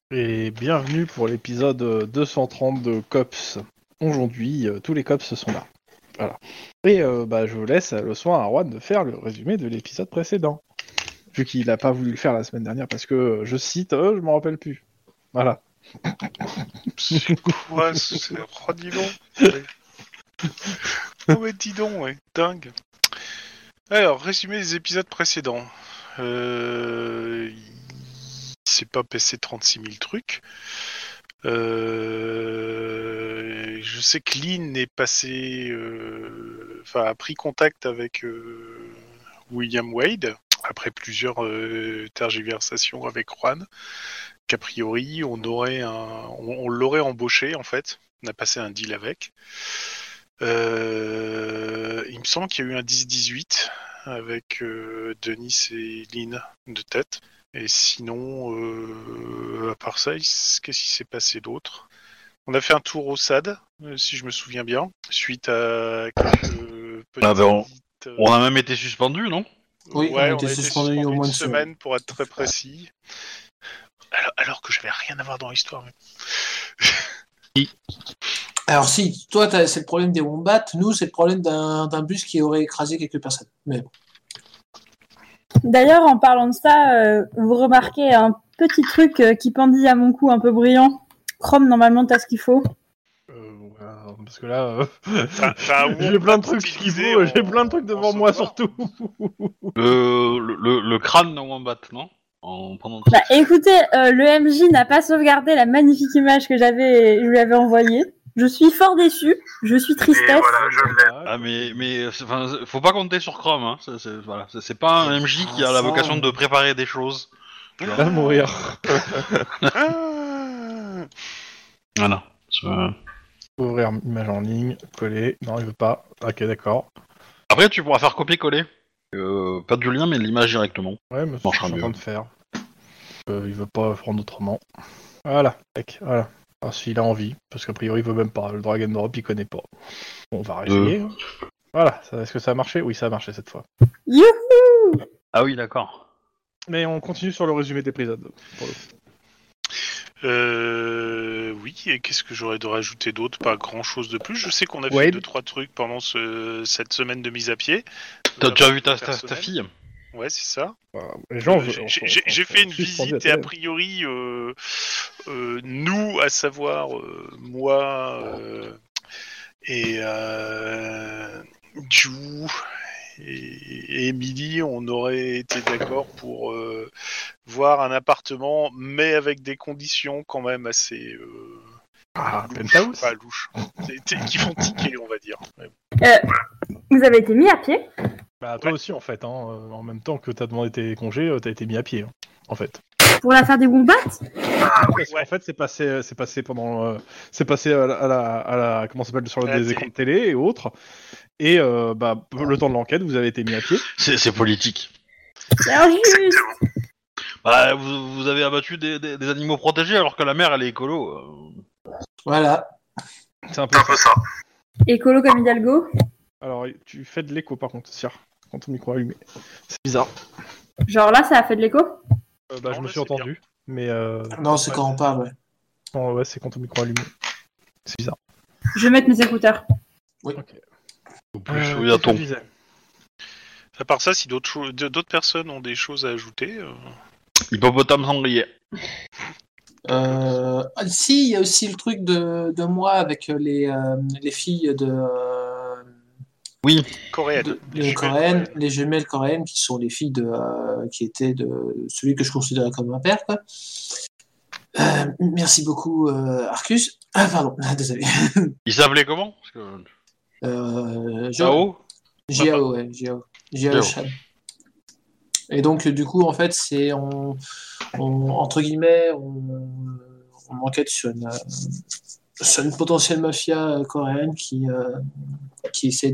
Et bienvenue pour l'épisode 230 de Cops. Aujourd'hui, tous les Cops sont là. Voilà. Et je laisse le soin à Juan de faire le résumé de l'épisode précédent. Vu qu'il n'a pas voulu le faire la semaine dernière parce que, je cite, je m'en rappelle plus. Voilà. C'est quoi ce... Oh, dis donc. Ouais. Oh, mais dis donc, ouais. Dingue. Alors, résumé des épisodes précédents. Il s'est pas passé 36 000 trucs. Je sais que Lynn est passé... a pris contact avec William Wade, après plusieurs tergiversations avec Juan, qu'a priori, on l'aurait embauché, en fait. On a passé un deal avec. Il me semble qu'il y a eu un 10-18 avec Denis et Lynn de tête. Et sinon, à part ça, qu'est-ce qui s'est passé d'autre ? On a fait un tour au SAD, si je me souviens bien, suite à quelques petites... On a même été suspendu, non ? Oui, on a été été suspendu au moins une une semaine, pour être très précis. Alors que je n'avais rien à voir dans l'histoire. Mais... Alors si, toi c'est le problème des wombats, nous c'est le problème d'un bus qui aurait écrasé quelques personnes. Mais bon. D'ailleurs, en parlant de ça, vous remarquez un petit truc qui pendit à mon cou un peu brillant. Chrome, normalement, t'as ce qu'il faut. Parce que là, j'ai plein de trucs qu'il faut, j'ai plein de trucs devant moi surtout. Le crâne de Wombat, non ? Écoutez, le MJ n'a pas sauvegardé la magnifique image que je lui avais envoyée. Je suis fort déçu, je suis tristesse. Ah mais faut pas compter sur Chrome, hein. C'est pas un MJ qui a la vocation de préparer des choses. Il va mourir. Voilà. Ouvrir image en ligne, coller. Non, il veut pas. Ok, d'accord. Après, tu pourras faire copier-coller. Pas du lien, mais l'image directement. Ouais, mais c'est ce que je suis en train de faire. Il veut pas prendre autrement. Voilà, voilà. Alors, s'il a envie, parce qu'a priori il veut même pas. Le drag and drop, il connaît pas. Bon, on va réessayer. Voilà, est-ce que ça a marché ? Oui, ça a marché cette fois. Youhou ! Ah oui, d'accord. Mais on continue sur le résumé d'épisode. Pour le coup. Oui, et qu'est-ce que j'aurais de rajouter d'autre ? Pas grand-chose de plus. Je sais qu'on a fait 2-3 trucs pendant cette semaine de mise à pied. Tu as vu ta fille ? Ouais, c'est ça. Les gens, j'ai fait une visite et a priori, nous, à savoir moi et Ju et Emily, on aurait été d'accord pour voir un appartement, mais avec des conditions quand même assez penthouse, pas louches, qui font tiquer, on va dire. Vous avez été mis à pied ? Bah toi aussi en fait, hein. En même temps que t'as demandé tes congés, t'as été mis à pied, hein, en fait. Pour l'affaire des wombats ? En fait, c'est passé pendant, c'est passé à la comment ça s'appelle sur des écrans de télé et autres. Et le temps de l'enquête, vous avez été mis à pied. C'est politique. C'est injuste. Bah, vous avez abattu des animaux protégés alors que la mère elle est écolo. Voilà. C'est un peu ça. Écolo comme Hidalgo. Alors, tu fais de l'écho par contre, Sir, quand ton micro est allumé. C'est bizarre. Genre là, ça a fait de l'écho ? Je me suis entendu, mais... Non, c'est quand on parle, ouais. Non, ouais, c'est quand ton micro est allumé. C'est bizarre. Je vais mettre mes écouteurs. Oui. Ok. Oui, attends. À part ça, si d'autres personnes ont des choses à ajouter... Hippopotame sanglier. Si, il y a aussi le truc de moi avec les filles de... Oui, les jumelles coréennes qui sont les filles qui étaient de celui que je considérais comme un père, quoi. Merci beaucoup, Arcus. Ah, pardon, désolé. Il s'appelait comment ? Jiao. Jiao, ouais, Jiao Shan. Et donc, du coup, en fait, c'est entre guillemets, on enquête sur une potentielle mafia coréenne qui essaie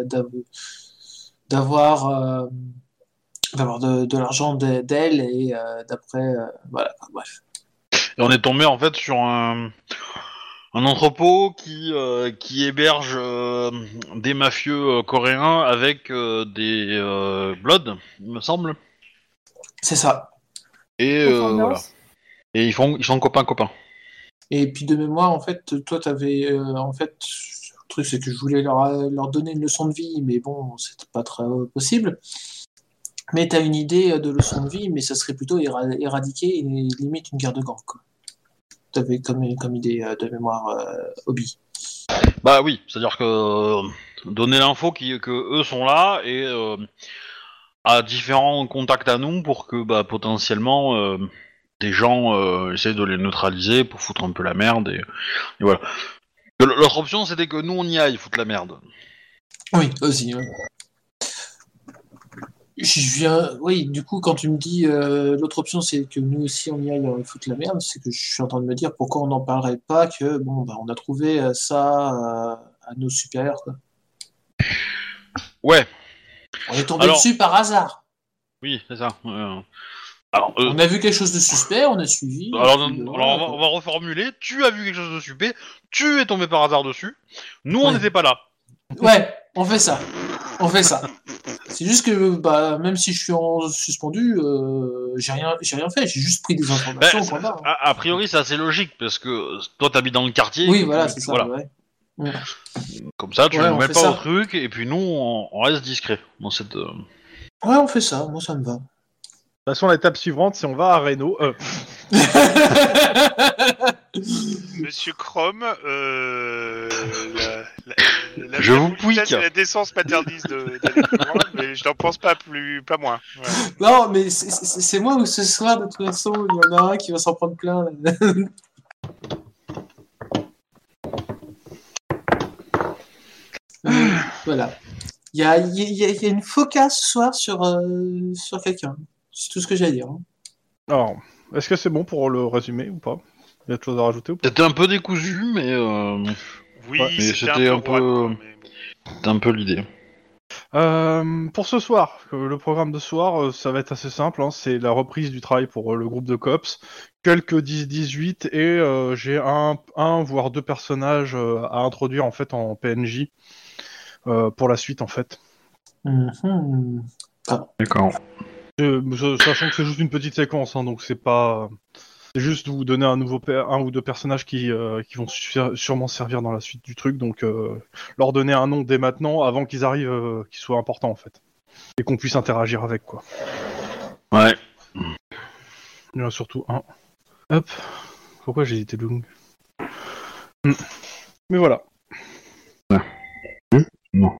d'avoir de l'argent d'elle et d'après voilà, bref. Et on est tombé en fait sur un entrepôt qui héberge des mafieux coréens avec des Bloods, il me semble. C'est ça. Et voilà. Et ils sont copains. Et puis de mémoire, en fait, toi, t'avais, en fait, le truc, c'est que je voulais leur donner une leçon de vie, mais bon, c'était pas très possible. Mais t'as une idée de leçon de vie, mais ça serait plutôt éradiquer et limite une guerre de gangs, quoi. T'avais comme idée de mémoire, Hobby. Bah oui, c'est-à-dire que donner l'info que eux sont là et à différents contacts à nous pour que potentiellement des gens essayent de les neutraliser pour foutre un peu la merde et voilà. L'autre option c'était que nous on y aille foutre la merde. Oui, aussi. Ouais. Oui, du coup, quand tu me dis l'autre option, c'est que nous aussi on y aille foutre la merde, c'est que je suis en train de me dire pourquoi on n'en parlerait pas que bon, on a trouvé ça à nos supérieurs, quoi. Ouais. On est tombé dessus par hasard. Oui, c'est ça. Alors, on a vu quelque chose de suspect, on a suivi. Alors on va reformuler. Tu as vu quelque chose de suspect, tu es tombé par hasard dessus. Nous, on n'était pas là. Ouais, on fait ça. C'est juste que même si je suis en suspendu, j'ai rien fait. J'ai juste pris des informations. A priori, c'est assez logique parce que toi, t'habites dans le quartier. Oui, voilà, c'est ça. Voilà. Ouais. Comme ça, tu ne nous mets pas au truc et puis nous, on reste discret dans cette. Ouais, on fait ça. Moi, ça me va. De toute façon, l'étape suivante, c'est on va à Reno. Monsieur Chrome, je vous pique. La décence paterniste d'aller plus loin, mais je n'en pense pas moins. Ouais. Non, mais c'est moi ou ce soir, de toute façon, il y en a un qui va s'en prendre plein. Là. Voilà. Il y a une focasse ce soir sur quelqu'un. C'est tout ce que j'ai à dire. Hein. Alors, est-ce que c'est bon pour le résumé ou pas? Il y a autre chose à rajouter ou pas? C'était un peu décousu, mais oui, mais c'était un peu, c'était un peu l'idée. Pour ce soir, le programme de ce soir, ça va être assez simple. Hein, c'est la reprise du travail pour le groupe de cops, quelques 10-18 et j'ai un voire deux personnages à introduire en fait en PNJ pour la suite en fait. Mm-hmm. Ah. D'accord. Sachant que c'est juste une petite séquence, hein, donc c'est pas. C'est juste vous donner un ou deux personnages qui vont sûrement servir dans la suite du truc, donc leur donner un nom dès maintenant, avant qu'ils arrivent, qu'ils soient importants en fait, et qu'on puisse interagir avec quoi. Ouais. Il y en a surtout un. Hop. Pourquoi j'ai hésité long Mais voilà. Ouais. Non.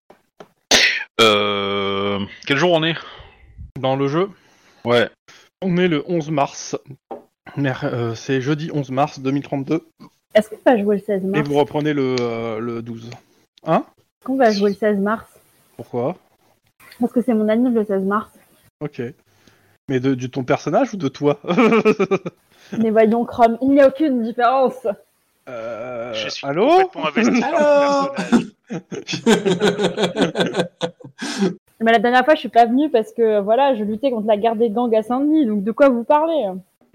Quel jour on est dans le jeu? Ouais. On est le 11 mars. C'est jeudi 11 mars 2032. Est-ce qu'on va jouer le 16 mars? Et vous reprenez le 12. Hein? Est-ce qu'on va jouer le 16 mars? Pourquoi? Parce que c'est mon anniv le 16 mars. Ok. Mais de ton personnage ou de toi? Mais voyons, Chrome, il n'y a aucune différence. Je suis allô? complètement investi dans le personnage. Mais la dernière fois, je suis pas venue parce que voilà, je luttais contre la guerre des gangs à Saint-Denis, donc de quoi vous parlez?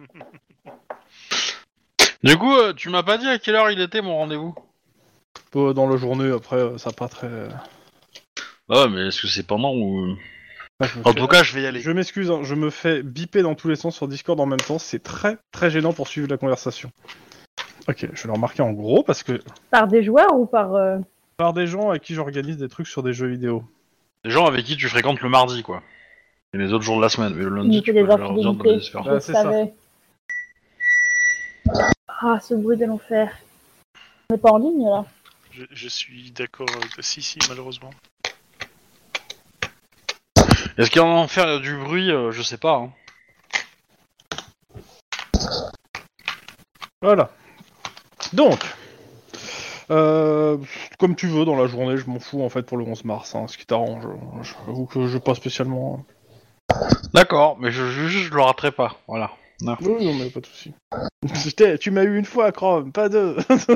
Du coup, tu m'as pas dit à quelle heure il était mon rendez-vous? Dans la journée, après, ça pas très... Ouais, mais est-ce que c'est pendant ou... En tout cas, je vais y aller. Je m'excuse, hein, je me fais biper dans tous les sens sur Discord en même temps, c'est très très gênant pour suivre la conversation. Ok, je vais le remarquer en gros parce que... Par des joueurs ou par... Par des gens avec qui j'organise des trucs sur des jeux vidéo. Des gens avec qui tu fréquentes le mardi, quoi. Et les autres jours de la semaine, mais le lundi, tu peux leur dire de les faire. Je savais. Ah, ce bruit de l'enfer. On n'est pas en ligne, là? Je suis d'accord. Si, malheureusement. Est-ce qu'il y a en enfer du bruit? Je sais pas. Hein. Voilà. Donc, comme tu veux dans la journée, je m'en fous en fait pour le 11 mars, hein, ce qui t'arrange. J'avoue que je pas spécialement. D'accord, mais je le raterai pas, voilà. Non, non mais pas de soucis. Tu m'as eu une fois, Chrome, pas deux.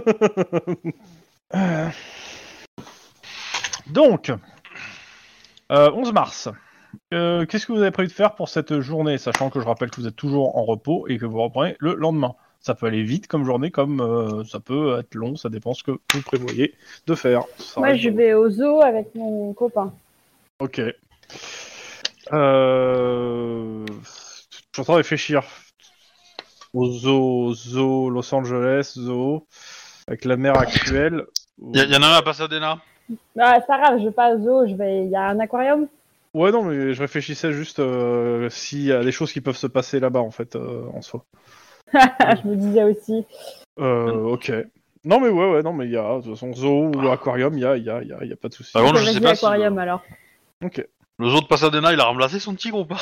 Donc, 11 mars. Qu'est-ce que vous avez prévu de faire pour cette journée, sachant que je rappelle que vous êtes toujours en repos et que vous reprenez le lendemain. Ça peut aller vite comme journée, comme ça peut être long, ça dépend ce que vous prévoyez de faire. Moi, je vais au zoo avec mon copain. Ok. Je suis en train de réfléchir. au zoo Los Angeles, zoo, avec la mer actuelle. Il y en a un à Pasadena. Bah, c'est pas grave, je vais pas au zoo, il y a un aquarium. Ouais, non, mais je réfléchissais juste s'il y a des choses qui peuvent se passer là-bas, en fait, en soi. Je me disais aussi. Ok. Non, mais ouais, non, mais il y a, de toute façon, zoo ou aquarium, il y a pas de souci. Par contre, Ok, je sais vas-y, pas si aquarium alors. Ok. le zoo de Pasadena, il a remplacé son tigre ou pas?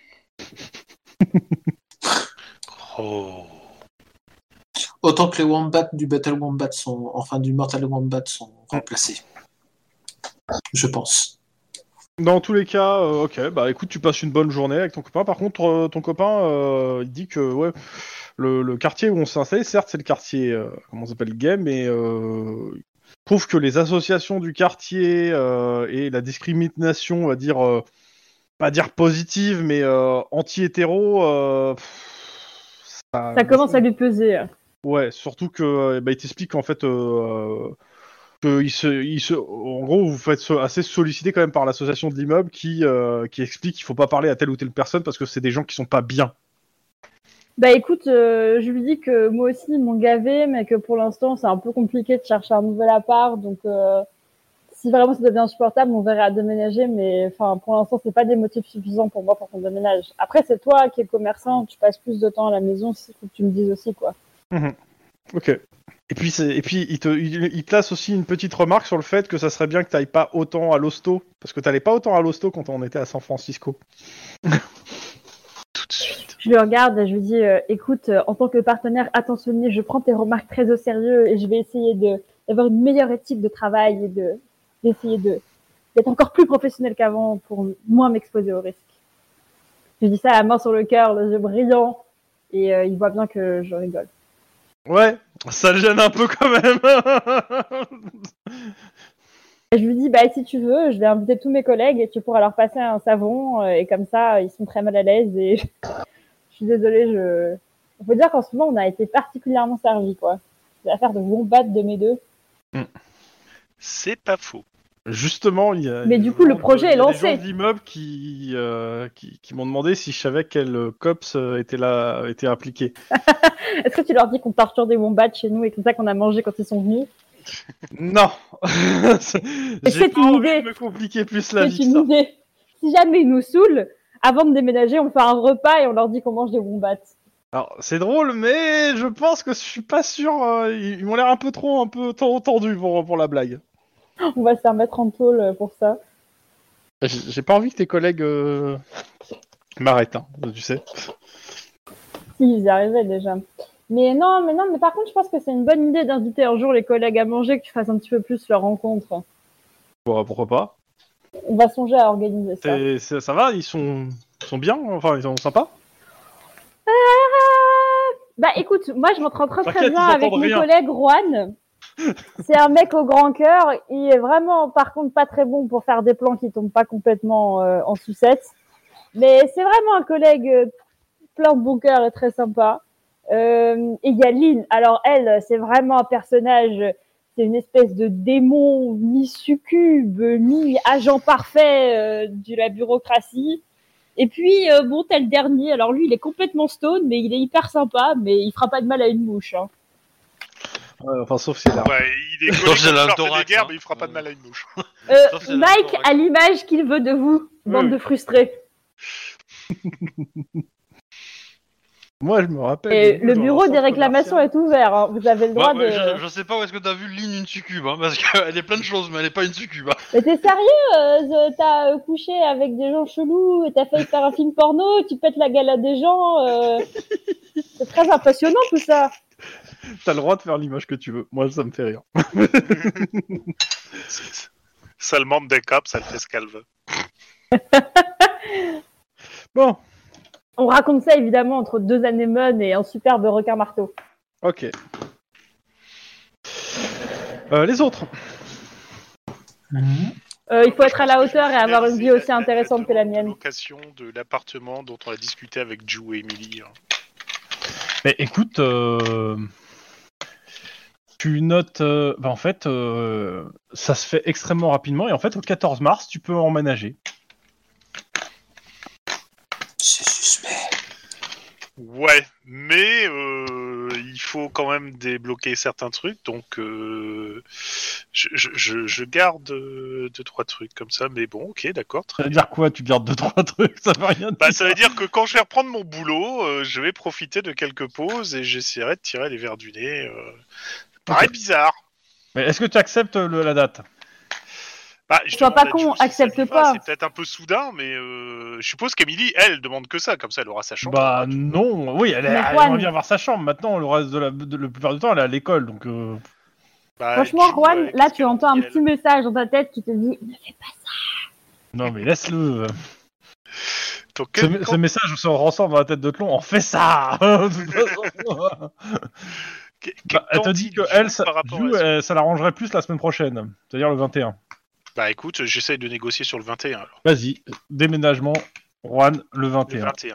Oh. Autant que les Wombats du Battle Wombat du Mortal Wombat sont remplacés. Je pense. Dans tous les cas, ok, bah écoute, tu passes une bonne journée avec ton copain. Par contre, ton copain, il dit que ouais, le quartier où on s'est installé, certes, c'est le quartier, comment ça s'appelle, gay, mais il trouve que les associations du quartier et la discrimination, on va dire, pas dire positive, mais anti-hétéro, Ça commence à lui peser. Ouais, surtout que bah, il t'explique qu'en fait, en gros, vous faites assez sollicité quand même par l'association de l'immeuble qui explique qu'il faut pas parler à telle ou telle personne parce que c'est des gens qui sont pas bien. Bah écoute, je lui dis que moi aussi ils m'ont gavé, mais que pour l'instant c'est un peu compliqué de chercher un nouvel appart, donc si vraiment ça devient insupportable, on verra à déménager, mais enfin pour l'instant c'est pas des motifs suffisants pour moi pour qu'on déménage. Après c'est toi qui es commerçant, tu passes plus de temps à la maison, il faut que tu me dises aussi quoi. Mmh. Ok. Et puis il place aussi une petite remarque sur le fait que ça serait bien que t'ailles pas autant à l'hosto, parce que t'allais pas autant à l'hosto quand on était à San Francisco. Tout de suite. Je le regarde et je lui dis écoute, en tant que partenaire attentionné, je prends tes remarques très au sérieux et je vais essayer d'avoir une meilleure éthique de travail et d'essayer d'être encore plus professionnel qu'avant pour moins m'exposer au risque. Je lui dis ça la main sur le cœur, les yeux brillants, et il voit bien que je rigole. Ouais, ça le gêne un peu quand même. Et je lui dis bah si tu veux, je vais inviter tous mes collègues et tu pourras leur passer un savon et comme ça ils sont très mal à l'aise et je suis désolée, il faut dire qu'en ce moment on a été particulièrement servis quoi. C'est l'affaire de Wombat de mes deux. C'est pas faux. Justement, il y a. Mais du coup, le projet est lancé. Il y a des gens de l'immeuble qui m'ont demandé si je savais quel cops était impliqué. Est-ce que tu leur dis qu'on torture des wombats chez nous et comme ça qu'on a mangé quand ils sont venus? Non. C'est J'ai pas une envie idée. de me compliquer plus la vie. C'est une idée. Si jamais ils nous saoulent, avant de déménager, on fait un repas et on leur dit qu'on mange des wombats. Alors, c'est drôle, mais je pense que je suis pas sûr. Ils m'ont l'air un peu tendus pour la blague. On va se faire mettre en tôle pour ça. J'ai pas envie que tes collègues m'arrêtent, hein, tu sais. Si, ils y arrivaient déjà. Mais par contre, je pense que c'est une bonne idée d'inviter un jour les collègues à manger, que tu fasses un petit peu plus leur rencontre. Bon, pourquoi pas. On va songer à organiser ça. Ça va, ils sont bien, enfin, ils sont sympas. Bah écoute, moi je m'entends très T'inquiète, bien ils avec entendent mon rien. collègue Juan. C'est un mec au grand cœur. Il est vraiment, par contre, pas très bon pour faire des plans qui tombent pas complètement en sucette. Mais c'est vraiment un collègue plein de bon cœur et très sympa. Et il y a Lynn. Alors elle, c'est vraiment un personnage. C'est une espèce de démon mi-succube, mi-agent parfait de la bureaucratie. Et puis, bon, t'as le dernier. Alors lui, il est complètement stone, mais il est hyper sympa. Mais il fera pas de mal à une mouche. Hein. Enfin, sauf si là. Ouais, il est Sauf collé si elle a comme le faire thorax, des guerres, hein. mais il fera pas de mal à une mouche. Sauf si elle a le Mike thorax. a l'image qu'il veut de vous, bande Oui. de frustrés. Moi, je me rappelle. Et du coup, le dans bureau un des centre réclamations commercial. est ouvert. Hein. Vous avez le droit Ouais, de. je sais pas où est-ce que t'as vu Lynn une succube, hein, parce qu'elle est plein de choses, mais elle est pas une succube. Hein. Mais t'es sérieux t'as couché avec des gens chelous et t'as failli faire un film porno, tu pètes la gueule à des gens. C'est très impressionnant tout ça. T'as le droit de faire l'image que tu veux. Moi, ça me fait rire. Ça le membre des cops, ça le fait ce qu'elle veut. Bon, On raconte ça évidemment entre deux anémones et un superbe requin marteau. ok. Les autres. Il faut être à la hauteur et avoir une vie aussi intéressante que la demande de mienne. Location de l'appartement dont on a discuté avec Ju et Emily. Hein. Mais écoute, tu notes. En fait, ça se fait extrêmement rapidement et en fait, au 14 mars, tu peux emménager. C'est suspect. Ouais, mais il faut quand même débloquer certains trucs, donc je garde 2-3 trucs comme ça, mais bon, ok, d'accord. Ça veut dire quoi, tu gardes 2-3 trucs? Ça veut rien dire. Bah, ça veut dire que quand je vais reprendre mon boulot, je vais profiter de quelques pauses et j'essaierai de tirer les verres du nez. Ça paraît bizarre. Mais est-ce que tu acceptes la date? Bah, Sois pas con, accepte pas. C'est peut-être un peu soudain, mais je suppose qu'Emilie, elle, demande que ça, comme ça elle aura sa chambre. Bah non, oui, elle aimerait bien avoir sa chambre. Maintenant, le reste le plupart du temps, elle est à l'école, donc... Bah, Franchement, du coup, Juan, là, qu'est-ce tu qu'elle entends un dit, petit elle message dans ta tête qui te dit « Ne fais pas ça !» Non, mais laisse-le. Donc, Ce message se ressort dans la tête de Tlon, on fait ça. De toute façon. Bah, elle te dit que elle, ça l'arrangerait plus la semaine prochaine, c'est-à-dire le 21. Bah écoute, j'essaye de négocier sur le 21 alors. Vas-y, déménagement, Juan, le 21. Le 21.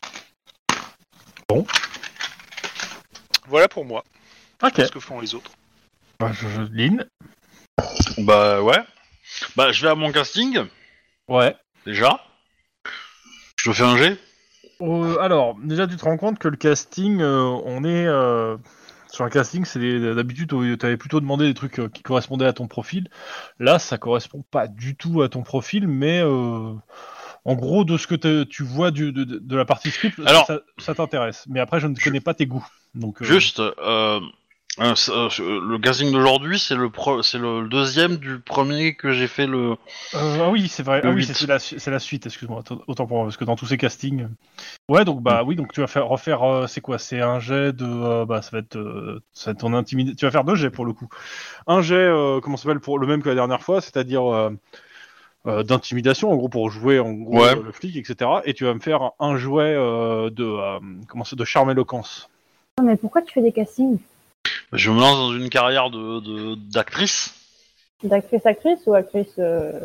Bon. Voilà pour moi. Ok. Qu'est-ce que font les autres? Bah, Lynn. Bah ouais. Bah je vais à mon casting, Ouais. déjà. Je te fais un jet. Alors, déjà, tu te rends compte que le casting, on est... Sur un casting, d'habitude, tu avais plutôt demandé des trucs qui correspondaient à ton profil. Là, ça correspond pas du tout à ton profil, mais en gros, de ce que tu vois de la partie script, alors, ça t'intéresse. Mais après, je ne connais pas tes goûts. Donc, Juste, le casting d'aujourd'hui, c'est le deuxième du premier que j'ai fait le... Ah oui, c'est vrai. Le Ah oui, 8. c'est la suite, excuse-moi. Autant pour moi, parce que dans tous ces castings... Ouais, donc oui, donc tu vas refaire... c'est quoi? C'est un jet de... ça va être ton intimidation. Tu vas faire 2 jets pour le coup. Un jet, comment ça s'appelle, pour le même que la dernière fois, c'est-à-dire d'intimidation, en gros, pour jouer le flic, etc. Et tu vas me faire un jouet de charme éloquence. Non, mais pourquoi tu fais des castings? Je me lance dans une carrière d'actrice. D'actrice-actrice ou actrice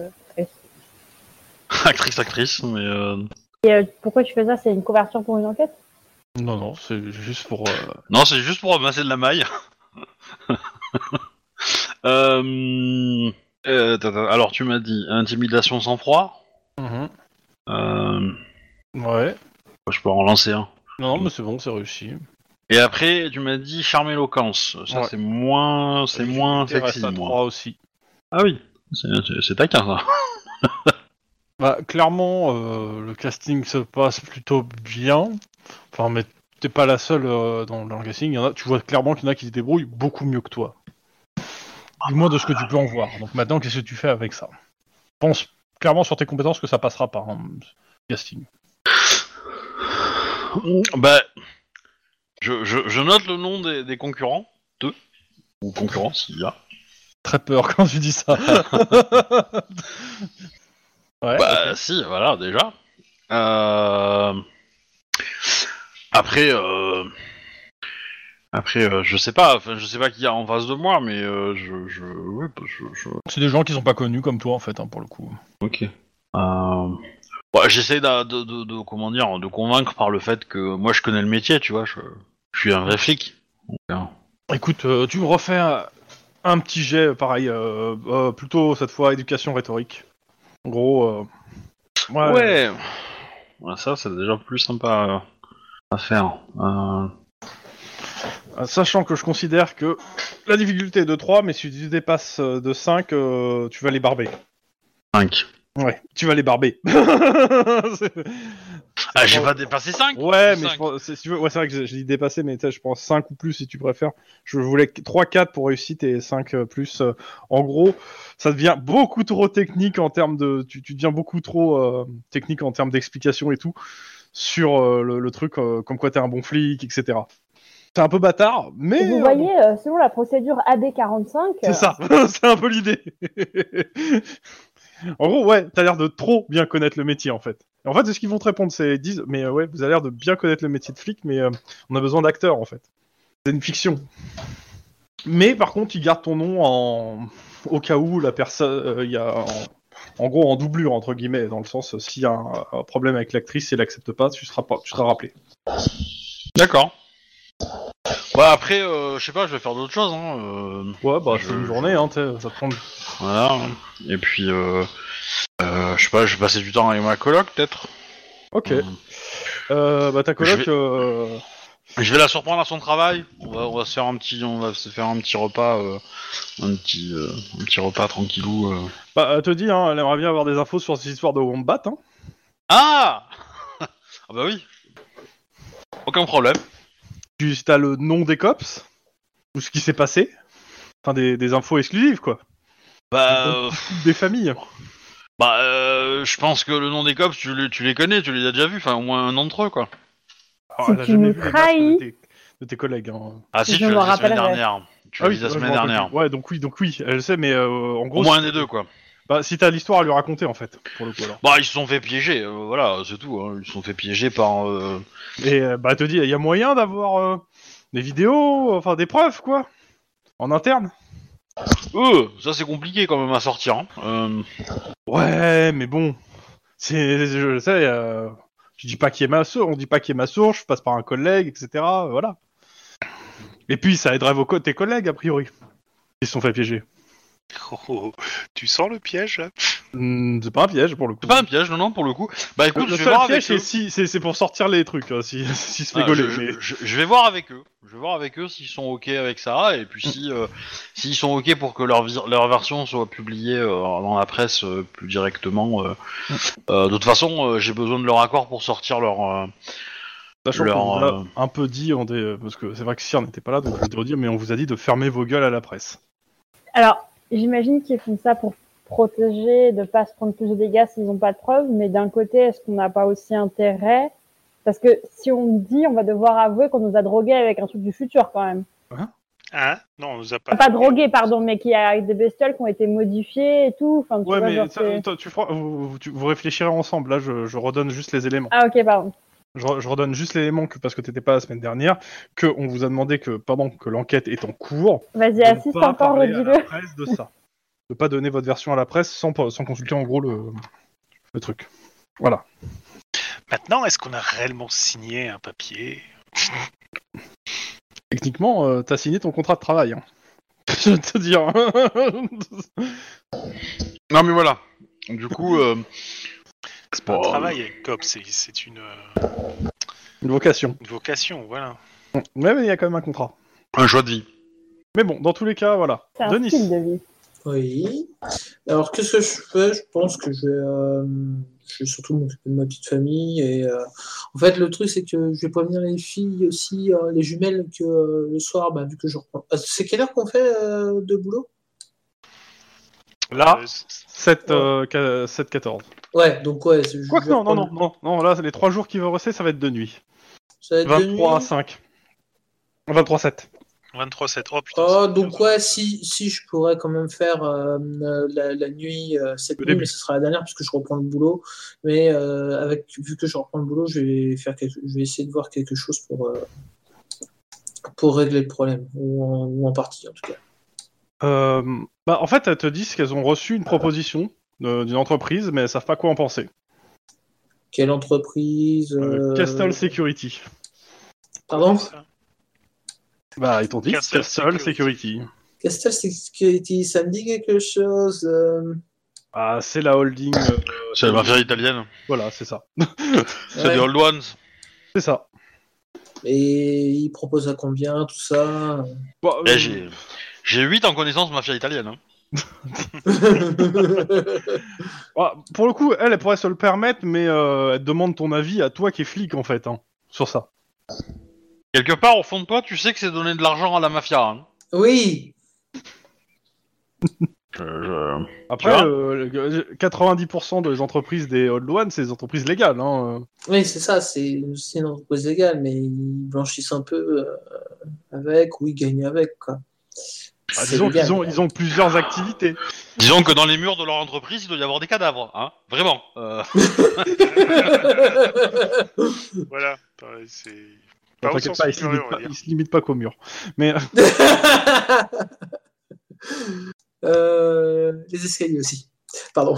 Actrice, mais... Et pourquoi tu fais ça? C'est une couverture pour une enquête? Non, c'est juste pour... Non, c'est juste pour ramasser de la maille. Alors, tu m'as dit intimidation sans froid. Ouais. Je peux en lancer un. Non, mais c'est bon, c'est réussi. Et après, tu m'as dit charme éloquence. Ça, ouais. c'est moins sexy, à moi. 3 aussi. Ah oui, c'est taquin, ça. Bah, clairement, le casting se passe plutôt bien. Enfin, mais t'es pas la seule dans le casting. Tu vois clairement qu'il y en a qui se débrouillent beaucoup mieux que toi. Du moins de ce que tu peux en voir. Donc maintenant, qu'est-ce que tu fais avec ça? Pense clairement sur tes compétences que ça passera pas, casting. Bah, je note le nom des concurrents. 2. Ou concurrents, s'il y a. Très peur quand tu dis ça. Ouais, bah, okay. Si, voilà, déjà. Après, je sais pas qui y a en face de moi, mais oui, c'est des gens qui sont pas connus comme toi, en fait, pour le coup. Ok. J'essaie de comment dire, de convaincre par le fait que moi je connais le métier, tu vois, je suis un vrai flic. Donc, écoute, tu me refais un petit jet, pareil, plutôt cette fois éducation rhétorique. En gros, ouais. Ça c'est déjà plus sympa à faire. Sachant que je considère que la difficulté est de 3, mais si tu dépasses de 5, tu vas les barber. 5. Ouais, tu vas les barber. J'ai pas dépassé 5. Ouais, mais 5. Je pense, si tu veux, c'est vrai que j'ai dit dépasser, mais je pense 5 ou plus si tu préfères. Je voulais 3-4 pour réussite et 5 plus. En gros, ça devient beaucoup trop technique en termes de... Tu deviens beaucoup trop technique en termes d'explication et tout, sur le truc, comme quoi t'es un bon flic, etc. C'est un peu bâtard, mais... Vous voyez, selon la procédure AD45... C'est ça, c'est un peu l'idée. En gros, ouais, t'as l'air de trop bien connaître le métier, en fait. En fait, c'est ce qu'ils vont te répondre, ils disent, mais ouais, vous avez l'air de bien connaître le métier de flic, mais on a besoin d'acteurs, en fait. C'est une fiction. Mais, par contre, ils gardent ton nom au cas où la personne... il y a... En gros, en doublure, entre guillemets, dans le sens, s'il y a un problème avec l'actrice, si elle accepte pas, tu seras rappelé. D'accord. Bah après, je sais pas, je vais faire d'autres choses. Ouais, bah c'est une journée, ça te prend... Voilà. Et puis, je sais pas, je vais passer du temps avec ma coloc, peut-être. Ok. Ta coloc... Je vais la surprendre à son travail. On va se faire un petit repas, un petit repas tranquillou. elle te dit, hein, elle aimerait bien avoir des infos sur cette histoire de Wombat. Hein. Ah ah bah oui. Aucun problème. Si t'as le nom des cops, ou ce qui s'est passé, enfin des infos exclusives, quoi. Des familles. Je pense que le nom des cops, tu les connais, tu les as déjà vus, enfin au moins un d'entre eux, quoi. Alors, elle a tu jamais nous vu les trahis. masques de tes collègues. Hein. Ah si, Je tu me l'as dit la semaine rappellerai. dernière. Tu l'as dit la semaine dernière. Ouais, donc oui, elle sait, mais en gros... Au moins un des deux, quoi. Si t'as l'histoire à lui raconter, en fait, pour le coup, alors. Ils se sont fait piéger, voilà, c'est tout. Hein. Ils se sont fait piéger par... Et elle te dit, il y a moyen d'avoir des vidéos, enfin des preuves, quoi, en interne. Ça c'est compliqué quand même à sortir. Hein. Ouais, mais bon, je sais, je dis pas qui est ma source, on dit pas qui est ma source, je passe par un collègue, etc. Voilà. Et puis ça aiderait tes collègues a priori. Ils se sont fait piéger. Oh, tu sens le piège là? C'est pas un piège pour le coup. C'est pas un piège, non, pour le coup. Bah écoute, Le je vais seul voir piège, avec eux. c'est pour sortir les trucs, s'ils se fait gauler. Mais... Je vais voir avec eux. Je vais voir avec eux s'ils sont ok avec ça, et puis s'ils sont ok pour que leur version soit publiée dans la presse plus directement. De toute façon, j'ai besoin de leur accord pour sortir leur... Sachant qu'on vous a un peu dit, parce que c'est vrai que Cyr n'était pas là, donc je vais te redire, mais on vous a dit de fermer vos gueules à la presse. Alors, j'imagine qu'ils font ça pour protéger, de pas se prendre plus de dégâts s'ils n'ont pas de preuves, mais d'un côté, est-ce qu'on n'a pas aussi intérêt? Parce que si on dit, on va devoir avouer qu'on nous a drogués avec un truc du futur quand même. Hein? Non, on nous a pas... Pas drogués, pardon, mais qu'il y a des bestioles qui ont été modifiées et tout. Enfin, Ouais, mais genre, vous réfléchirez ensemble, là je redonne juste les éléments. Ah ok, pardon. Je redonne juste l'élément parce que t'étais pas la semaine dernière, qu'on vous a demandé que pendant que l'enquête est en cours, Vas-y, de assiste ne pas encore, parler à redis-le. la presse de ça. De pas donner votre version à la presse sans consulter en gros le truc. Voilà. Maintenant, est-ce qu'on a réellement signé un papier? Techniquement, t'as signé ton contrat de travail. Hein. Je vais te dire. Non mais voilà. Du coup... C'est pas un travail avec COP, c'est une vocation. Une vocation, voilà. Mais il y a quand même un contrat. Un choix de vie. Mais bon, dans tous les cas, voilà. C'est un Denis. style de vie. Oui. Alors, qu'est-ce que je fais? Je pense que je vais surtout m'occuper de ma petite famille. Et en fait, le truc, c'est que je vais prévenir les filles aussi, les jumelles, que le soir, vu que je reprends. C'est quelle heure qu'on fait de boulot? Là, 7-14. Ouais, donc ouais. Quoique non, là, les 3 jours qui vont rester, ça va être de nuit. Ça va être 23 à 5. 23-7. 23-7. Oh putain. Oh, donc ouais, si je pourrais quand même faire la nuit, cette nuit, mais ce sera la dernière parce que je reprends le boulot. Mais vu que je reprends le boulot, je vais essayer de voir quelque chose pour régler le problème, ou en partie en tout cas. En fait, elles te disent qu'elles ont reçu une proposition d'une entreprise, mais elles savent pas quoi en penser. Quelle entreprise Castle Security. Pardon? Ils t'ont dit Castle Security. Castle Security, ça me dit quelque chose. C'est la holding. C'est la mafia italienne. Voilà, c'est ça. C'est des Old Ones. C'est ça. Et ils proposent à combien, tout ça? J'ai 8 en connaissance mafia italienne. Hein. Pour le coup, elle pourrait se le permettre, mais elle demande ton avis à toi qui es flic, en fait, sur ça. Quelque part, au fond de toi, tu sais que c'est donner de l'argent à la mafia. Hein. Oui. Après, 90% des entreprises des Old Ones, c'est des entreprises légales. Hein. Oui, c'est ça, c'est une entreprise légale, mais ils blanchissent un peu avec, ou ils gagnent avec, quoi. Disons qu'ils ont plusieurs activités. Disons que dans les murs de leur entreprise, il doit y avoir des cadavres, hein. Vraiment. Voilà, c'est... T'inquiète pas, ils se limitent pas qu'au mur. Mais... les escaliers aussi. Pardon.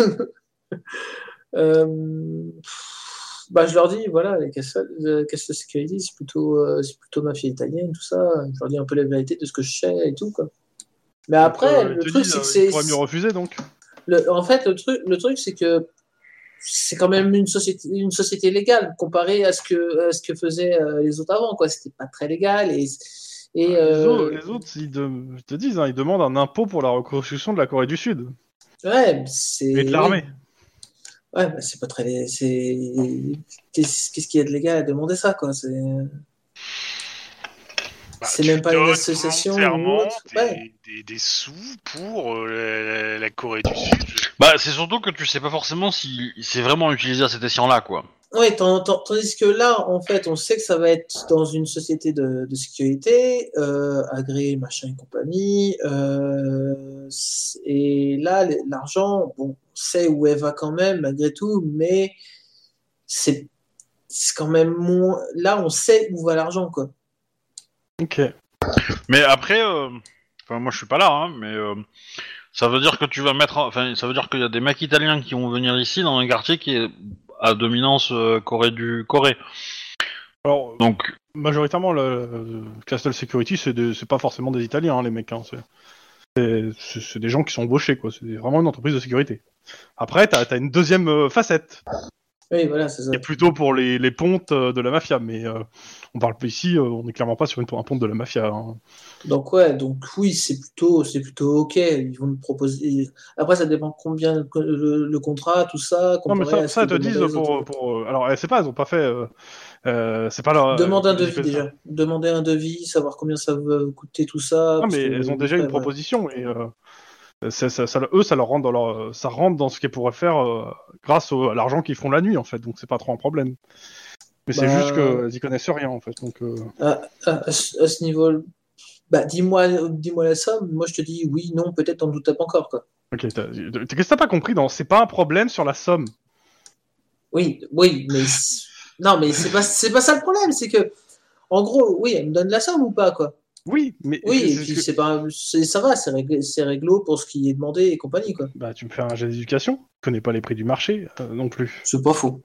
Je leur dis, voilà, les Castle Security, c'est plutôt mafia italienne, tout ça. Je leur dis un peu la vérité de ce que je sais et tout, quoi. Mais après, le truc, c'est que c'est... Tu pourrais mieux refuser, donc. En fait, le truc, c'est que c'est quand même une société légale comparée à ce que faisaient les autres avant, quoi. C'était pas très légal et Les autres, ils te disent, hein, ils demandent un impôt pour la reconstruction de la Corée du Sud ouais, c'est et de l'armée. Ouais, bah, c'est pas très. Qu'est-ce qu'il y a de légal à demander ça, quoi? C'est Tu même pas une donnes association ou volontairement autre. Ouais. des sous pour la Corée du Sud. Bah, c'est surtout que tu sais pas forcément si c'est vraiment utilisé à cet escient-là, quoi. Oui, tandis que là, en fait, on sait que ça va être dans une société de sécurité, agréée, machin et compagnie. Et là, l'argent, bon, on sait où elle va quand même, malgré tout, mais c'est quand même moins. Là, on sait où va l'argent, quoi. Ok. Mais après, moi je suis pas là, hein, mais ça veut dire que tu vas mettre, enfin, ça veut dire qu'il y a des mecs italiens qui vont venir ici dans un quartier qui est à dominance Corée. Alors, Donc, majoritairement, le Castle Security, c'est pas forcément des Italiens, hein, les mecs. Hein, c'est des gens qui sont embauchés, quoi. C'est vraiment une entreprise de sécurité. Après, t'as une deuxième facette. Oui, voilà, c'est ça. Et plutôt pour les pontes de la mafia, mais on parle pas ici, on est clairement pas sur un ponte de la mafia. Hein. Donc oui, c'est plutôt ok. Ils vont nous proposer. Après, ça dépend combien le contrat, tout ça. Non, mais comparé à ce ça que te disent demandaient les autres. alors, c'est pas, ils ont pas fait. C'est pas leur. Demander un les devis connaissent pas. déjà. Demander un devis, savoir combien ça va coûter tout ça. Non, parce mais que, elles ont déjà ouais, une proposition et eux, ça leur rentre ça rentre dans ce qu'ils pourraient faire grâce à l'argent qu'ils font la nuit en fait. Donc c'est pas trop un problème. Mais c'est juste qu'ils y connaissent rien en fait. Donc. À ce niveau, bah dis-moi la somme. Moi, je te dis oui, non, peut-être, on ne doute pas encore, quoi. Ok. Qu'est-ce que t'as pas compris dans c'est pas un problème sur la somme. Oui, mais non, mais c'est pas ça le problème. C'est que, en gros, oui, elle me donne la somme ou pas, quoi. Oui, mais Oui, et puis ça va, c'est réglo pour ce qui est demandé et compagnie, quoi. Bah, tu me fais un jet d'éducation. Je connais pas les prix du marché non plus. C'est pas faux.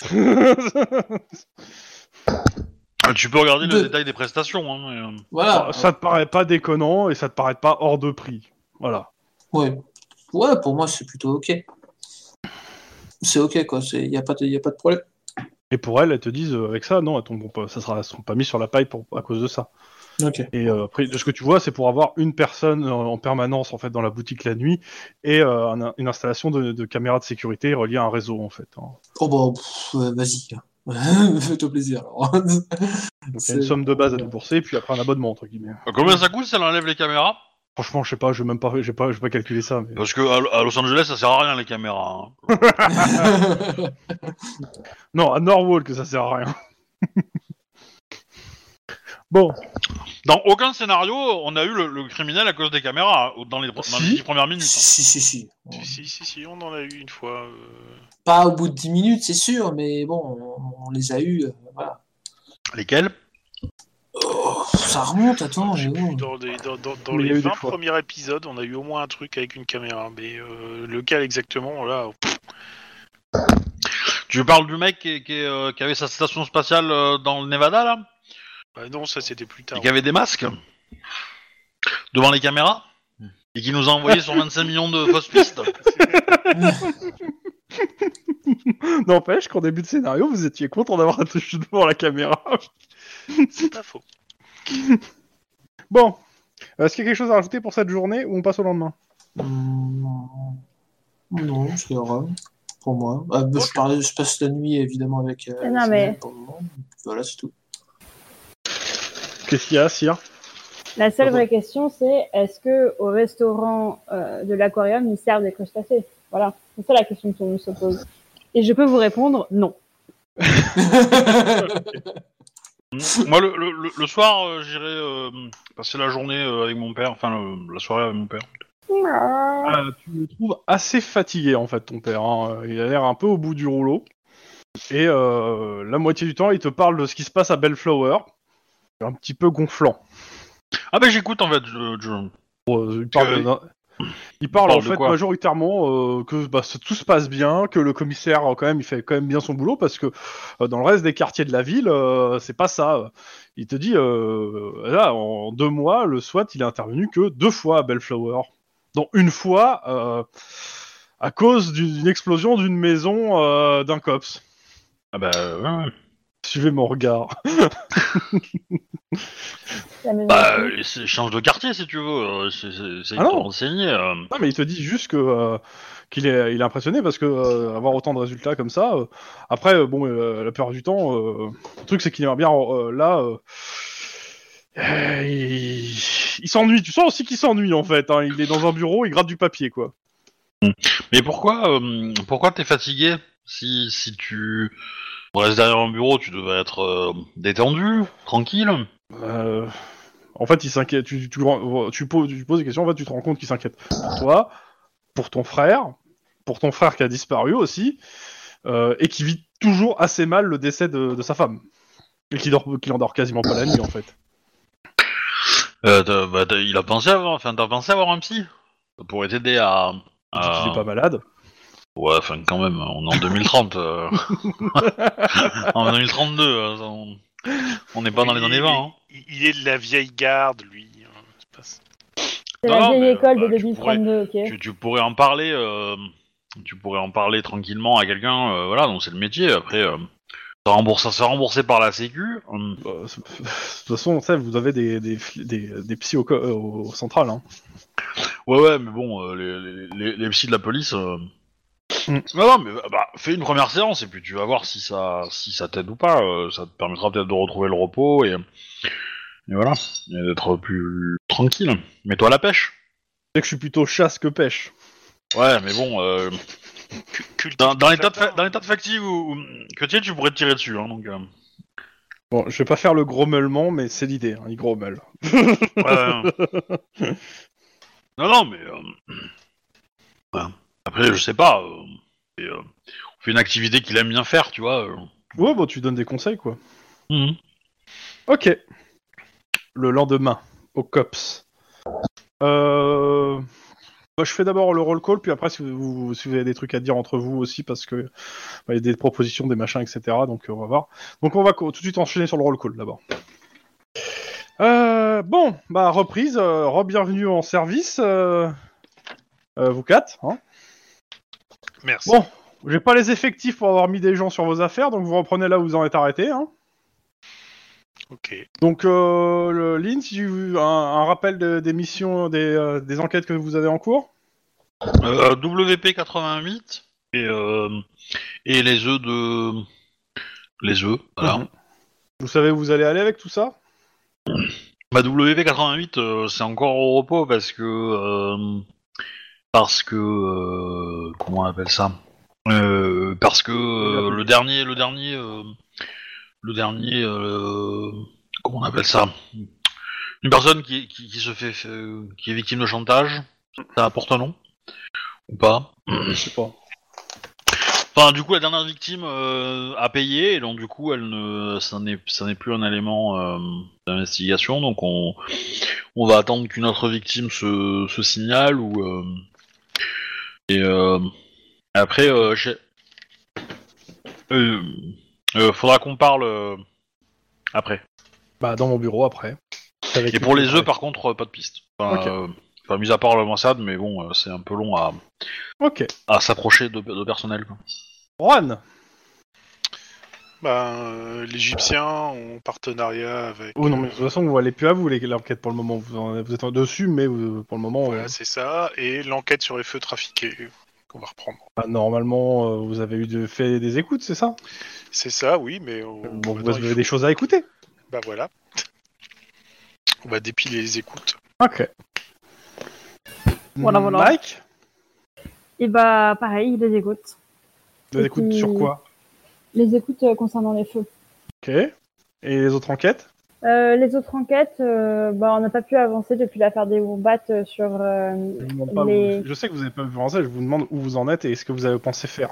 tu peux regarder Deux. le détail des prestations, hein, mais, Voilà. Ça te paraît pas déconnant et ça te paraît pas hors de prix. Voilà. Ouais, pour moi, c'est plutôt ok. C'est ok, quoi. Il y a pas de problème. Et pour elles te disent avec ça, non, ça sera pas mis sur la paille à cause de ça. Ok. Et après, de ce que tu vois, c'est pour avoir une personne en permanence en fait dans la boutique la nuit et une installation de caméras de sécurité reliées à un réseau en fait. Hein. Oh bah, vas-y. Fais-toi plaisir alors. Donc il y a une somme de base à débourser, puis après un abonnement entre guillemets. Combien ça coûte si elle enlève les caméras? Franchement, je sais pas, j'ai pas calculé ça. Mais... Parce que à Los Angeles, ça sert à rien les caméras. Hein. Non, à Norwalk, ça sert à rien. Bon. Dans aucun scénario, on a eu le criminel à cause des caméras dans les 10 premières minutes. Hein. Si. Si, on en a eu une fois. Pas au bout de 10 minutes, c'est sûr, mais bon, on les a eus, voilà. Lesquels? Oh, ça remonte, attends. Je sais mais plus, bon. dans les 20 premiers épisodes, on a eu au moins un truc avec une caméra, mais lequel exactement, là... Tu parles du mec qui avait sa station spatiale dans le Nevada, là? Bah non, ça c'était plus tard. Et qui avait des masques devant les caméras et qui nous a envoyé sur 25 millions de fausses pistes. N'empêche qu'en début de scénario, vous étiez content d'avoir un truc devant la caméra. C'est pas faux. Bon, est-ce qu'il y a quelque chose à rajouter pour cette journée ou on passe au lendemain? Non, c'est grave. Pour moi. Je passe la nuit évidemment avec. Non, mais... Pour le moment. Voilà, c'est tout. Qu'est-ce qu'il y a, Sire? La seule vraie question, c'est est-ce que au restaurant de l'aquarium, ils servent des crustacés? Voilà, c'est ça la question que tout le monde se pose. Et je peux vous répondre non. Moi, le soir, j'irai passer la journée avec mon père, enfin la soirée avec mon père. Tu le trouves assez fatigué en fait, ton père. Hein. Il a l'air un peu au bout du rouleau. Et la moitié du temps, il te parle de ce qui se passe à Bellflower. Un petit peu gonflant. Ah ben j'écoute en fait. Il parle en fait quoi majoritairement que tout se passe bien, que le commissaire quand même il fait quand même bien son boulot parce que dans le reste des quartiers de la ville c'est pas ça. Il te dit là en 2 mois le SWAT il est intervenu que 2 fois à Bellflower, dont une fois à cause d'une explosion d'une maison d'un cops. Ah bah ouais. Suivez mon regard. La maison Bah, de fille. change de quartier si tu veux. C'est Ah de te non. renseigner. Non, mais il te dit juste que qu'il est impressionné parce que avoir autant de résultats comme ça. Après, la plupart du temps, le truc c'est qu'il aimerait bien il s'ennuie. Tu sens aussi qu'il s'ennuie en fait. Hein. Il est dans un bureau, il gratte du papier quoi. Mais pourquoi t'es fatigué si tu restes derrière un bureau, tu devais être détendu, tranquille. En fait, il s'inquiète. Tu poses des questions. En fait, tu te rends compte qu'il s'inquiète pour toi, pour ton frère qui a disparu aussi, et qui vit toujours assez mal le décès de sa femme, et qu'il endort quasiment pas la nuit en fait. Il a pensé t'as pensé avoir un psy ça pourrait t'aider à. Il dit qu'il est pas malade. Ouais, enfin quand même, on est en 2030. En 2032, on n'est pas dans les années 20. Hein. Il est de la vieille garde, lui. C'est Non, la vieille mais, école de tu 2032, ok. Tu pourrais en parler. Tu pourrais en parler tranquillement à quelqu'un. Voilà, donc c'est le métier. Après, ça sera remboursé par la Sécu. De toute façon, ça, vous avez des psys au central. Hein. Ouais, mais bon, les psys de la police. Non, mais fais une première séance et puis tu vas voir si ça t'aide ou pas. Ça te permettra peut-être de retrouver le repos et voilà, et d'être plus tranquille. Mets-toi à la pêche. C'est que je suis plutôt chasse que pêche. Ouais, mais bon, dans l'état de fatigue que tu pourrais te tirer dessus. Hein, donc, Bon, je vais pas faire le grommelement, mais c'est l'idée. Hein, il grommelle. ouais. Non, mais ouais. Après, je sais pas. On fait une activité qu'il aime bien faire, tu vois. Ouais, bon, tu donnes des conseils quoi. Mhm. Ok. Le lendemain, au COPS. Je fais d'abord le roll call, puis après, si vous avez des trucs à dire entre vous aussi, parce que il y a des propositions, des machins, etc. Donc, on va voir. Donc, on va tout de suite enchaîner sur le roll call, d'abord. Reprise. Re-bienvenue en service. Vous quatre. Hein. Merci. Bon, j'ai pas les effectifs pour avoir mis des gens sur vos affaires, donc vous reprenez là où vous en êtes arrêté. Hein. Ok. Donc, Lynn, si un rappel des missions, des enquêtes que vous avez en cours. WP 88 et les œufs, voilà. Mhm. Vous savez où vous allez aller avec tout ça? WP 88, c'est encore au repos parce que comment on appelle ça? Parce que le dernier comment on appelle ça? Une personne qui se fait qui est victime de chantage, ça apporte un nom ou pas? Je sais pas. Enfin, du coup, la dernière victime a payé, et donc du coup, ça n'est plus un élément d'investigation. Donc, on va attendre qu'une autre victime se signale et après, faudra qu'on parle après. Bah, dans mon bureau après. Et pour les œufs, par contre, pas de piste. Ok. Enfin, mis à part le Mossad, mais bon, c'est un peu long à s'approcher de personnel. Quoi. Juan. L'Égyptien en partenariat avec. Oh non, mais de toute façon, vous allez plus à vous l'enquête pour le moment. Vous êtes dessus, mais pour le moment. Voilà, c'est ça. Et l'enquête sur les feux trafiqués qu'on va reprendre. Normalement, vous avez fait des écoutes, c'est ça? C'est ça, oui, mais. Bon, vous avez des choses à écouter. Bah voilà. On va dépiler les écoutes. Ok. Voilà. Mike. Et bah, pareil, les écoutes. Des écoutes sur quoi? Les écoutes concernant les feux. Ok. Et les autres enquêtes? Les autres enquêtes, on n'a pas pu avancer depuis l'affaire des Wombats sur Je sais que vous n'avez pas vu avancer, je vous demande où vous en êtes et ce que vous avez pensé faire.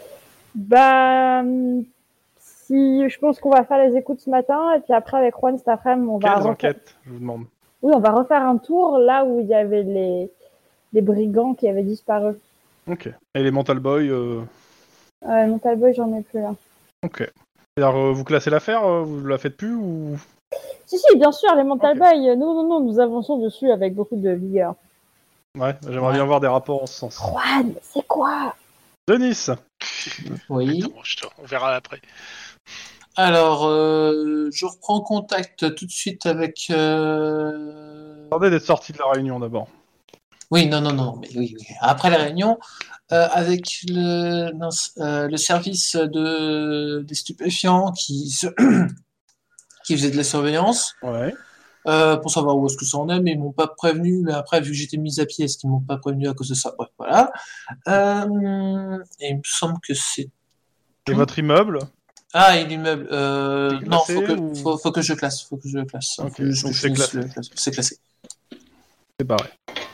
Si je pense qu'on va faire les écoutes ce matin et puis après avec Juan cet après-midi, on va Quelles enquêtes, je vous demande? Oui, on va refaire un tour là où il y avait les brigands qui avaient disparu. Ok. Et les Mental Boy Mental Boy, j'en ai plus là. Ok. C'est-à-dire, vous classez l'affaire, vous la faites plus ou... Si, bien sûr, les Mental Boy, non, nous avançons dessus avec beaucoup de vigueur. Ouais, j'aimerais bien voir des rapports en ce sens. Juan, c'est quoi? Denis. Oui. Attends, on verra après. Alors, je reprends contact tout de suite avec. Attendez d'être sorti de la réunion d'abord. Oui, non, mais oui. Après la réunion, avec le service des stupéfiants qui faisait de la surveillance, Ouais. pour savoir où est-ce que ça en est, mais ils m'ont pas prévenu. Mais après, vu que j'étais mise à pied, est-ce qu'ils m'ont pas prévenu à cause de ça? Bref, voilà. Et il me semble que c'est. Et votre immeuble? Ah, et l'immeuble. C'est Non, classé ou- faut que je classe. Faut que je classe. Ok, Faut que je donc c'est finisse classé. C'est classé. C'est pareil.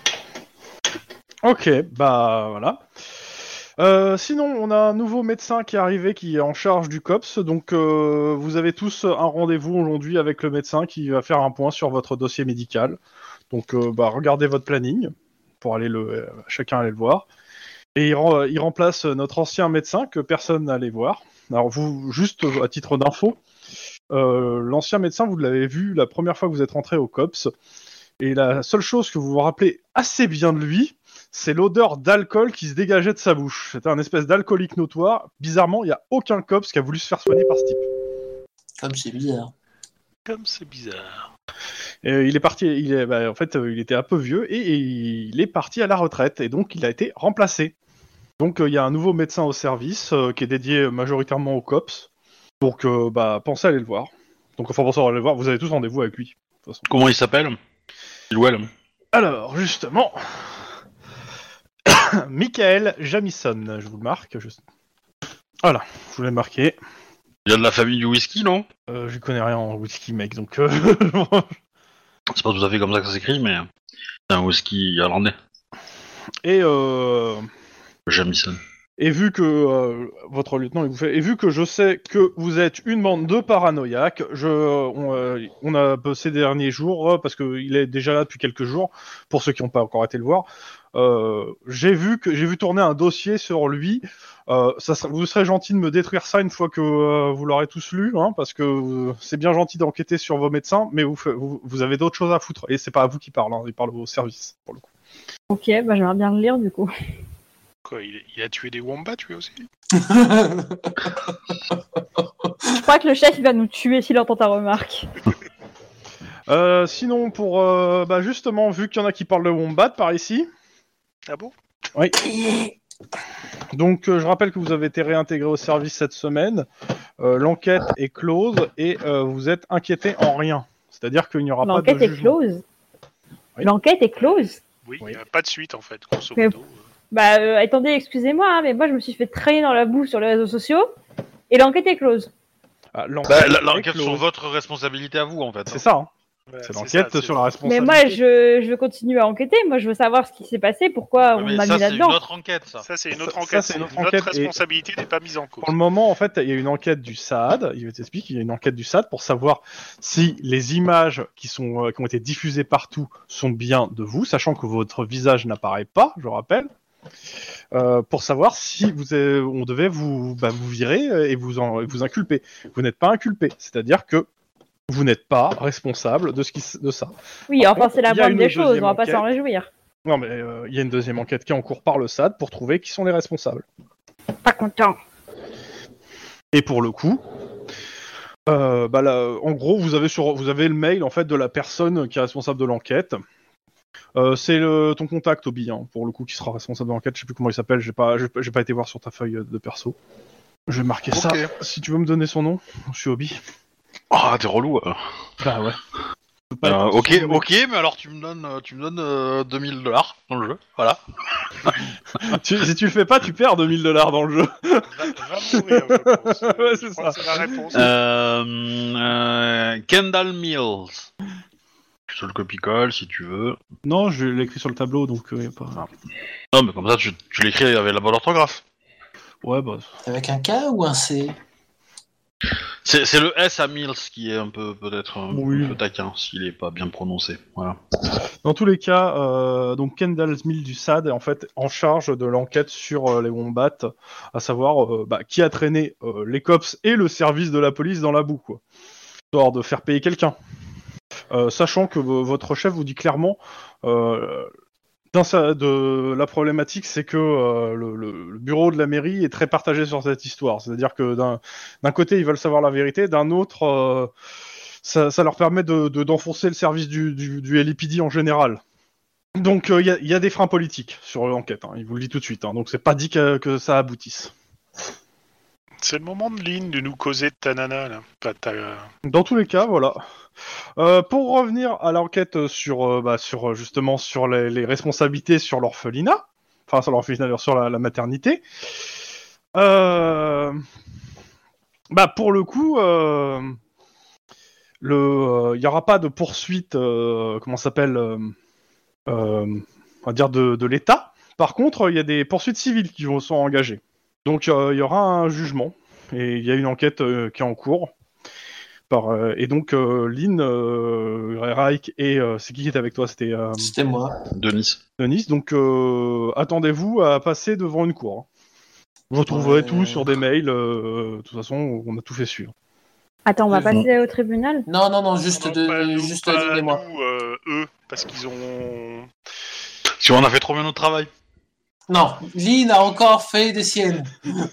Ok, bah voilà. Sinon, on a un nouveau médecin qui est arrivé, qui est en charge du COPS. Donc, vous avez tous un rendez-vous aujourd'hui avec le médecin qui va faire un point sur votre dossier médical. Donc, regardez votre planning pour aller chacun aller le voir. Et il remplace notre ancien médecin que personne n'allait voir. Alors, vous, juste à titre d'info, l'ancien médecin, vous l'avez vu la première fois que vous êtes rentré au COPS. Et la seule chose que vous vous rappelez assez bien de lui, c'est l'odeur d'alcool qui se dégageait de sa bouche. C'était un espèce d'alcoolique notoire. Bizarrement, il n'y a aucun cops qui a voulu se faire soigner par ce type. Comme c'est bizarre. Comme c'est bizarre. Et il est parti, en fait, il était un peu vieux et il est parti à la retraite et donc il a été remplacé. Donc il y a un nouveau médecin au service qui est dédié majoritairement aux cops. Donc pensez à aller le voir. Donc enfin pensez à aller le voir, vous avez tous rendez-vous avec lui. De toute façon. Comment il s'appelle? Il ou elle? Alors justement, Michael Jamison, je vous le marque. Voilà, je vous l'ai marqué. Il y a de la famille du whisky, non? Je connais rien en whisky, mec, donc... C'est pas tout à fait comme ça que ça s'écrit, mais c'est un whisky irlandais. Et Jamison. Et vu que votre lieutenant, il vous fait, et vu que je sais que vous êtes une bande de paranoïaques, on a ces derniers jours, parce qu'il est déjà là depuis quelques jours, pour ceux qui n'ont pas encore été le voir, j'ai vu tourner un dossier sur lui. Vous serez gentil de me détruire ça une fois que vous l'aurez tous lu, hein, parce que c'est bien gentil d'enquêter sur vos médecins, mais vous avez d'autres choses à foutre, et c'est pas à vous qui parle, hein, il parle au service, pour le coup. Ok, bah j'aimerais bien le lire du coup. Quoi, il a tué des wombats, lui aussi? Je crois que le chef il va nous tuer s'il entend ta remarque. Sinon, pour justement, vu qu'il y en a qui parlent de Wombat par ici. Ah bon? Oui. Donc, je rappelle que vous avez été réintégré au service cette semaine. L'enquête est close et vous êtes inquiété en rien. C'est-à-dire qu'il n'y aura pas de L'enquête est jugement. close. Oui. L'enquête est close. Oui, il Oui. n'y a pas de suite, en fait, grosso Mais- modo. Bah attendez, excusez-moi, hein, mais moi je me suis fait traîner dans la boue sur les réseaux sociaux et l'enquête est close. Ah, l'enquête est L'enquête close. sur votre responsabilité à vous, en fait. C'est ça, hein. Ouais, C'est ça, l'enquête c'est- sur la Mais responsabilité. moi je veux continuer à enquêter, moi je veux savoir ce qui s'est passé, pourquoi on Mais m'a ça, mis c'est une là-dedans. autre enquête, ça. Ça, c'est une autre Ça, enquête. c'est une autre Notre enquête, et- responsabilité n'est pas mise en cause. Pour le moment, en fait, il y a une enquête du SAD. Il t'explique qu'il y a une enquête du SAD pour savoir si les images qui ont été diffusées partout sont bien de vous, sachant que votre visage n'apparaît pas, je rappelle. Pour savoir si on devait vous virer et vous inculper. Vous n'êtes pas inculpé, c'est-à-dire que vous n'êtes pas responsable de ça. Oui, Par enfin contre, c'est la il y a moindre une des choses, deuxième on va pas enquête. s'en réjouir. Non, mais il y a une deuxième enquête qui est en cours par le SAD pour trouver qui sont les responsables. Pas content. Et pour le coup, en gros, vous avez le mail en fait de la personne qui est responsable de l'enquête. C'est ton contact Obi, hein, pour le coup, qui sera responsable de l'enquête. Je sais plus comment il s'appelle. J'ai pas été voir sur ta feuille de perso. Je vais marquer ça. Ok. Si tu veux me donner son nom, je suis Obi. Ah, t'es relou. Bah ouais. Je peux pas être Ok, surnommé. ok, mais alors tu me donnes $2000 dans le jeu, voilà. Si tu le fais pas, tu perds $2000 dans le jeu. Va mourir, je pense. Ouais, c'est Je crois ça. que c'est la réponse. Kendall Mills. Tu te le copie-colle si tu veux. Non, je l'ai écrit sur le tableau, donc y a pas. Non, mais comme ça, tu l'écris avec la bonne orthographe. Ouais, bah. Avec un K ou un C? C'est le S à Mills qui est un peu, peut-être, Oui. un peu taquin, s'il est pas bien prononcé. Voilà. Dans tous les cas, donc Kendall Mills du SAD est en fait en charge de l'enquête sur les Wombats, à savoir qui a traîné les cops et le service de la police dans la boue, quoi. Histoire de faire payer quelqu'un. Sachant que votre chef vous dit clairement la problématique, c'est que le bureau de la mairie est très partagé sur cette histoire. C'est-à-dire que d'un côté, ils veulent savoir la vérité, d'un autre, ça leur permet d'enfoncer le service du LAPD en général. Donc, il y a des freins politiques sur l'enquête, hein, il vous le dit tout de suite. Hein, donc, c'est pas dit que ça aboutisse. C'est le moment de Lynn de nous causer de ta nana, là. Pas Dans tous les cas, voilà. Pour revenir à l'enquête sur les responsabilités sur l'orphelinat, enfin sur l'orphelinat, sur la maternité, pour le coup, il y aura pas de poursuite, on va dire de l'État. Par contre, il y a des poursuites civiles qui sont engagées. Donc il y aura un jugement et il y a une enquête qui est en cours. Et donc Lynn, Reich et c'est qui était avec toi? C'était moi. Denis. Donc attendez-vous à passer devant une cour. Vous retrouverez tout sur des mails. De toute façon, on a tout fait suivre. Attends, on va passer au tribunal? Non, juste Lynn et moi. Eux, parce qu'ils ont... Si on a fait trop bien notre travail. Non, Lynn a encore fait des siennes.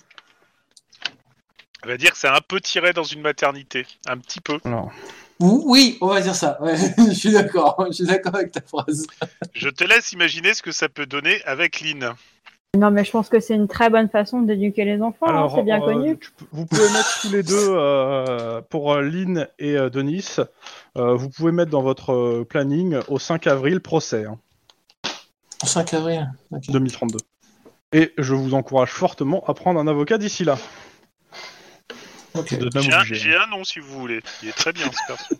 On va dire que c'est un peu tiré dans une maternité. Un petit peu. Alors. Oui, on va dire ça. Ouais, je suis d'accord avec ta phrase. Je te laisse imaginer ce que ça peut donner avec Lynn. Non, mais je pense que c'est une très bonne façon d'éduquer les enfants, Alors, c'est bien connu. Vous pouvez mettre tous les deux, pour Lynn et Denis, vous pouvez mettre dans votre planning au 5 avril procès. Hein, 5 avril, okay. 2032. Et je vous encourage fortement à prendre un avocat d'ici là. Okay. J'ai un nom si vous voulez. Il est très bien ce perso.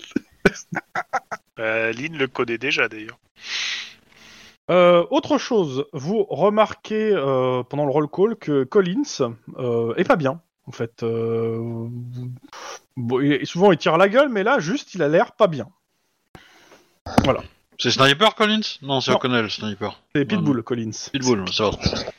Lynn le connaît déjà d'ailleurs. Autre chose, vous remarquez pendant le roll call que Collins est pas bien, en fait. Souvent il tire la gueule, mais là, juste, il a l'air pas bien. Voilà. C'est Sniper, Collins? Non, c'est O'Connell, Sniper. C'est Pitbull, Collins. Pitbull, ça va.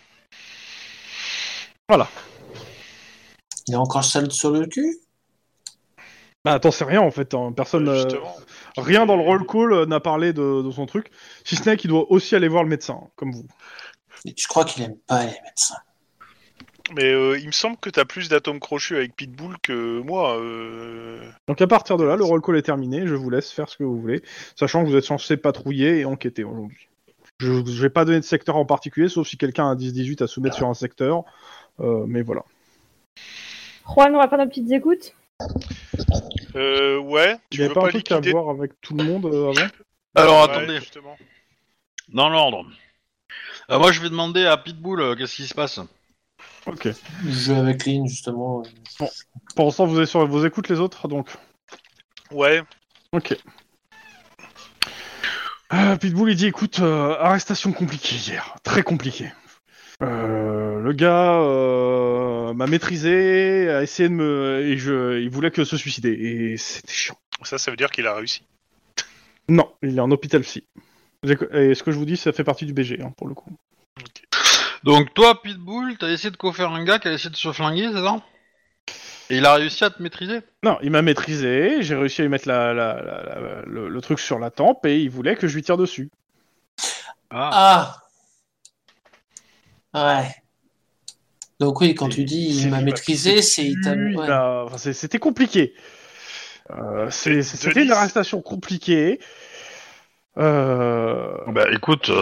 Voilà. Il est encore sale sur le cul? Bah, attends, c'est rien, en fait. Hein. Personne... rien dans le roll call n'a parlé de son truc. Si ce n'est qu'il doit aussi aller voir le médecin, comme vous. Je crois qu'il aime pas les médecins. Mais il me semble que t'as plus d'atomes crochus avec Pitbull que moi. Donc à partir de là, le roll call est terminé. Je vous laisse faire ce que vous voulez, sachant que vous êtes censé patrouiller et enquêter aujourd'hui. Je vais pas donner de secteur en particulier, sauf si quelqu'un a 10-18 à soumettre sur un secteur. Mais voilà. Juan, on va faire nos petites écoutes. Ouais. Tu n'avais pas un truc à voir avec tout le monde avant? Alors ouais, attendez. Justement. Dans l'ordre. Moi je vais demander à Pitbull qu'est-ce qui se passe. Ok. Je joue avec Lynn justement. Bon. Pour l'instant, vous êtes sur vos écoutes les autres, donc. Ouais. Ok. Pitbull il dit écoute, arrestation compliquée hier, très compliquée. Le gars m'a maîtrisé, a essayé de me, il voulait que se suicider et c'était chiant. Ça veut dire qu'il a réussi. Non, il est en hôpital psy. Et ce que je vous dis, ça fait partie du BG pour le coup. Okay. Donc toi, Pitbull, t'as essayé de coiffer un gars qui a essayé de se flinguer, c'est ça? Et il a réussi à te maîtriser? Non, il m'a maîtrisé, j'ai réussi à lui mettre le truc sur la tempe et il voulait que je lui tire dessus. Ouais. Donc oui, quand tu dis il m'a maîtrisé, c'est... C'était compliqué. C'était une arrestation compliquée. Bah écoute,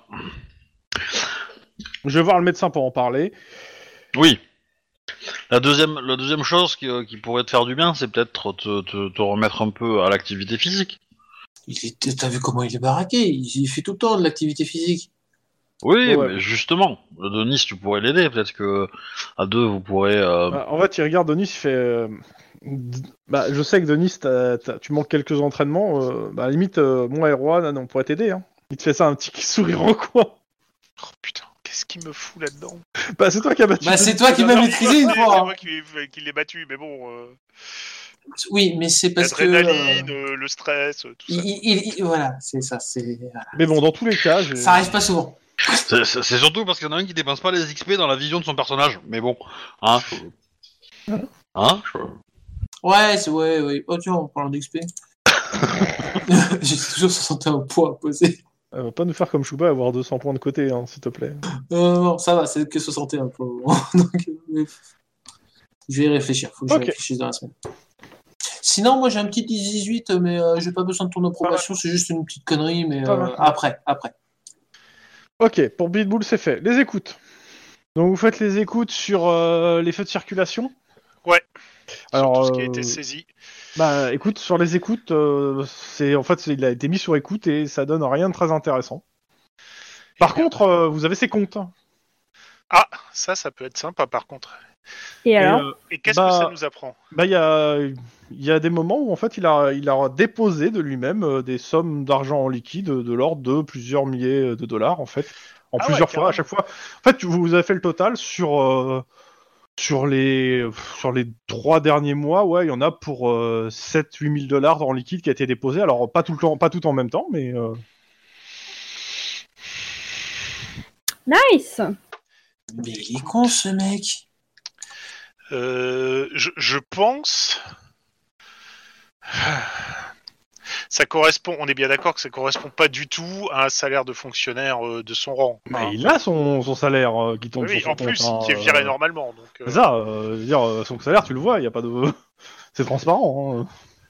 je vais voir le médecin pour en parler. Oui. La deuxième chose qui pourrait te faire du bien, c'est peut-être te remettre un peu à l'activité physique. T'as vu comment il est baraqué? Il fait tout le temps de l'activité physique. Oui, ouais. Mais justement, Denis, tu pourrais l'aider. Peut-être que à deux, vous pourrez... En fait, il regarde Denis, il fait... je sais que Denis, tu manques quelques entraînements. À la limite, moi et Rohan, on pourrait t'aider. Hein. Il te fait ça, un petit sourire en coin. Oh putain, qu'est-ce qu'il me fout là-dedans? C'est toi qui as battu. C'est toi qui m'as maîtrisé une fois. C'est moi qui l'ai battu, mais bon... Oui, mais c'est parce l'adrénaline, le stress, tout ça. Voilà, c'est ça. Voilà. Mais bon, dans tous les cas... Ça arrive pas souvent. C'est surtout parce qu'il y en a un qui dépense pas les XP dans la vision de son personnage. Mais bon, Ouais. Oh tiens, en parlant d'XP. J'ai toujours 61 points à poser. Va pas nous faire comme Chouba, avoir 200 points de côté, hein, s'il te plaît. Non, ça va, c'est que 61 pour le moment. Donc, je vais y réfléchir. Faut que je réfléchisse dans la semaine. Sinon, moi, j'ai un petit 18, mais j'ai pas besoin de ton approbation. C'est juste une petite connerie, mais après. Ok, pour Beatbull, c'est fait. Les écoutes. Donc, vous faites les écoutes sur les feux de circulation. Ouais. Alors, sur tout ce qui a été saisi. Bah, écoute, sur les écoutes, il a été mis sur écoute et ça donne rien de très intéressant. Par contre, vous avez ses comptes. Ah, ça peut être sympa par contre. Et alors Et qu'est-ce que ça nous apprend? Bah, il y a des moments où en fait il a déposé de lui-même des sommes d'argent en liquide de l'ordre de plusieurs milliers de dollars en fait, plusieurs fois, à chaque fois. En fait, vous avez fait le total sur les 3 derniers mois, ouais, il y en a pour 7-8 000 dollars en liquide qui a été déposé. Alors pas tout le temps, pas tout en même temps, mais Nice. Mais il est con ce mec. Je pense. Ça correspond. On est bien d'accord que ça correspond pas du tout à un salaire de fonctionnaire de son rang. mais il a son salaire qui tombe sur son en compte. plus, qui est viré normalement. Donc, C'est ça, je veux dire, son salaire, tu le vois, il y a pas de, c'est transparent.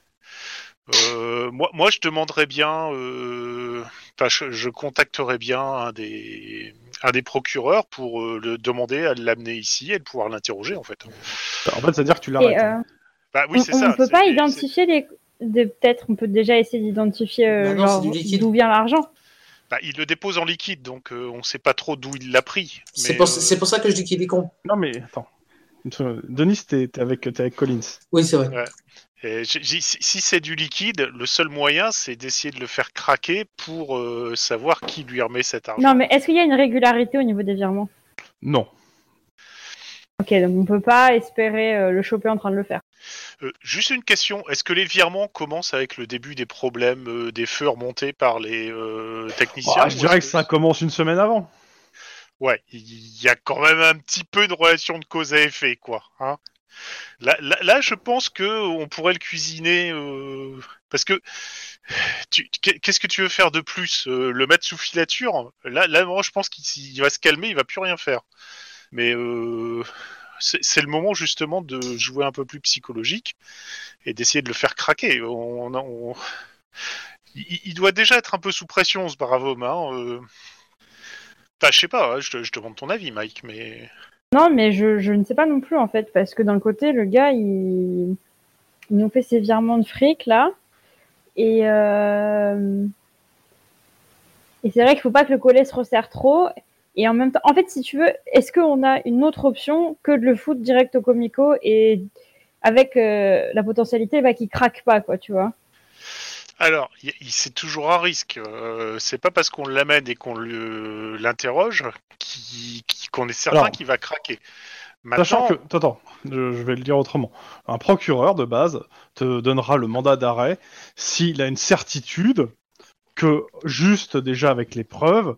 moi, je demanderais bien. Je contacterais bien un des procureurs pour le demander à l'amener ici et de pouvoir l'interroger en fait. En fait, c'est-à-dire que tu l'arrêtes. Bah oui, c'est ça. On ne peut pas identifier peut-être on peut déjà essayer d'identifier d'où vient l'argent. Bah, il le dépose en liquide, donc on ne sait pas trop d'où il l'a pris. C'est pour ça que je dis qu'il est con. Non mais attends, Denis, t'es avec Collins. Oui, c'est vrai. Ouais. Et si c'est du liquide, le seul moyen, c'est d'essayer de le faire craquer pour savoir qui lui remet cet argent. Non, mais est-ce qu'il y a une régularité au niveau des virements? Non. Ok, donc on peut pas espérer le choper en train de le faire. Juste une question, est-ce que les virements commencent avec le début des problèmes des feux remontés par les techniciens? Je dirais que ça commence une semaine avant. Ouais, il y a quand même un petit peu de relation de cause à effet, quoi. Hein, là, je pense que on pourrait le cuisiner parce que qu'est-ce que tu veux faire de plus? Le mettre sous filature? Là, moi, je pense qu'il va se calmer, il va plus rien faire. Mais c'est le moment justement de jouer un peu plus psychologique et d'essayer de le faire craquer. Il doit déjà être un peu sous pression, ce brave homme. Hein, je sais pas, je demande ton avis, Mike, mais... Non, mais je ne sais pas non plus, en fait, parce que d'un côté, le gars, ils nous fait ses virements de fric, là, et c'est vrai qu'il faut pas que le collet se resserre trop, et en même temps, en fait, si tu veux, est-ce qu'on a une autre option que de le foutre direct au comico, et avec la potentialité qu'il craque pas, quoi, tu vois? Alors, c'est toujours un risque. C'est pas parce qu'on l'amène et qu'on l'interroge qu'on est certain qu'il va craquer. Maintenant... Sachant que, attends, je vais le dire autrement. Un procureur de base te donnera le mandat d'arrêt s'il a une certitude que juste déjà avec les preuves,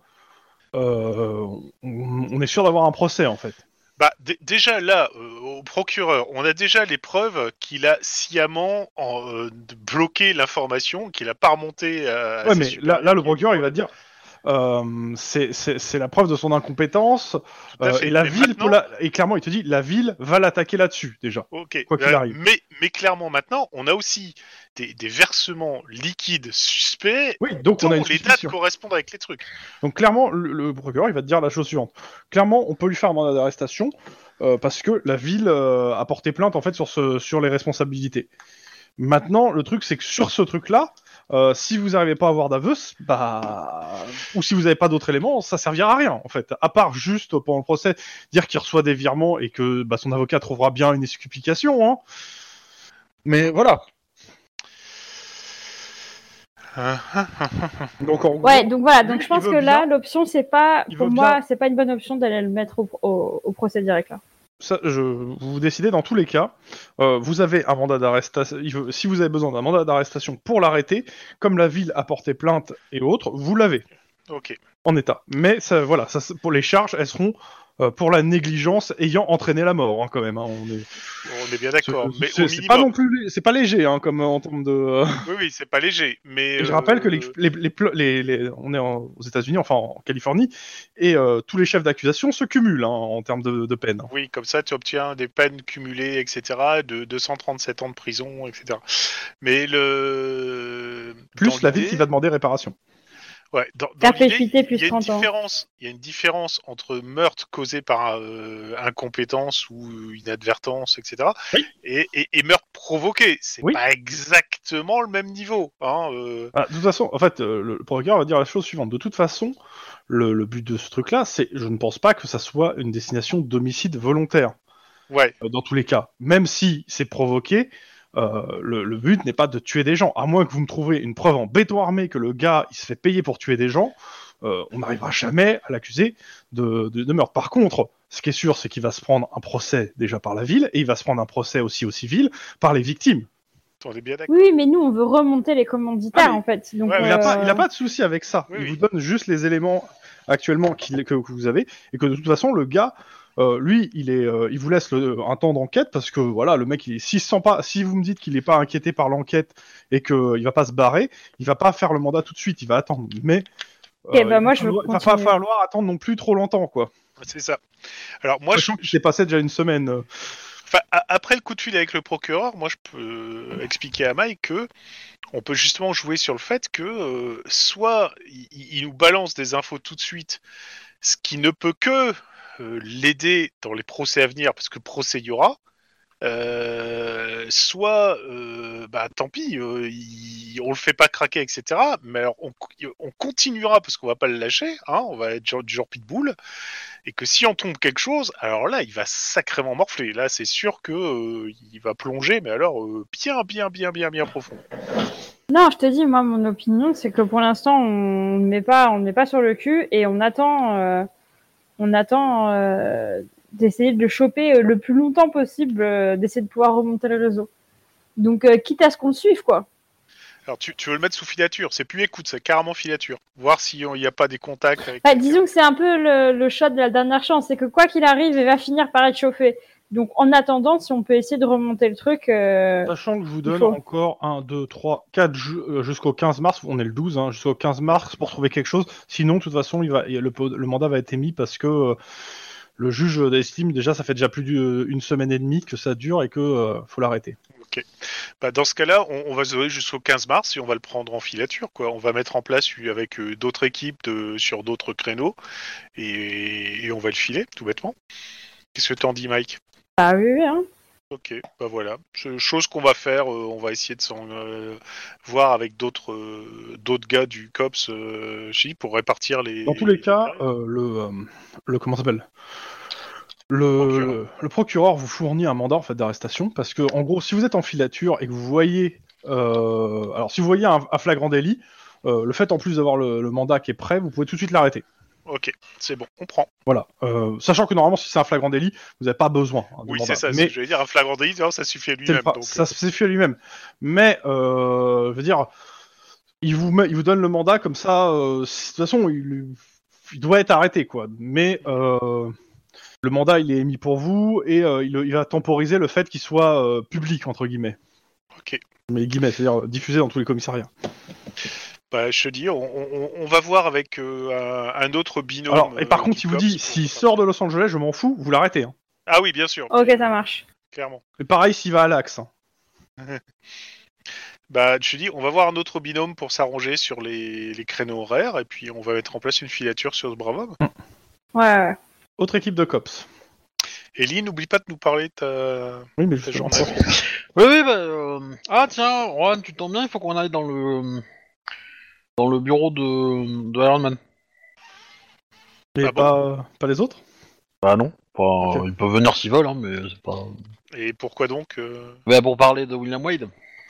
on est sûr d'avoir un procès en fait. Bah, déjà là, au procureur, on a déjà les preuves qu'il a sciemment bloqué l'information, qu'il a pas remonté à ouais, mais là, le procureur, il va te dire, c'est la preuve de son incompétence, et la ville, et clairement, il te dit, la ville va l'attaquer là-dessus, déjà. Ok, quoi qu'il arrive. Mais clairement, maintenant, on a aussi des versements liquides suspects, oui, donc on a une les dates correspondent avec les trucs. Donc clairement, le procureur, il va te dire la chose suivante. Clairement, on peut lui faire un mandat d'arrestation, parce que la ville a porté plainte, en fait, sur les responsabilités. Maintenant, le truc, c'est que sur ce truc-là, si vous n'arrivez pas à avoir d'aveu, ou si vous n'avez pas d'autres éléments, ça servira à rien, en fait. À part juste, pendant le procès, dire qu'il reçoit des virements et que son avocat trouvera bien une explication, hein. Mais voilà. Donc, donc voilà, donc je pense que là, l'option, c'est pas, pour moi, c'est pas une bonne option d'aller le mettre au procès direct, là. Ça, vous décidez dans tous les cas. Vous avez un mandat d'arrestation. Si vous avez besoin d'un mandat d'arrestation pour l'arrêter, comme la ville a porté plainte et autres, vous l'avez. Ok. En état. Mais ça, voilà, pour les charges, elles seront pour la négligence ayant entraîné la mort, hein, quand même. Hein, On est bien d'accord. Mais au c'est pas minimum. non plus, c'est pas léger, hein, comme en termes de. Oui, c'est pas léger. Mais Et je rappelle que on est aux États-Unis, enfin en Californie, et tous les chefs d'accusation se cumulent, hein, en termes de peine. oui, comme ça, tu obtiens des peines cumulées, etc., de 237 ans de prison, etc. Mais Plus la ville qui va demander réparation. Ouais, dans Perpétuité l'idée, plus il y a une 30 ans. différence. Il y a une différence entre meurtre causé par incompétence ou inadvertance, etc., Oui. et meurtre provoqué. C'est Oui. pas exactement le même niveau. Hein, Ah, de toute façon, en fait, le procureur va dire la chose suivante. De toute façon, le but de ce truc-là, c'est, je ne pense pas que ça soit une destination d'homicide volontaire. Ouais. Dans tous les cas, même si c'est provoqué, le but n'est pas de tuer des gens, à moins que vous me trouviez une preuve en béton armé que le gars il se fait payer pour tuer des gens, on n'arrivera jamais à l'accuser de meurtre. Par contre, ce qui est sûr, c'est qu'il va se prendre un procès déjà par la ville, et il va se prendre un procès aussi au civil par les victimes. On est bien d'accord. Oui, mais nous, on veut remonter les commanditaires, en fait. Donc, Ouais, Il a pas de souci avec ça. Oui, Il oui. vous donne juste les éléments actuellement que vous avez, et que de toute façon, le gars, lui, il vous laisse un temps d'enquête parce que voilà, le mec, si vous me dites qu'il est pas inquiété par l'enquête et qu'il va pas se barrer, il va pas faire le mandat tout de suite, il va attendre. Mais moi, je veux il va pas continuer. falloir attendre non plus trop longtemps, quoi. C'est ça. Alors moi, Sachant qu'il s'est passé déjà une semaine. Enfin, après le coup de fil avec le procureur, moi je peux expliquer à Mike que on peut justement jouer sur le fait que soit il nous balance des infos tout de suite, ce qui ne peut que l'aider dans les procès à venir, parce que procès il y aura, soit bah tant pis, on le fait pas craquer, etc. Mais alors on continuera parce qu'on va pas le lâcher, hein, on va être du genre pitbull, et que si on tombe quelque chose, alors là il va sacrément morfler. Là c'est sûr que il va plonger, mais alors bien profond. Non, je te dis, moi, mon opinion, c'est que pour l'instant, on ne met pas sur le cul et on attend d'essayer de le choper le plus longtemps possible, d'essayer de pouvoir remonter le réseau. Donc, quitte à ce qu'on le suive, quoi. Alors tu veux le mettre sous filature, c'est plus écoute, c'est carrément filature. Voir s'il n'y a pas des contacts avec... Bah, disons que c'est un peu le shot de la dernière chance, c'est que quoi qu'il arrive, il va finir par être chauffé. Donc, en attendant, si on peut essayer de remonter le truc... Sachant que je vous donne faut. encore 1, 2, 3, 4 jusqu'au 15 mars, on est le 12, hein, jusqu'au 15 mars pour trouver quelque chose. Sinon, de toute façon, le mandat va être émis parce que le juge estime déjà, ça fait déjà plus d'une semaine et demie que ça dure et que faut l'arrêter. Ok. Bah, dans ce cas-là, on va se donner jusqu'au 15 mars et on va le prendre en filature, quoi. On va mettre en place avec d'autres équipes sur d'autres créneaux et on va le filer, tout bêtement. Qu'est-ce que t'en dis, Mike ? Ah oui, hein. Ok, bah voilà. Chose qu'on va faire, on va essayer de s'en voir avec d'autres gars du COPS pour répartir les... Dans tous les cas, le comment ça s'appelle le procureur vous fournit un mandat en fait d'arrestation parce que en gros, si vous êtes en filature et que vous voyez, alors si vous voyez un flagrant délit, le fait en plus d'avoir le mandat qui est prêt, vous pouvez tout de suite l'arrêter. Ok, c'est bon, on prend. Voilà. Sachant que normalement, si c'est un flagrant délit, vous n'avez pas besoin de Oui, mandat. c'est ça. Mais Je vais dire un flagrant délit, ça suffit à lui-même. Donc, ça suffit à lui-même. Mais je veux dire, il vous donne le mandat comme ça. De toute façon, il doit être arrêté, quoi. Mais le mandat, il est émis pour vous et il va temporiser le fait qu'il soit public entre guillemets. Ok. Mais guillemets, c'est-à-dire diffusé dans tous les commissariats. Bah, je te dis, on va voir avec un autre binôme. Alors, et par contre, du il vous COPS dit, s'il sort de Los Angeles, je m'en fous, vous l'arrêtez. Hein. Ah oui, bien sûr. Ok, ça marche. Clairement. Et pareil, s'il va à l'Axe. Hein. Bah, je te dis, on va voir un autre binôme pour s'arranger sur les créneaux horaires et puis on va mettre en place une filature sur ce brave homme. Ouais. Autre équipe de cops. Ellie, n'oublie pas de nous parler de ta... Oui, mais ta je journée. Oui, ah tiens, Juan, tu tombes bien, il faut qu'on aille dans le bureau de Iron Man. Et Ah bon pas les autres. Bah non. Enfin, Ok. ils peuvent venir s'ils veulent, hein, mais c'est pas... Et pourquoi donc Bah pour parler de William Wade.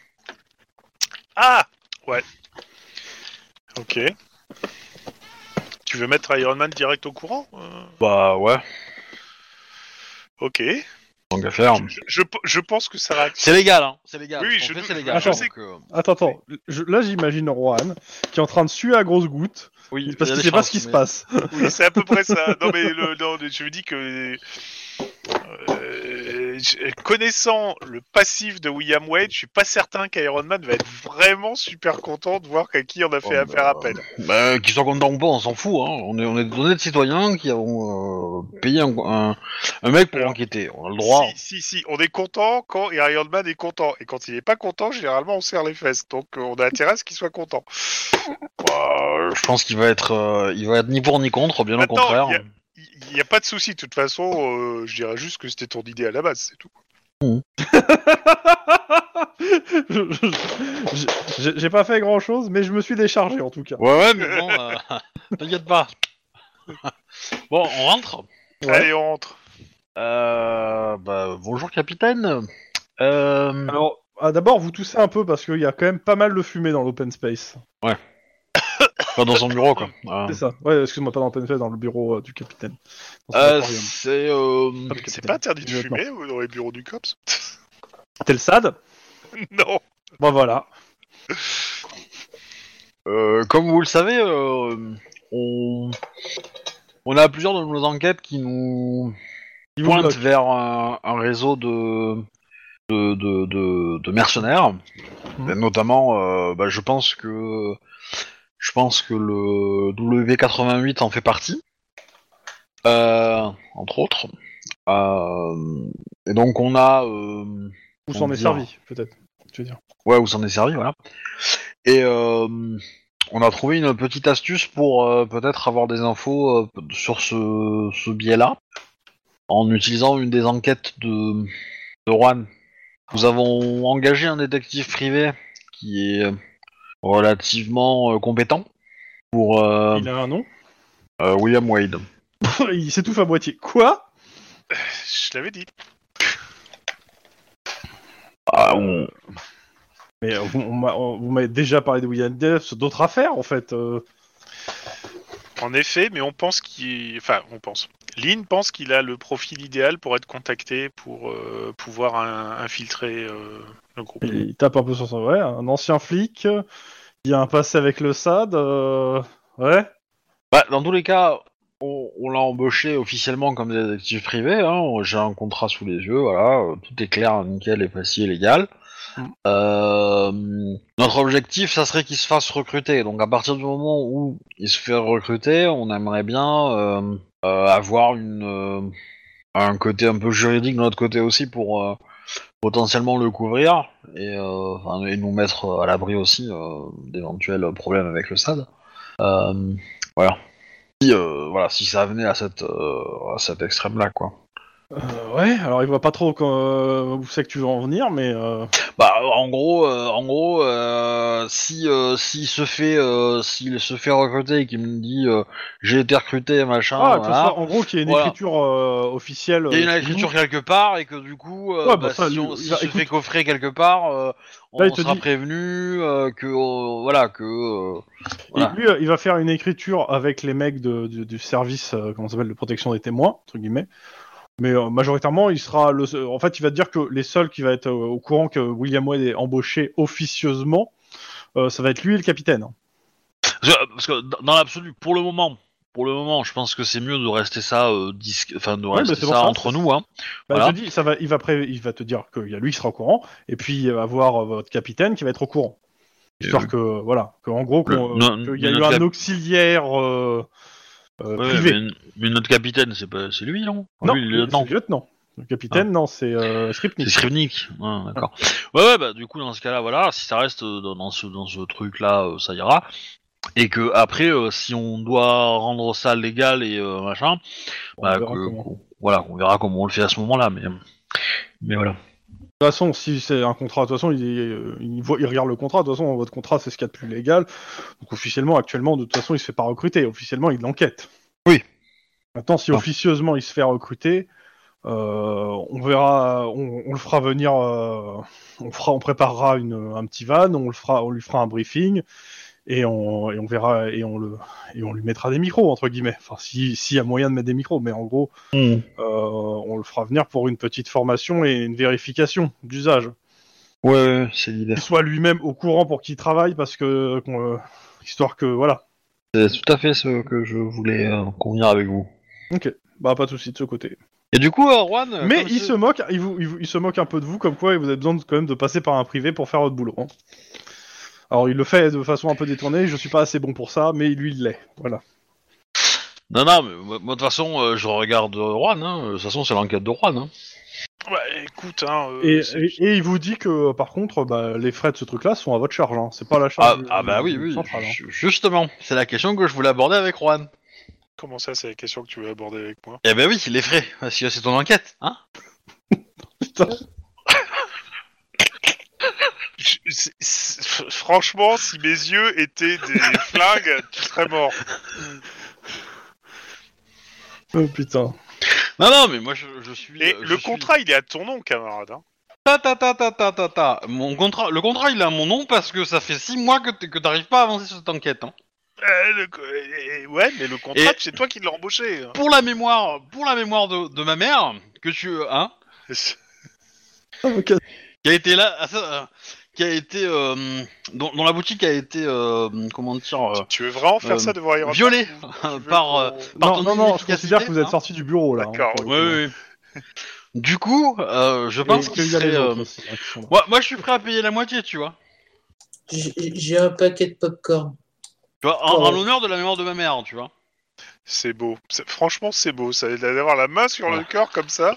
Ah ouais. Ok. Tu veux mettre Iron Man direct au courant Bah ouais. Ok. Tant qu'à faire. Je pense que ça réactive. C'est légal, hein. C'est légal. Oui, Ce qu'on je- fait, c'est légal. je sais Donc, Attends. Là, j'imagine Juan qui est en train de suer à grosses gouttes oui, parce il y a qu'il des sait pas chances, ce qui se mais- passe. Oui, c'est à peu près ça. Non, mais je me dis que connaissant le passif de William Wade, je suis pas certain qu'Iron Man va être vraiment super content de voir qu'à qui on a fait affaire appel. Bah, qu'ils soient contents ou pas, on s'en fout. Hein. On est des honnêtes citoyens qui avons payé un mec pour Alors, enquêter. On a le droit. Si, on est content quand Iron Man est content. Et quand il est pas content, généralement, on serre les fesses. Donc, on a intérêt à ce qu'il soit content. Je pense qu'il va être ni pour ni contre, bien au Maintenant, contraire. Il y a pas de souci. De toute façon, je dirais juste que c'était ton idée à la base, c'est tout. J'ai pas fait grand chose, mais je me suis déchargé en tout cas. Ouais, mais bon, t'inquiète pas. Bon, on rentre. Ouais. Allez, on rentre. Bonjour capitaine. Alors, d'abord, vous toussez un peu parce qu'il y a quand même pas mal de fumée dans l'open space. Pas dans son bureau, quoi. C'est ça. Ouais, excuse-moi, pas dans l'open space, dans le bureau du capitaine. Dans son aquarium. C'est Pas du C'est capitaine, pas interdit de du lieutenant. fumer dans les bureaux du COPS. T'es le SAD. Non. Bon, voilà. Comme vous le savez, on a plusieurs de nos enquêtes qui nous Il vous pointent bloque. vers un réseau de mercenaires. Mhm. Et notamment, je pense que le W88 en fait partie, entre autres. Et donc on a Ou s'en comment est dire servi, peut-être. Tu veux dire. ouais, où s'en est servi, voilà. Et on a trouvé une petite astuce pour peut-être avoir des infos sur ce biais-là, en utilisant une des enquêtes de Juan. Nous avons engagé un détective privé qui est relativement compétent pour Il a un nom. William Wade. Il s'étouffe à moitié. Quoi? Je l'avais dit. Mais vous m'avez déjà parlé de William Death sur d'autres affaires, en fait. En effet, mais on pense on pense. Lynn pense qu'il a le profil idéal pour être contacté pour pouvoir infiltrer le groupe. Il tape un peu sur son... Ouais, un ancien flic. Il a un passé avec le SAD. Ouais. Bah, dans tous les cas, on l'a embauché officiellement comme détective privé. Hein. J'ai un contrat sous les yeux, voilà. Tout est clair, nickel et précis et légal. Notre objectif, ça serait qu'il se fasse recruter. Donc à partir du moment où il se fait recruter, on aimerait bien avoir un côté un peu juridique de notre côté aussi pour potentiellement le couvrir et nous mettre à l'abri aussi d'éventuels problèmes avec le SAD. Voilà. Si ça venait à cet extrême-là, quoi. Ouais, alors il voit pas trop où c'est que tu veux en venir, mais... Bah, en gros, s'il se fait recruter et qu'il me dit j'ai été recruté, machin, Ah, que ce voilà. soit, en gros, qu'il y ait une Voilà. écriture officielle... Il y a une chez écriture nous. quelque part et que du coup, Ouais, bah, ça, si lui, on il s'il va- se écoute. fait coffrer quelque part, Là, on il te sera dit- prévenu que Et voilà. lui, il va faire une écriture avec les mecs du service, comment ça s'appelle, de protection des témoins, entre guillemets. Mais majoritairement, il sera en fait, il va te dire que les seuls qui va être au courant que William Wade est embauché officieusement, ça va être lui et le capitaine. Parce que dans l'absolu, pour le moment, je pense que c'est mieux de rester ça, rester c'est pour ça ça, entre nous, hein. Bah, Voilà. je te dis, il va te dire qu'il y a lui qui sera au courant, et puis il va avoir votre capitaine qui va être au courant. Histoire que, voilà, qu'en gros, qu'il y a eu un auxiliaire privé. Mais notre capitaine, c'est lui, non? Non, Lui, le lieutenant. c'est le lieutenant. Le capitaine, non, c'est Skripnik. C'est Skripnik. Ouais, d'accord. Ouais, bah du coup dans ce cas-là, voilà, si ça reste dans ce truc-là, ça ira. Et que après, si on doit rendre ça légal et machin, On bah, verra comment. on verra comment on le fait à ce moment-là. Mais voilà. De toute façon, si c'est un contrat, de toute façon, il regarde le contrat. De toute façon, votre contrat, c'est ce qu'il y a de plus légal. Donc officiellement, actuellement, de toute façon, il se fait pas recruter. Officiellement, il l'enquête. Oui. Maintenant, si officieusement il se fait recruter, on verra, on le fera venir, on préparera un petit van, on lui fera un briefing, et on verra et on lui mettra des micros entre guillemets. Enfin, s'il y a moyen de mettre des micros, mais en gros, on le fera venir pour une petite formation et une vérification d'usage. Ouais, c'est l'idée. Qu'il soit lui-même au courant pour qu'il travaille, parce que histoire que voilà. C'est tout à fait ce que je voulais convenir avec vous. Ok, bah pas de souci de ce côté. Et du coup, Juan... Mais il se moque, il se moque un peu de vous, comme quoi vous avez besoin quand même de passer par un privé pour faire votre boulot. Hein. Alors il le fait de façon un peu détournée, je suis pas assez bon pour ça, mais lui il l'est, voilà. Non, mais moi de toute façon, je regarde Juan, hein. De toute façon, c'est l'enquête de Juan, hein. Ouais, écoute, hein... Et il vous dit que, par contre, les frais de ce truc-là sont à votre charge, hein. C'est pas la charge oui, centrale. Hein. Justement, c'est la question que je voulais aborder avec Juan. Comment ça, c'est la question que tu veux aborder avec moi? Eh ben oui, les frais, parce que c'est ton enquête, hein. Putain. Franchement, si mes yeux étaient des flingues, tu serais mort. Oh putain. Non, mais moi je suis... Et le contrat, il est à ton nom, camarade. Hein. Le contrat, il est à mon nom parce que ça fait 6 mois que t'arrives pas à avancer sur cette enquête, hein. Ouais, mais le contrat, c'est toi qui l'as embauché. Hein. Pour la mémoire de ma mère, que tu... Hein, Okay. qui a été là... qui a été... dont la boutique a été... comment dire... Tu veux vraiment faire ça devant Iron Man? violée par ton Non, je inefficacité, considère que vous êtes hein. sorti du bureau, là. D'accord, Hein, Oui. Du coup, je pense qu'il y a les serait... autres aussi, hein, qui sont là. moi, je suis prêt à payer la moitié, tu vois. J'ai un paquet de popcorn. Tu vois, en l'honneur de la mémoire de ma mère, tu vois. C'est beau. Franchement, c'est beau. Ça d'avoir la main sur le cœur comme ça.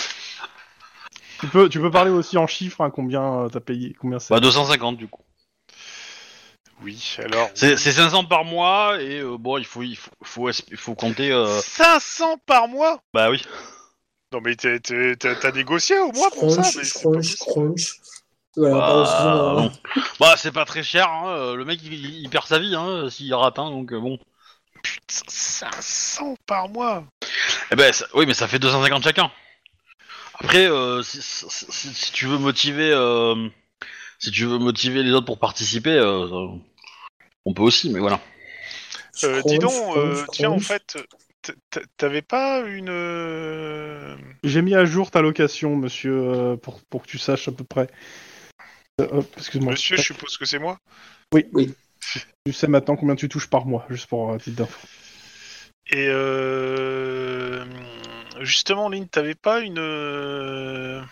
Tu peux parler aussi en chiffres, hein, combien t'as payé, combien c'est. 250 du coup. Oui, alors... C'est 500 par mois et bon, il faut compter... 500 par mois? Bah oui. Non mais t'as négocié au moins pour ça, mais c'est pas possible. Crunch. Voilà, excusez-moi. Bah c'est pas très cher, hein. Le mec il perd sa vie hein, s'il rate, hein, donc bon. Putain, 500 par mois. Eh ben oui, mais ça fait 250 chacun. Après, si tu veux motiver, les autres pour participer, on peut aussi, mais voilà. Dis donc, tiens, en fait, t'avais pas une... J'ai mis à jour ta location, monsieur, pour que tu saches à peu près. Excuse-moi. Monsieur, je suppose que c'est moi? Oui. Tu sais maintenant combien tu touches par mois, juste pour titre d'info. Et justement, Lynn, t'avais pas une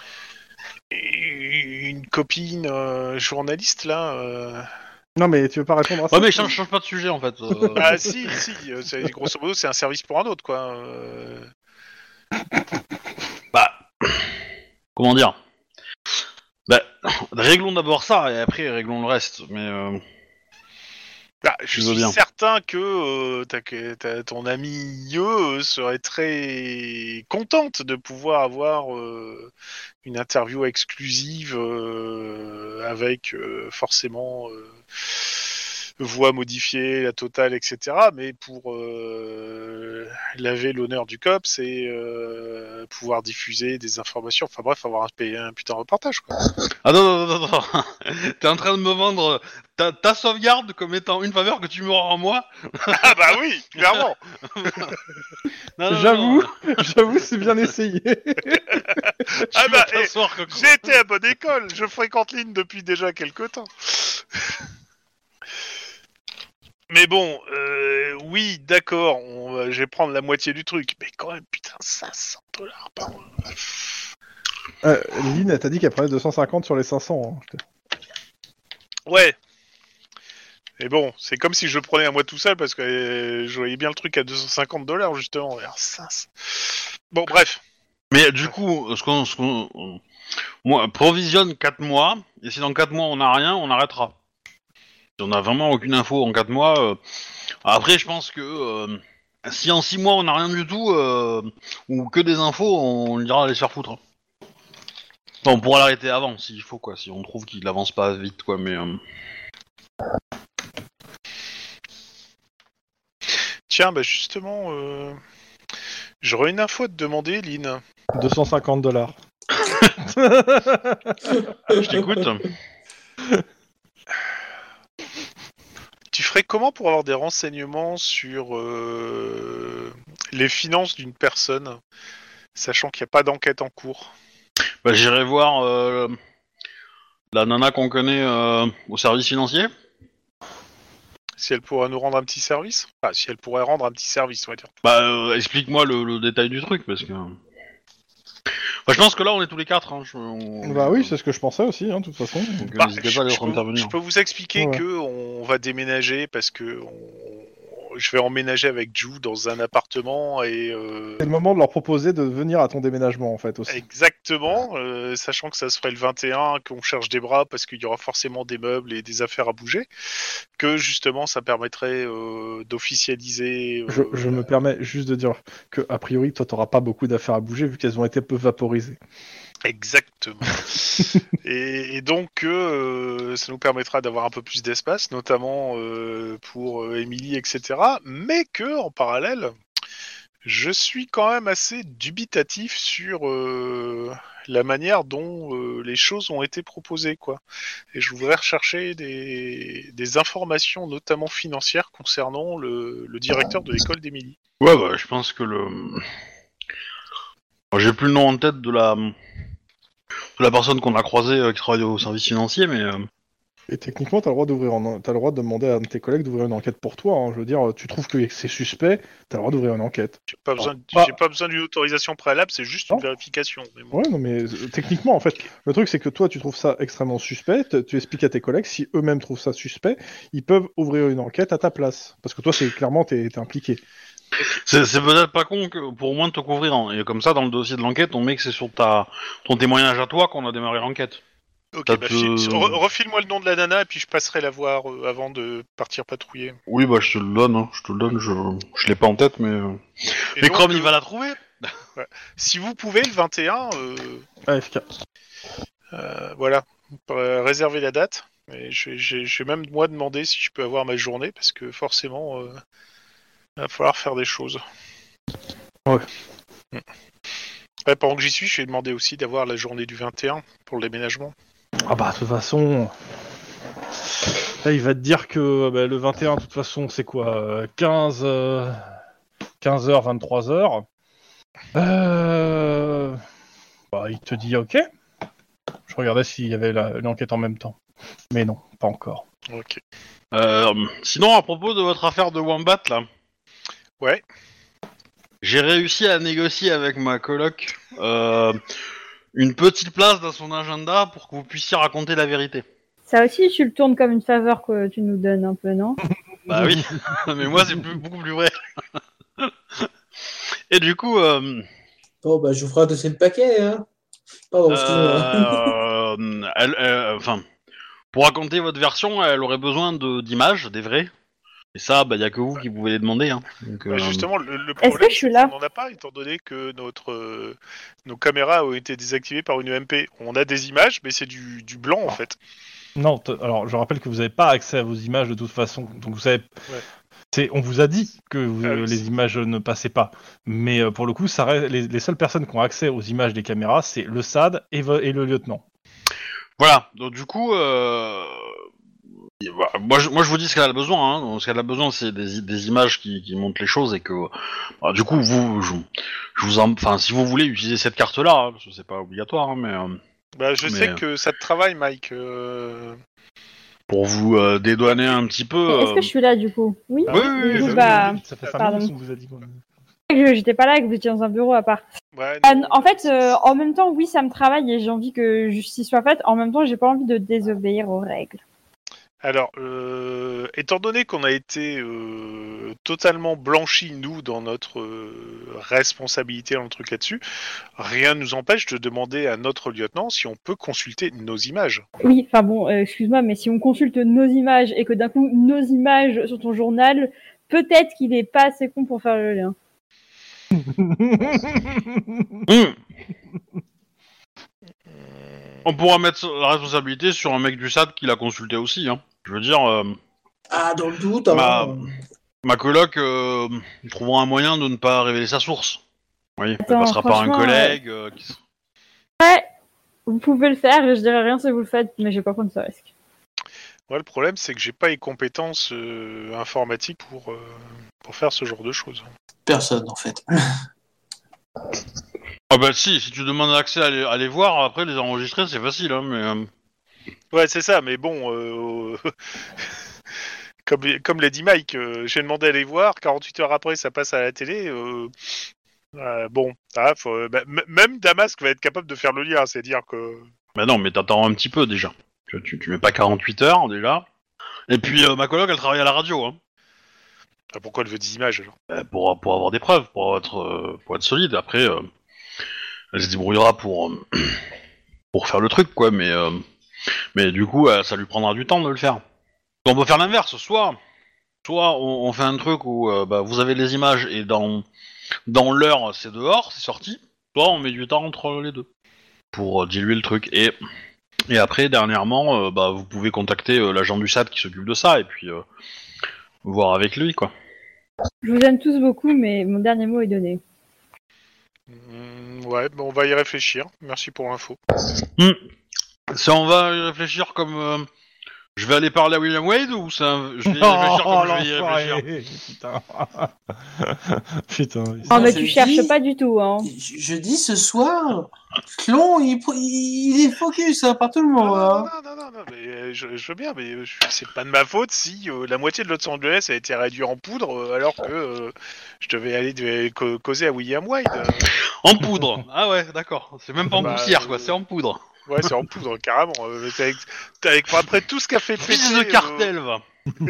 copine journaliste là Non, mais tu veux pas répondre à ça? Ouais, mais change pas de sujet en fait. Ah si, grosso modo, c'est un service pour un autre, quoi. Bah, comment dire? Bah, réglons d'abord ça et après réglons le reste. Mais je suis certain que ton amie serait très contente de pouvoir avoir une interview exclusive avec forcément voix modifiée, la totale, etc. Mais pour laver l'honneur du COPS et pouvoir diffuser des informations. Enfin bref, avoir un putain de reportage, quoi. Ah non. T'es en train de me vendre ta sauvegarde comme étant une faveur que tu me rends à moi? Ah bah oui, clairement. J'avoue, c'est bien essayé. Ah bah, j'ai été à bonne école. Je fréquente Lynn depuis déjà quelques temps. Mais bon, oui, d'accord, je vais prendre la moitié du truc. Mais quand même, putain, $500 par mois. Lynn, elle t'a dit qu'elle prenait 250 sur les 500. Hein. Ouais. Mais bon, c'est comme si je prenais à moi tout seul parce que je voyais bien le truc à $250 justement. Bon, bref. Mais du coup, moi, provisionne 4 mois, et si dans 4 mois on n'a rien, on arrêtera. Si on n'a vraiment aucune info en 4 mois, après je pense que si en 6 mois on n'a rien du tout, ou que des infos, on ira aller se faire foutre. Enfin, on pourra l'arrêter avant s'il faut, quoi, si on trouve qu'il avance pas vite, quoi, mais... Tiens, bah justement, j'aurais une info à te demander, Lynn. $250. Je t'écoute. ferais comment pour avoir des renseignements sur les finances d'une personne, sachant qu'il n'y a pas d'enquête en cours? Bah, j'irai voir la nana qu'on connaît au service financier. Si elle pourrait nous rendre un petit service? Enfin, si elle pourrait rendre un petit service, on va dire. Bah, explique-moi le détail du truc, parce que... Bah, je pense que là, on est tous les quatre. Hein. Bah oui, c'est ce que je pensais aussi, de toute façon. Donc, Bah, n'hésitez pas à les je intervenir. peux vous expliquer Ouais. que on va déménager parce que je vais emménager avec Ju dans un appartement et C'est le moment de leur proposer de venir à ton déménagement, en fait, aussi. exactement, sachant que ça se ferait le 21, qu'on cherche des bras parce qu'il y aura forcément des meubles et des affaires à bouger, que justement ça permettrait d'officialiser. Je me permets juste de dire que, a priori, toi, t'auras pas beaucoup d'affaires à bouger vu qu'elles ont été peu vaporisées. Exactement. et donc ça nous permettra d'avoir un peu plus d'espace, notamment pour Émilie, etc. Mais que en parallèle, je suis quand même assez dubitatif sur la manière dont les choses ont été proposées, quoi. Et je voudrais rechercher des informations, notamment financières, concernant le directeur de l'école d'Émilie. Ouais, bah, je pense que j'ai plus le nom en tête de la personne qu'on a croisée qui travaille au service financier, mais... Et techniquement, t'as le droit de demander à un de tes collègues d'ouvrir une enquête pour toi. Je veux dire, tu trouves que c'est suspect, t'as le droit d'ouvrir une enquête. J'ai pas besoin, Ah. j'ai pas besoin d'une autorisation préalable, c'est juste une Non. vérification. Mais bon. Ouais, non, mais techniquement, en fait, le truc, c'est que toi, tu trouves ça extrêmement suspect. Tu expliques à tes collègues, si eux-mêmes trouvent ça suspect, ils peuvent ouvrir une enquête à ta place. Parce que toi, clairement, t'es impliqué. C'est peut-être pas con que, pour au moins te couvrir. Hein. Et comme ça, dans le dossier de l'enquête, on met que c'est sur ton témoignage à toi qu'on a démarré l'enquête. Ok, Ça bah, te- refile-moi le nom de la nana et puis je passerai la voir avant de partir patrouiller. Oui, bah je te le donne. Hein. Je te le donne. Je l'ai pas en tête, mais... Et Mais donc, Chrome, il va la trouver. si vous pouvez, le 21, AFK. voilà, réserver la date. Et je vais même moi demander si je peux avoir ma journée parce que forcément, il va falloir faire des choses. Ouais. Ouais, pendant que j'y suis, je vais demander aussi d'avoir la journée du 21 pour le déménagement. Ah bah, de toute façon... Là, il va te dire que le 21, de toute façon, c'est quoi 15h, 23h. Bah, il te dit OK. Je regardais s'il y avait l'enquête en même temps. Mais non, pas encore. Ok. Sinon, à propos de votre affaire de Wombat, là... Ouais. J'ai réussi à négocier avec ma coloc une petite place dans son agenda pour que vous puissiez raconter la vérité. Ça aussi, tu le tournes comme une faveur que tu nous donnes un peu, non? Bah oui, mais moi c'est beaucoup plus vrai. Et du coup, Bon, bah, je vous ferai un deuxième paquet, hein. Pardon, excuse-moi. enfin, pour raconter votre version, elle aurait besoin d'images, des vraies. Et ça, bah y a que vous qui pouvez les demander. Hein. Donc, Bah, justement, le Est-ce problème, que je suis c'est là qu'on n'en a pas, étant donné que nos caméras ont été désactivées par une EMP. On a des images, mais c'est du blanc, en fait. Non, alors je rappelle que vous n'avez pas accès à vos images de toute façon. Donc vous savez, on vous a dit que les images ne passaient pas. Mais pour le coup, ça reste, les seules personnes qui ont accès aux images des caméras, c'est le SAD et le lieutenant. Voilà, donc du coup, moi je vous dis ce qu'elle a besoin. Hein. Ce qu'elle a besoin, c'est des images qui montrent les choses et que, du coup, enfin, si vous voulez utiliser cette carte-là, hein, parce que c'est pas obligatoire, hein, mais Bah, je sais que ça te travaille, Mike. pour vous dédouaner un petit peu. Est-ce que je suis là du coup? Oui. Oui, oui, Du coup, oui, bah, Ça fait 5 pardon. minutes qu'on vous a dit. Quoi. J'étais pas là et que vous étiez dans un bureau à part. Ouais, En fait, en même temps, oui, ça me travaille et j'ai envie que justice soit faite. En même temps, j'ai pas envie de désobéir aux règles. Alors, étant donné qu'on a été totalement blanchis, nous, dans notre responsabilité dans le truc là-dessus, rien ne nous empêche de demander à notre lieutenant si on peut consulter nos images. Oui, enfin bon, excuse-moi, mais si on consulte nos images et que d'un coup, nos images sur ton journal, peut-être qu'il est pas assez con pour faire le lien. On pourra mettre la responsabilité sur un mec du SAD qui l'a consulté aussi. Hein. Je veux dire, Ah, dans le doute, hein. ma coloc trouvera un moyen de ne pas révéler sa source. Oui, elle Attends, passera par un franchement, collègue. Ouais, vous pouvez le faire et je dirais rien si vous le faites, mais j'ai pas prendre ce risque. Moi, le problème, c'est que j'ai pas les compétences informatiques pour faire ce genre de choses. Personne, en fait. Ah bah si tu demandes accès à les voir, après les enregistrer, c'est facile, hein, mais... Ouais, c'est ça, mais bon... Comme l'a dit Mike, j'ai demandé à les voir, 48 heures après, ça passe à la télé... bon, même Damasque va être capable de faire le lien, c'est-à-dire que... Bah non, mais t'attends un petit peu, déjà. Tu mets pas 48 heures, déjà. Et puis, ma coloc, elle travaille à la radio, hein. pourquoi elle veut des images, alors? Pour avoir des preuves, pour être solide. Après, elle se débrouillera pour faire le truc, quoi, mais du coup, ça lui prendra du temps de le faire. On peut faire l'inverse, soit on fait un truc où vous avez les images et dans l'heure c'est dehors, c'est sorti, soit on met du temps entre les deux pour diluer le truc. Et après, dernièrement, vous pouvez contacter l'agent du SAT qui s'occupe de ça et puis voir avec lui, quoi. Je vous aime tous beaucoup, mais mon dernier mot est donné. Ouais, on va y réfléchir. Merci pour l'info. Si on va y réfléchir comme... je vais aller parler à William Wade ou je vais y réfléchir comme je vais y réfléchir. Putain. Oh, mais je tu dis- cherches pas du tout, hein. Je dis ce soir, Clon, il est focus hein, par tout le monde. Hein. Non, mais je veux bien, mais c'est pas de ma faute si la moitié de Los Angeles a été réduite en poudre alors que je devais aller causer à William Wade. En poudre. Ah ouais, d'accord. C'est même pas en Bah, poussière, quoi. C'est en poudre. Ouais, c'est en poudre, carrément. Après tout ce qu'a fait péter... Fils de cartel, va.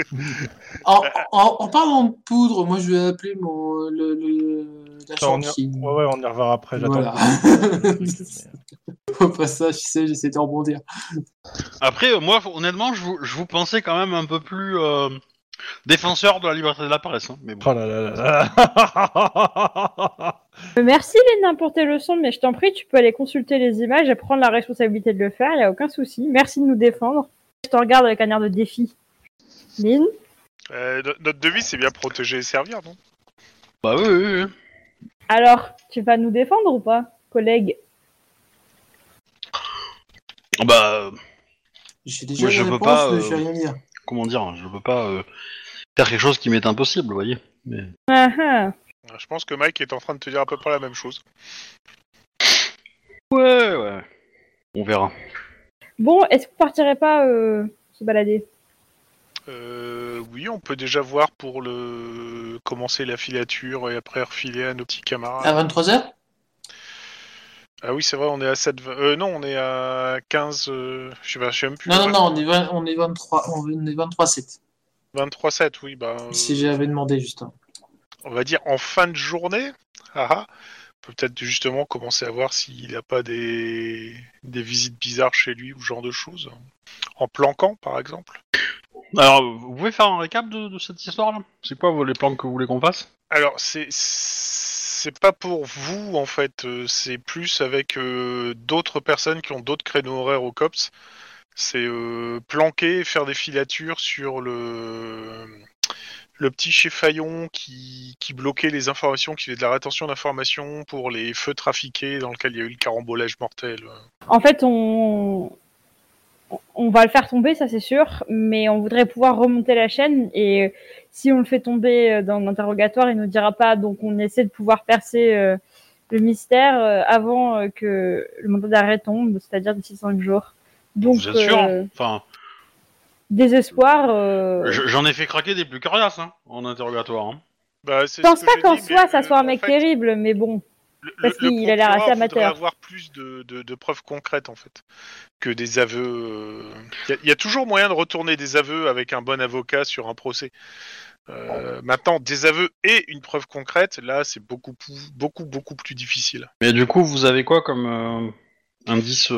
En parlant de poudre, moi je vais appeler la Ça, on chantier. on y reverra après. Voilà. J'attends. Au passage, tu sais, j'essaie de rebondir. Après, moi, honnêtement, je vous pensais quand même un peu plus défenseur de la liberté de la presse. Hein, mais bon. Oh là là là là. Merci Léna pour tes leçons, mais je t'en prie, tu peux aller consulter les images et prendre la responsabilité de le faire, y a aucun souci. Merci de nous défendre. Je te regarde avec un air de défi. Lynn? Notre devise, c'est bien protéger et servir, non? Bah oui. Alors, tu vas nous défendre ou pas, collègue? Bah, J'ai déjà moi, une je peux réponse, pas, mais je vais rien dire. comment dire, je peux pas faire quelque chose qui m'est impossible, vous voyez. Mais... Ah ah. Je pense que Mike est en train de te dire à peu près la même chose. Ouais. On verra. Bon, est-ce que vous partirez pas se balader? Oui, on peut déjà voir pour commencer la filature et après refiler à nos petits camarades. À 23h Ah oui, c'est vrai, on est à 7... non, on est à 15... je sais même plus. Non, on est 23, on est 23-7. 23-7, oui, bah... Si j'avais demandé, justement. on va dire en fin de journée. On peut peut-être justement commencer à voir s'il n'a pas des visites bizarres chez lui ou ce genre de choses. En planquant, par exemple. Alors, vous pouvez faire un récap de cette histoire-là? C'est quoi les plans que vous voulez qu'on fasse? Alors, c'est pas pour vous, en fait. C'est plus avec d'autres personnes qui ont d'autres créneaux horaires au COPS. C'est planquer, faire des filatures sur le petit Cheffaillon qui bloquait les informations, qui faisait de la rétention d'informations pour les feux trafiqués dans lequel il y a eu le carambolage mortel. En fait, on va le faire tomber, ça c'est sûr, mais on voudrait pouvoir remonter la chaîne et si on le fait tomber dans l'interrogatoire, il nous dira pas, donc on essaie de pouvoir percer le mystère avant que le mandat d'arrêt tombe, c'est-à-dire d'ici 5 jours. Donc, Vous êtes sûr? Enfin, désespoir. j'en ai fait craquer des plus coriaces en interrogatoire. Hein. Bah, Je pense pas qu'en soi ça soit un mec terrible, mais bon. Parce qu'il a l'air assez amateur. Il avoir plus de preuves concrètes en fait que des aveux. Il y a toujours moyen de retourner des aveux avec un bon avocat sur un procès. Maintenant, des aveux et une preuve concrète, là, c'est beaucoup plus difficile. Mais du coup, vous avez quoi comme indice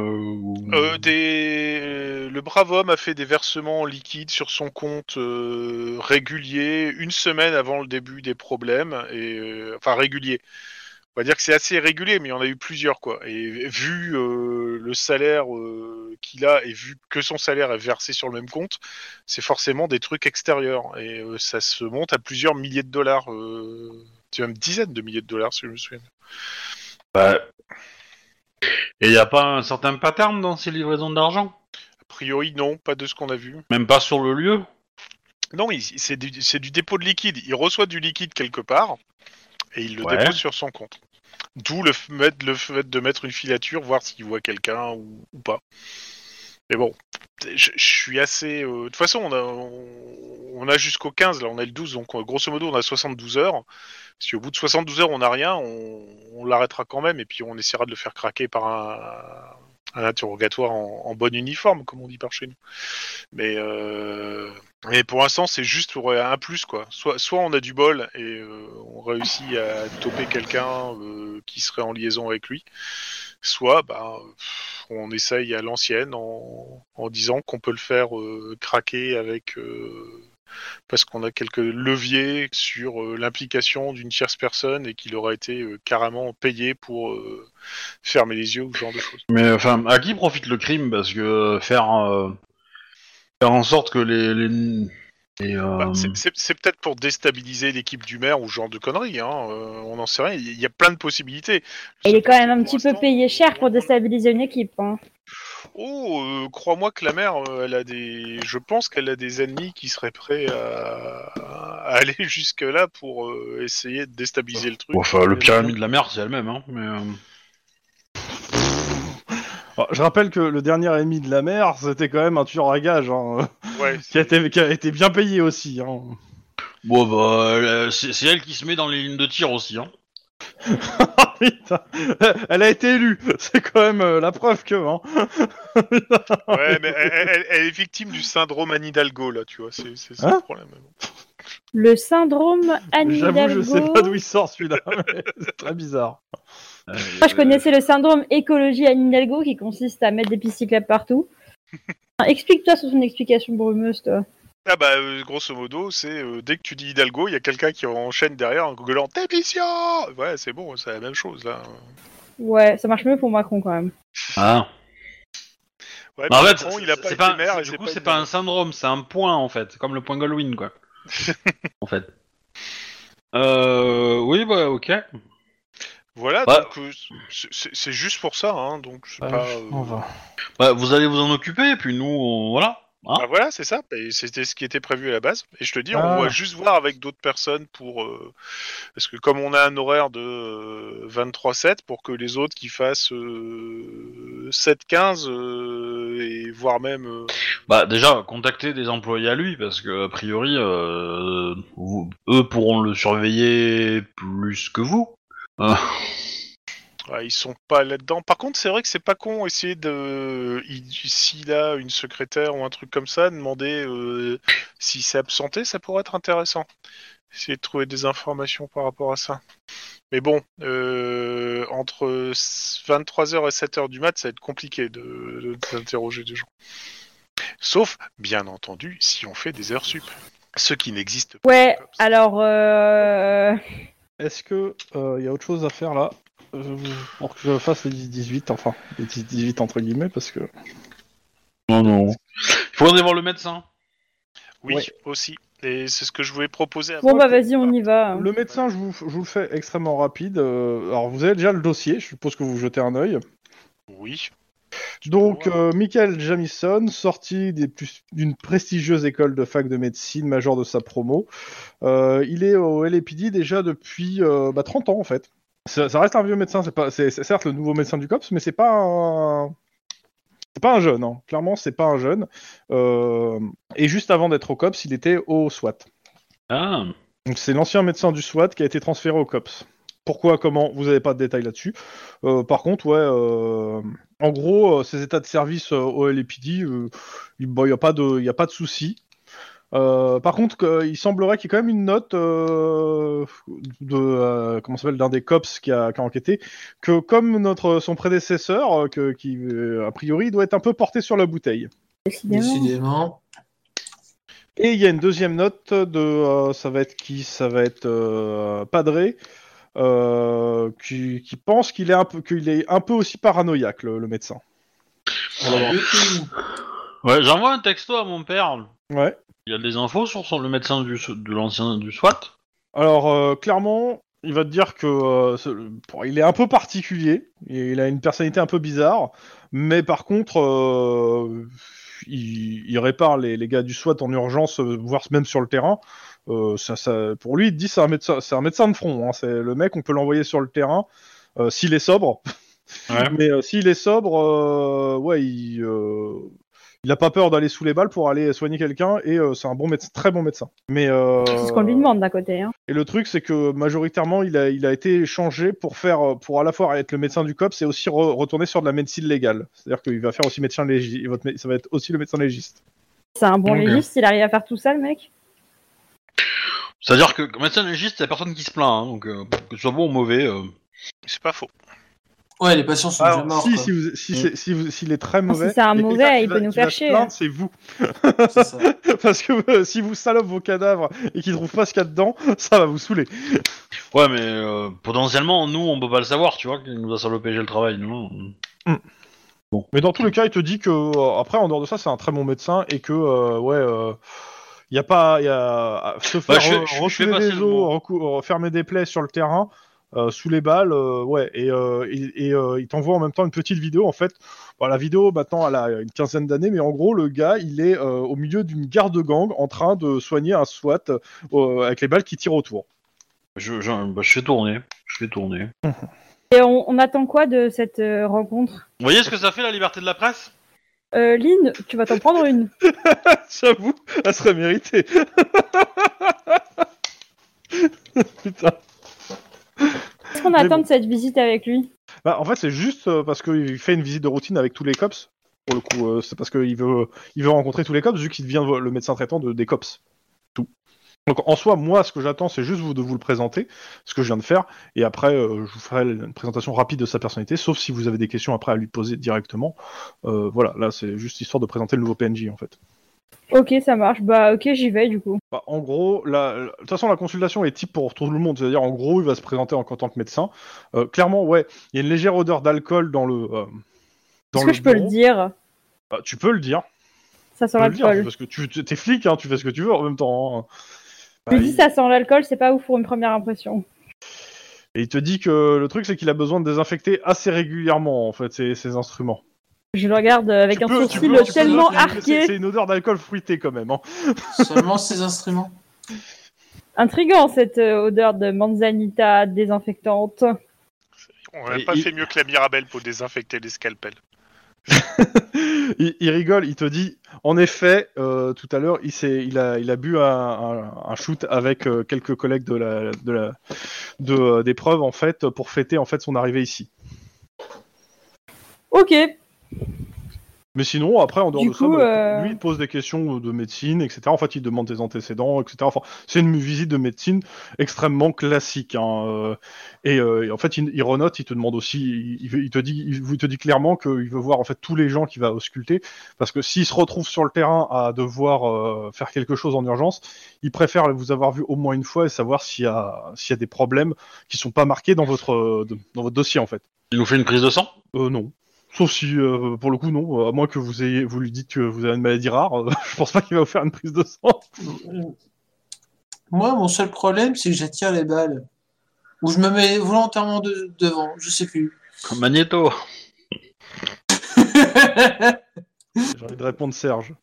Le brave homme a fait des versements liquides sur son compte réguliers une semaine avant le début des problèmes enfin régulier. On va dire que c'est assez régulier, mais il y en a eu plusieurs, quoi. Et vu le salaire qu'il a et vu que son salaire est versé sur le même compte, c'est forcément des trucs extérieurs. Et ça se monte à plusieurs milliers de dollars. C'est même dizaines de milliers de dollars, si je me souviens. Bah... Et il n'y a pas un certain pattern dans ces livraisons d'argent? A priori, non, pas de ce qu'on a vu. Même pas sur le lieu. Non, c'est du dépôt de liquide. Il reçoit du liquide quelque part et il le dépose sur son compte. D'où le fait de mettre une filature, voir s'il voit quelqu'un ou pas. Mais bon, je suis assez... De toute façon, on a jusqu'au 15, là on a le 12, donc grosso modo on a 72 heures. Si au bout de 72 heures on n'a rien, on l'arrêtera quand même et puis on essaiera de le faire craquer par un interrogatoire en bon uniforme, comme on dit par chez nous. Mais pour l'instant c'est juste pour un plus, quoi. Soit on a du bol et on réussit à toper quelqu'un qui serait en liaison avec lui, soit on essaye à l'ancienne en disant qu'on peut le faire craquer avec parce qu'on a quelques leviers sur l'implication d'une tierce personne et qu'il aura été carrément payé pour fermer les yeux ou ce genre de choses. Mais enfin, à qui profite le crime? Parce que faire en sorte que c'est peut-être pour déstabiliser l'équipe du maire ou ce genre de conneries, hein. On n'en sait rien, il y a plein de possibilités. Il est quand même un petit peu payé cher pour déstabiliser une équipe. Hein. Crois-moi que la mère, je pense qu'elle a des ennemis qui seraient prêts à aller jusque-là pour essayer de déstabiliser le truc. Enfin, le pire ami de la mère, c'est elle-même, hein. Mais Alors, je rappelle que le dernier ennemi de la mer, c'était quand même un tueur à gages, hein, Ouais, qui a été bien payé aussi. Hein. bon, c'est elle qui se met dans les lignes de tir aussi, hein. Putain, elle a été élue, c'est quand même la preuve que. Hein. ouais, mais elle est victime du syndrome Anne Hidalgo, là, tu vois, c'est Hein le problème. Le syndrome Anne J'avoue, Hidalgo. je sais pas d'où il sort celui-là, mais c'est très bizarre. Moi, je connaissais le syndrome écologie Anne Hidalgo qui consiste à mettre des pistes cyclables partout. Explique-toi sur une explication brumeuse, toi. Ah bah, grosso modo, c'est dès que tu dis Hidalgo, il y a quelqu'un qui enchaîne derrière en gueulant « Démission !» Ouais, c'est bon, c'est la même chose, là. Ouais, ça marche mieux pour Macron, quand même. Ah. Ouais, Bah, en fait, Macron, il a pas c'est été pas, maire, et du coup, c'est pas un syndrome, c'est un point, en fait. Comme le point Goldwyn, quoi. En fait. Oui, bah, ok. Voilà, Bah, donc c'est juste pour ça, hein, donc c'est pas... On va. Bah, vous allez vous en occuper, et puis nous, voilà. Hein, Bah voilà, c'est ça, et c'était ce qui était prévu à la base. Et je te dis, on Ah. va juste voir avec d'autres personnes pour... parce que comme on a un horaire de 23-7, pour que les autres qui fassent 7-15, et voire même... Bah, déjà, contacter des employés à lui, parce que, a priori, eux pourront le surveiller plus que vous. Ouais, ils sont pas là-dedans. Par contre, c'est vrai que c'est pas con essayer s'il a une secrétaire ou un truc comme ça, demander s'il s'est absenté, ça pourrait être intéressant. Essayer de trouver des informations par rapport à ça. Mais bon, entre 23h et 7h du mat, ça va être compliqué d'interroger des gens. Sauf, bien entendu, si on fait des heures sup. Ce qui n'existe pas. Ouais, alors... Est-ce que y a autre chose à faire là pour que je fasse les 10-18, enfin les 10-18 entre guillemets, parce que. Non. Il faudrait voir le médecin. Oui, Ouais. aussi. Et c'est ce que je voulais proposer avant. Bon, bah vas-y, on y va. Le médecin, je vous le fais extrêmement rapide. Alors vous avez déjà le dossier, je suppose que vous jetez un œil. Oui. Donc, Michael Jamison, sorti d'une prestigieuse école de fac de médecine, major de sa promo. Il est au LAPD déjà depuis 30 ans en fait. Ça reste un vieux médecin, c'est certes le nouveau médecin du COPS, mais c'est pas un jeune. Hein. Clairement, c'est pas un jeune. Et juste avant d'être au COPS, il était au SWAT. Ah. Donc c'est l'ancien médecin du SWAT qui a été transféré au COPS. Pourquoi, comment, vous n'avez pas de détails là-dessus. Par contre, en gros, ses états de service au LAPD, il n'y a pas de souci. Par contre, il semblerait qu'il y ait quand même une note d'un des cops qui a enquêté, que comme son prédécesseur, qui a priori doit être un peu porté sur la bouteille. Décidément. Et il y a une deuxième note de ça va être qui? Ça va être Padré. Qui pense qu'il est un peu aussi paranoïaque, le médecin. Ouais, j'envoie un texto à mon père. Ouais. Il y a des infos sur le médecin de l'ancien du SWAT. Alors, clairement, il va te dire que il est un peu particulier. Il a une personnalité un peu bizarre. Mais par contre, il répare les gars du SWAT en urgence, voire même sur le terrain. Pour lui, il te dit c'est un médecin de front. Hein. C'est le mec, on peut l'envoyer sur le terrain s'il est sobre. Ouais. Mais s'il est sobre, ouais, il a pas peur d'aller sous les balles pour aller soigner quelqu'un et c'est un bon médecin, très bon médecin. Mais C'est ce qu'on lui demande d'un côté. Hein. et le truc, c'est que majoritairement, il a été changé pour à la fois être le médecin du COPS et aussi retourner sur de la médecine légale. C'est-à-dire qu'il va faire aussi médecin légiste. Ça va être aussi le médecin légiste. C'est un bon Ok. légiste, il arrive à faire tout ça, le mec. C'est-à-dire que médecin légiste, c'est la personne qui se plaint, hein, donc que ce soit bon ou mauvais. C'est pas faux. Ouais, les patients sont déjà Alors, morts. s'il est très mauvais, si c'est un et mauvais, quelqu'un il qui peut va- nous qui faire va se chier. plaindre, c'est vous. C'est ça. Parce que si vous salopez vos cadavres et qu'ils trouvent pas ce qu'il y a dedans, ça va vous saouler. Ouais, mais potentiellement, nous, on peut pas le savoir, tu vois, qu'il nous a salopé le travail, nous. Mais dans tous les cas, il te dit que après, en dehors de ça, c'est un très bon médecin et que il y a pas, se faire Bah, je fais refouler passer des le os, fermer des plaies sur le terrain. Sous les balles, ouais, et il t'envoie en même temps une petite vidéo en fait. Bon, la vidéo maintenant elle a une quinzaine d'années, mais en gros le gars il est au milieu d'une garde-gang en train de soigner un SWAT avec les balles qui tirent autour. Je fais tourner. Et on attend quoi de cette rencontre? Vous voyez ce que ça fait, la liberté de la presse? Lynn, tu vas t'en prendre une. J'avoue, elle serait méritée. Putain. Qu'est-ce qu'on Mais attend bon. de cette visite avec lui? Bah, en fait, c'est juste parce qu'il fait une visite de routine avec tous les cops. Pour le coup, c'est parce qu'il veut rencontrer tous les cops, vu qu'il devient le médecin traitant des cops. Tout. Donc, en soi, moi, ce que j'attends, c'est juste de vous le présenter, ce que je viens de faire, et après, je vous ferai une présentation rapide de sa personnalité, sauf si vous avez des questions après à lui poser directement. Voilà, là, c'est juste histoire de présenter le nouveau PNJ, en fait. Ok, ça marche. Bah ok, j'y vais du coup. Bah, en gros, de toute façon, la consultation est type pour tout le monde. C'est-à-dire, en gros, il va se présenter en tant que médecin. Clairement, ouais, il y a une légère odeur d'alcool dans le. Est-ce que je peux le bureau. dire? Bah, tu peux le dire. Ça sent Tu peux le dire, l'alcool. parce que t'es flic, hein, tu fais ce que tu veux en même temps. Hein. Je Bah, lui dis ça sent l'alcool, c'est pas ouf pour une première impression. Et il te dit que le truc, c'est qu'il a besoin de désinfecter assez régulièrement, en fait, ses instruments. Je le regarde avec un sourcil tu peux tellement dire que arqué. c'est une odeur d'alcool fruité quand même. Hein. Seulement ces instruments. Intriguant cette odeur de manzanita désinfectante. On n'a Et pas il- fait mieux que la Mirabelle pour désinfecter les scalpels. Il rigole, il te dit, en effet, tout à l'heure, il a bu un shoot avec quelques collègues des preuves en fait pour fêter en fait son arrivée ici. Ok. Mais sinon, après, en dehors Du de ça, coup, lui, il te pose des questions de médecine, etc. En fait, il demande tes antécédents, etc. Enfin, c'est une visite de médecine extrêmement classique. Hein. Et en fait, il renote, il te demande aussi, il te dit clairement qu'il veut voir en fait tous les gens qu'il va ausculter, parce que s'il se retrouve sur le terrain à devoir faire quelque chose en urgence, il préfère vous avoir vu au moins une fois et savoir s'il y a des problèmes qui sont pas marqués dans votre dossier en fait. Il nous fait une prise de sang? Non. Sauf si, pour le coup, non. À moins que vous lui dites que vous avez une maladie rare, je pense pas qu'il va vous faire une prise de sang. Moi, mon seul problème, c'est que j'attire les balles. Ou je me mets volontairement devant, je sais plus. Magnéto. J'ai envie de répondre Serge.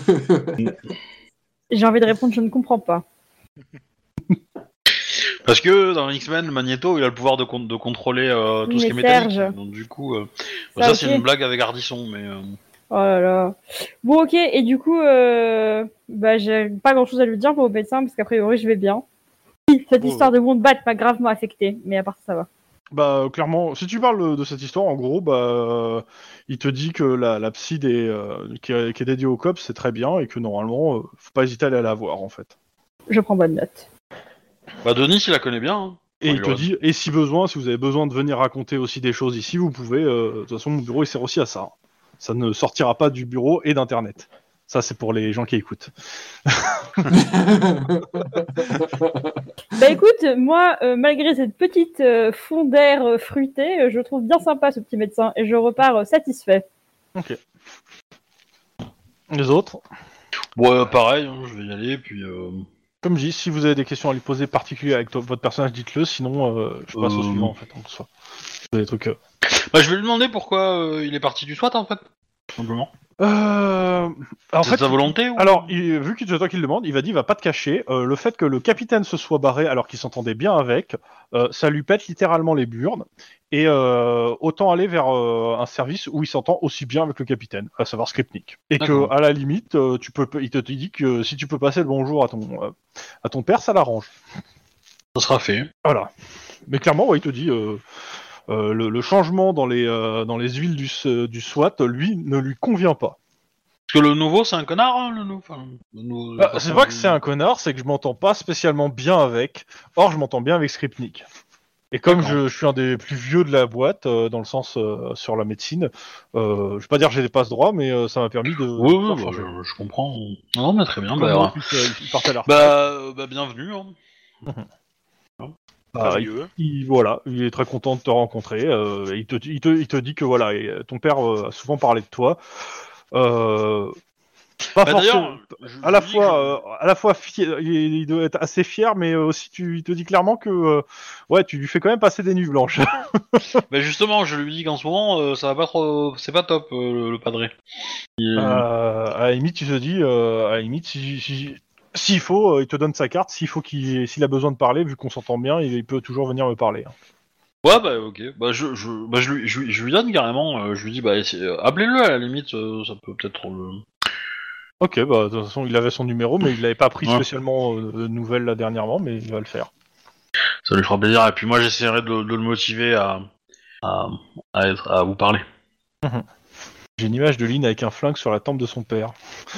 J'ai envie de répondre, je ne comprends pas. Parce que dans X-Men, le Magnéto, il a le pouvoir de contrôler tout ce qui est Mais métallique. Serge. Donc du coup, Ça, ça ok. c'est une blague avec Ardisson, mais... Oh là là. Bon, ok. Et du coup, bah, j'ai pas grand chose à lui dire pour au médecin parce qu'a priori, je vais bien. Oui, cette Oh, histoire de monde bat m'a gravement affecté, mais à part ça, ça va. Bah, clairement, si tu parles de cette histoire, en gros, bah, il te dit que la psy qui est dédiée au COPS, c'est très bien et que normalement, faut pas hésiter à aller la voir, en fait. Je prends bonne note. Bah Denis, il la connaît bien. Hein. Et Ouais, il te dit, et si besoin, si vous avez besoin de venir raconter aussi des choses ici, vous pouvez. De toute façon, mon bureau, il sert aussi à ça. Ça ne sortira pas du bureau et d'Internet. Ça, c'est pour les gens qui écoutent. Bah écoute, moi, malgré cette petite fond d'air fruité, je trouve bien sympa ce petit médecin et je repars satisfait. Ok. Les autres, Ouais, pareil, hein, je vais y aller, puis... comme je dis, si vous avez des questions à lui poser particulières avec votre personnage, dites-le. Sinon, je passe au suivant, en fait. En soi. Des trucs. Bah, je vais lui demander pourquoi il est parti du SWAT, en fait. Tout simplement. En C'est fait, sa volonté ou... alors, vu que c'est toi qui le demande, il va pas te cacher. Le fait que le capitaine se soit barré alors qu'il s'entendait bien avec, ça lui pète littéralement les burnes. Et autant aller vers un service où il s'entend aussi bien avec le capitaine, à savoir Skripnik. Et que, D'accord. à la limite, il te dit que si tu peux passer le bonjour à ton père, ça l'arrange. Ça sera fait. Voilà. Mais clairement, ouais, il te dit le changement dans les huiles du SWAT, lui, ne lui convient pas. Parce que le nouveau, c'est un connard, hein, le nouveau. C'est pas que c'est un connard, c'est que je m'entends pas spécialement bien avec. Or, je m'entends bien avec Skripnik. Et comme je suis un des plus vieux de la boîte, dans le sens sur la médecine, je vais pas dire que j'ai des passe droits, mais ça m'a permis de. Oui, pouvoir bah, changer. je comprends. Non, mais très bien. Comme moi, en plus, il partait à la retraite. Bah, bienvenue. Hein. Bah, Mieux. voilà, il est très content de te rencontrer. Il te dit que voilà, ton père a souvent parlé de toi. Pas Bah, forcément. d'ailleurs, À la fois, il doit être assez fier, mais aussi il te dit clairement que ouais, tu lui fais quand même passer des nuits blanches. bah justement, je lui dis qu'en ce moment, ça va pas trop, c'est pas top le padré. À la limite, tu te dis, à la limite, s'il faut, il te donne sa carte. S'il a besoin de parler, vu qu'on s'entend bien, il peut toujours venir me parler. Hein. Ouais, bah ok. Bah je lui donne carrément. Je lui dis, bah appelez-le à la limite, ça peut peut-être le. Ok, bah de toute façon, il avait son numéro, mais il l'avait pas pris Ouais. spécialement de nouvelles là dernièrement, mais il va le faire. Ça lui fera plaisir. Et puis moi, j'essaierai de le motiver à vous parler. J'ai une image de Lynn avec un flingue sur la tempe de son père.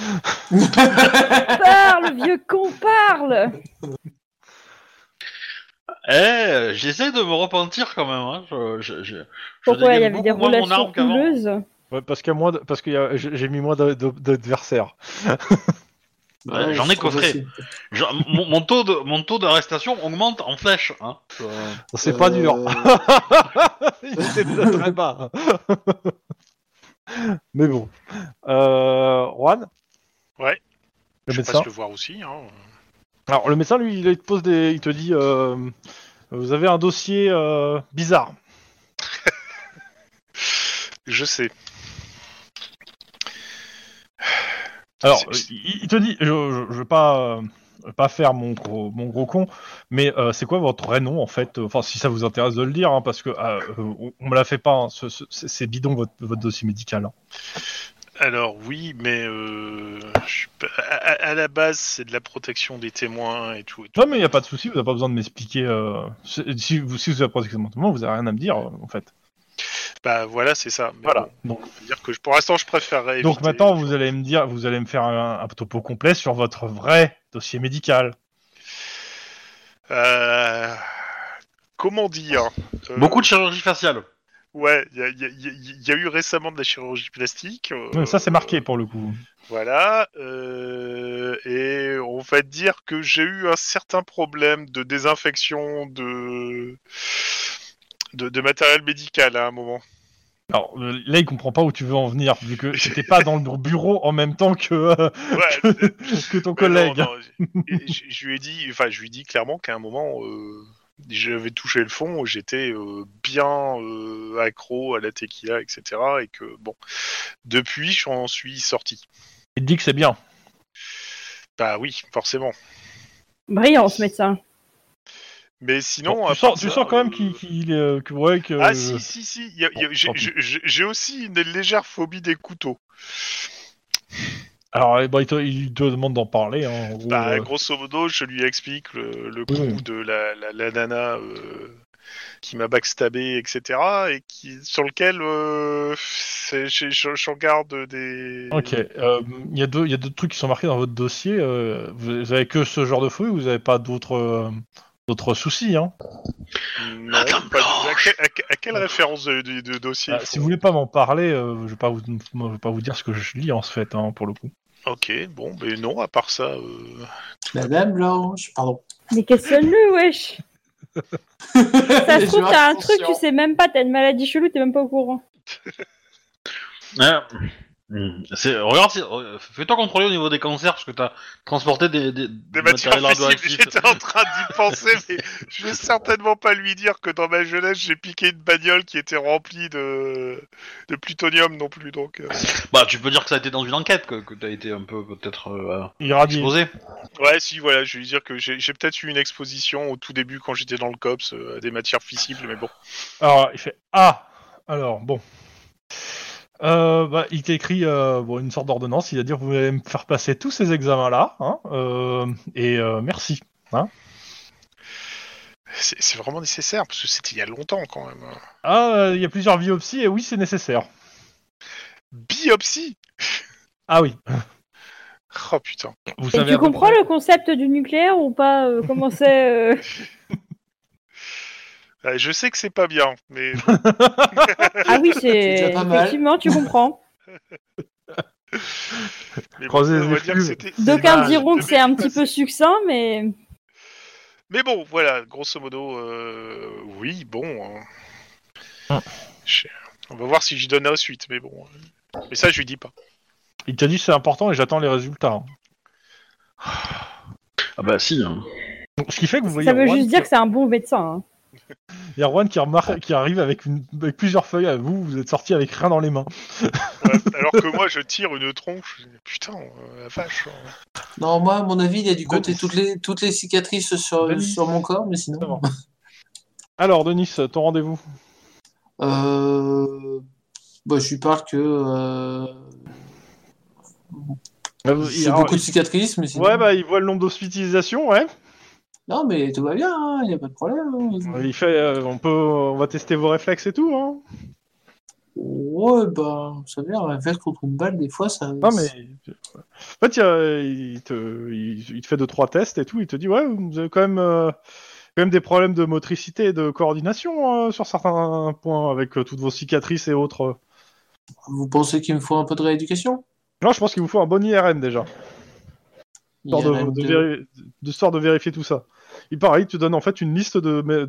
Parle, vieux con, parle. J'essaie de me repentir quand même. Hein. Pourquoi il y dégaine avait des beaucoup moins mon relations arme qu'avant. houleuses? Ouais, parce que j'ai mis moins d'adversaires. Ouais, j'en ai coffré. Mon taux d'arrestation augmente en flèche. Hein. C'est pas dur. Il était déjà très bas. Mais bon. Juan, Ouais. le Je médecin. passe le voir aussi. Hein. Alors le médecin, lui, il te pose il te dit, vous avez un dossier bizarre. Je sais. Alors, il te dit, je veux pas faire mon gros con, mais c'est quoi votre vrai nom en fait? Enfin, si ça vous intéresse de le dire, hein, parce que on me l'a fait pas. Hein, c'est bidon votre dossier médical. Hein. Alors oui, mais à la base, c'est de la protection des témoins et tout. Non, mais il y a pas de souci, vous n'avez pas besoin de m'expliquer. Si vous avez la protection des témoins, vous avez rien à me dire en fait. Bah voilà, c'est ça. Mais Voilà. bon, Donc, on peut dire que pour l'instant, je préférerais. donc éviter. maintenant, vous allez me faire un topo complet sur votre vrai dossier médical. Comment dire Beaucoup de chirurgie faciale. Ouais, il y a eu récemment de la chirurgie plastique. Ça, c'est marqué pour le coup. Voilà, et on va dire que j'ai eu un certain problème de désinfection de matériel médical à un moment. Alors là, il comprend pas où tu veux en venir, vu que j'étais pas dans le bureau en même temps que que ton collègue. Non, je lui ai dit clairement qu'à un moment, j'avais touché le fond, j'étais bien accro à la tequila, etc. Et que bon, depuis, j'en suis sorti. Il te dit que c'est bien. Bah oui, forcément. Brillant, ce médecin. Mais sinon, Bon, tu sens quand même que Ah si. J'ai aussi une légère phobie des couteaux. Alors, il te demande d'en parler. Hein, en gros, grosso modo, je lui explique le coup de la nana qui m'a backstabé, etc. Et sur lequel j'en garde des. Ok. Il y a deux trucs qui sont marqués dans votre dossier. Vous avez que ce genre de fouille ou vous avez pas d'autres soucis, hein? Non, pas à quelle référence de dossier Si vous voulez pas m'en parler, je vais pas vous dire ce que je lis en fait, hein, pour le coup. Ok, bon, mais non, à part ça. Madame Blanche, pardon. Mais questionne-le, wesh. Ça se trouve, t'as un truc, tu sais même pas, t'as une maladie chelou, t'es même pas au courant. Regarde, fais-toi contrôler au niveau des cancers parce que t'as transporté des matières matériels fissiles, radioactifs. j'étais en train d'y penser, mais je vais certainement pas lui dire que dans ma jeunesse, j'ai piqué une bagnole qui était remplie de plutonium non plus, donc... Bah, tu peux dire que ça a été dans une enquête, que t'as été un peu peut-être Irradié. exposé. Ouais, si, voilà, je vais lui dire que j'ai peut-être eu une exposition au tout début quand j'étais dans le COPS à des matières fissibles, mais bon. Alors, il fait alors, bon. Il t'écrit une sorte d'ordonnance. Il va dire vous allez me faire passer tous ces examens-là, hein, et merci. Hein. C'est vraiment nécessaire, parce que c'était il y a longtemps quand même. Il y a plusieurs biopsies et oui, c'est nécessaire. Biopsie. Ah oui. Oh putain. Vous Et savez tu à peu comprends près- le concept du nucléaire ou pas comment c'est Je sais que c'est pas bien, mais... Ah oui, C'est déjà pas mal. effectivement, tu comprends. mais bon, Croisez les on va dire que flux. c'était... D'aucuns dommage. diront que c'est un petit peu succinct, mais Mais bon, voilà, grosso modo, oui, bon... On va voir si j'y donne la suite, mais bon... Mais ça, je lui dis pas. Il t'a dit c'est important et j'attends les résultats. Hein. Ah bah si. Hein. Donc, ce qui fait que vous voyez ça veut Erwan juste dire que c'est un bon médecin. Hein. Il y a Erwan qui arrive avec plusieurs feuilles. Vous êtes sorti avec rien dans les mains. Ouais, alors que moi, je tire une tronche. Putain, la vache. Non, moi, à mon avis, il a dû compter Denis. toutes les cicatrices sur Denis. mon corps, mais sinon... Alors, Denis, ton rendez-vous. Je lui parle que... J'ai Alors, beaucoup de cicatrices, mais sinon... Ouais, il voit le nombre d'hospitalisations, ouais. Non, mais tout va bien, il n'y a pas de problème. Hein. Il fait, on va tester vos réflexes et tout, hein. Ouais, vous savez, un réflexe contre une balle, des fois, ça... Non, mais... En fait, il te fait 2-3 tests et tout, il te dit, ouais, vous avez quand même des problèmes de motricité et de coordination sur certains points, avec toutes vos cicatrices et autres. Vous pensez qu'il me faut un peu de rééducation? Non, je pense qu'il vous faut un bon IRM, déjà. Histoire de vérifier tout ça. Et pareil, il te donne en fait une liste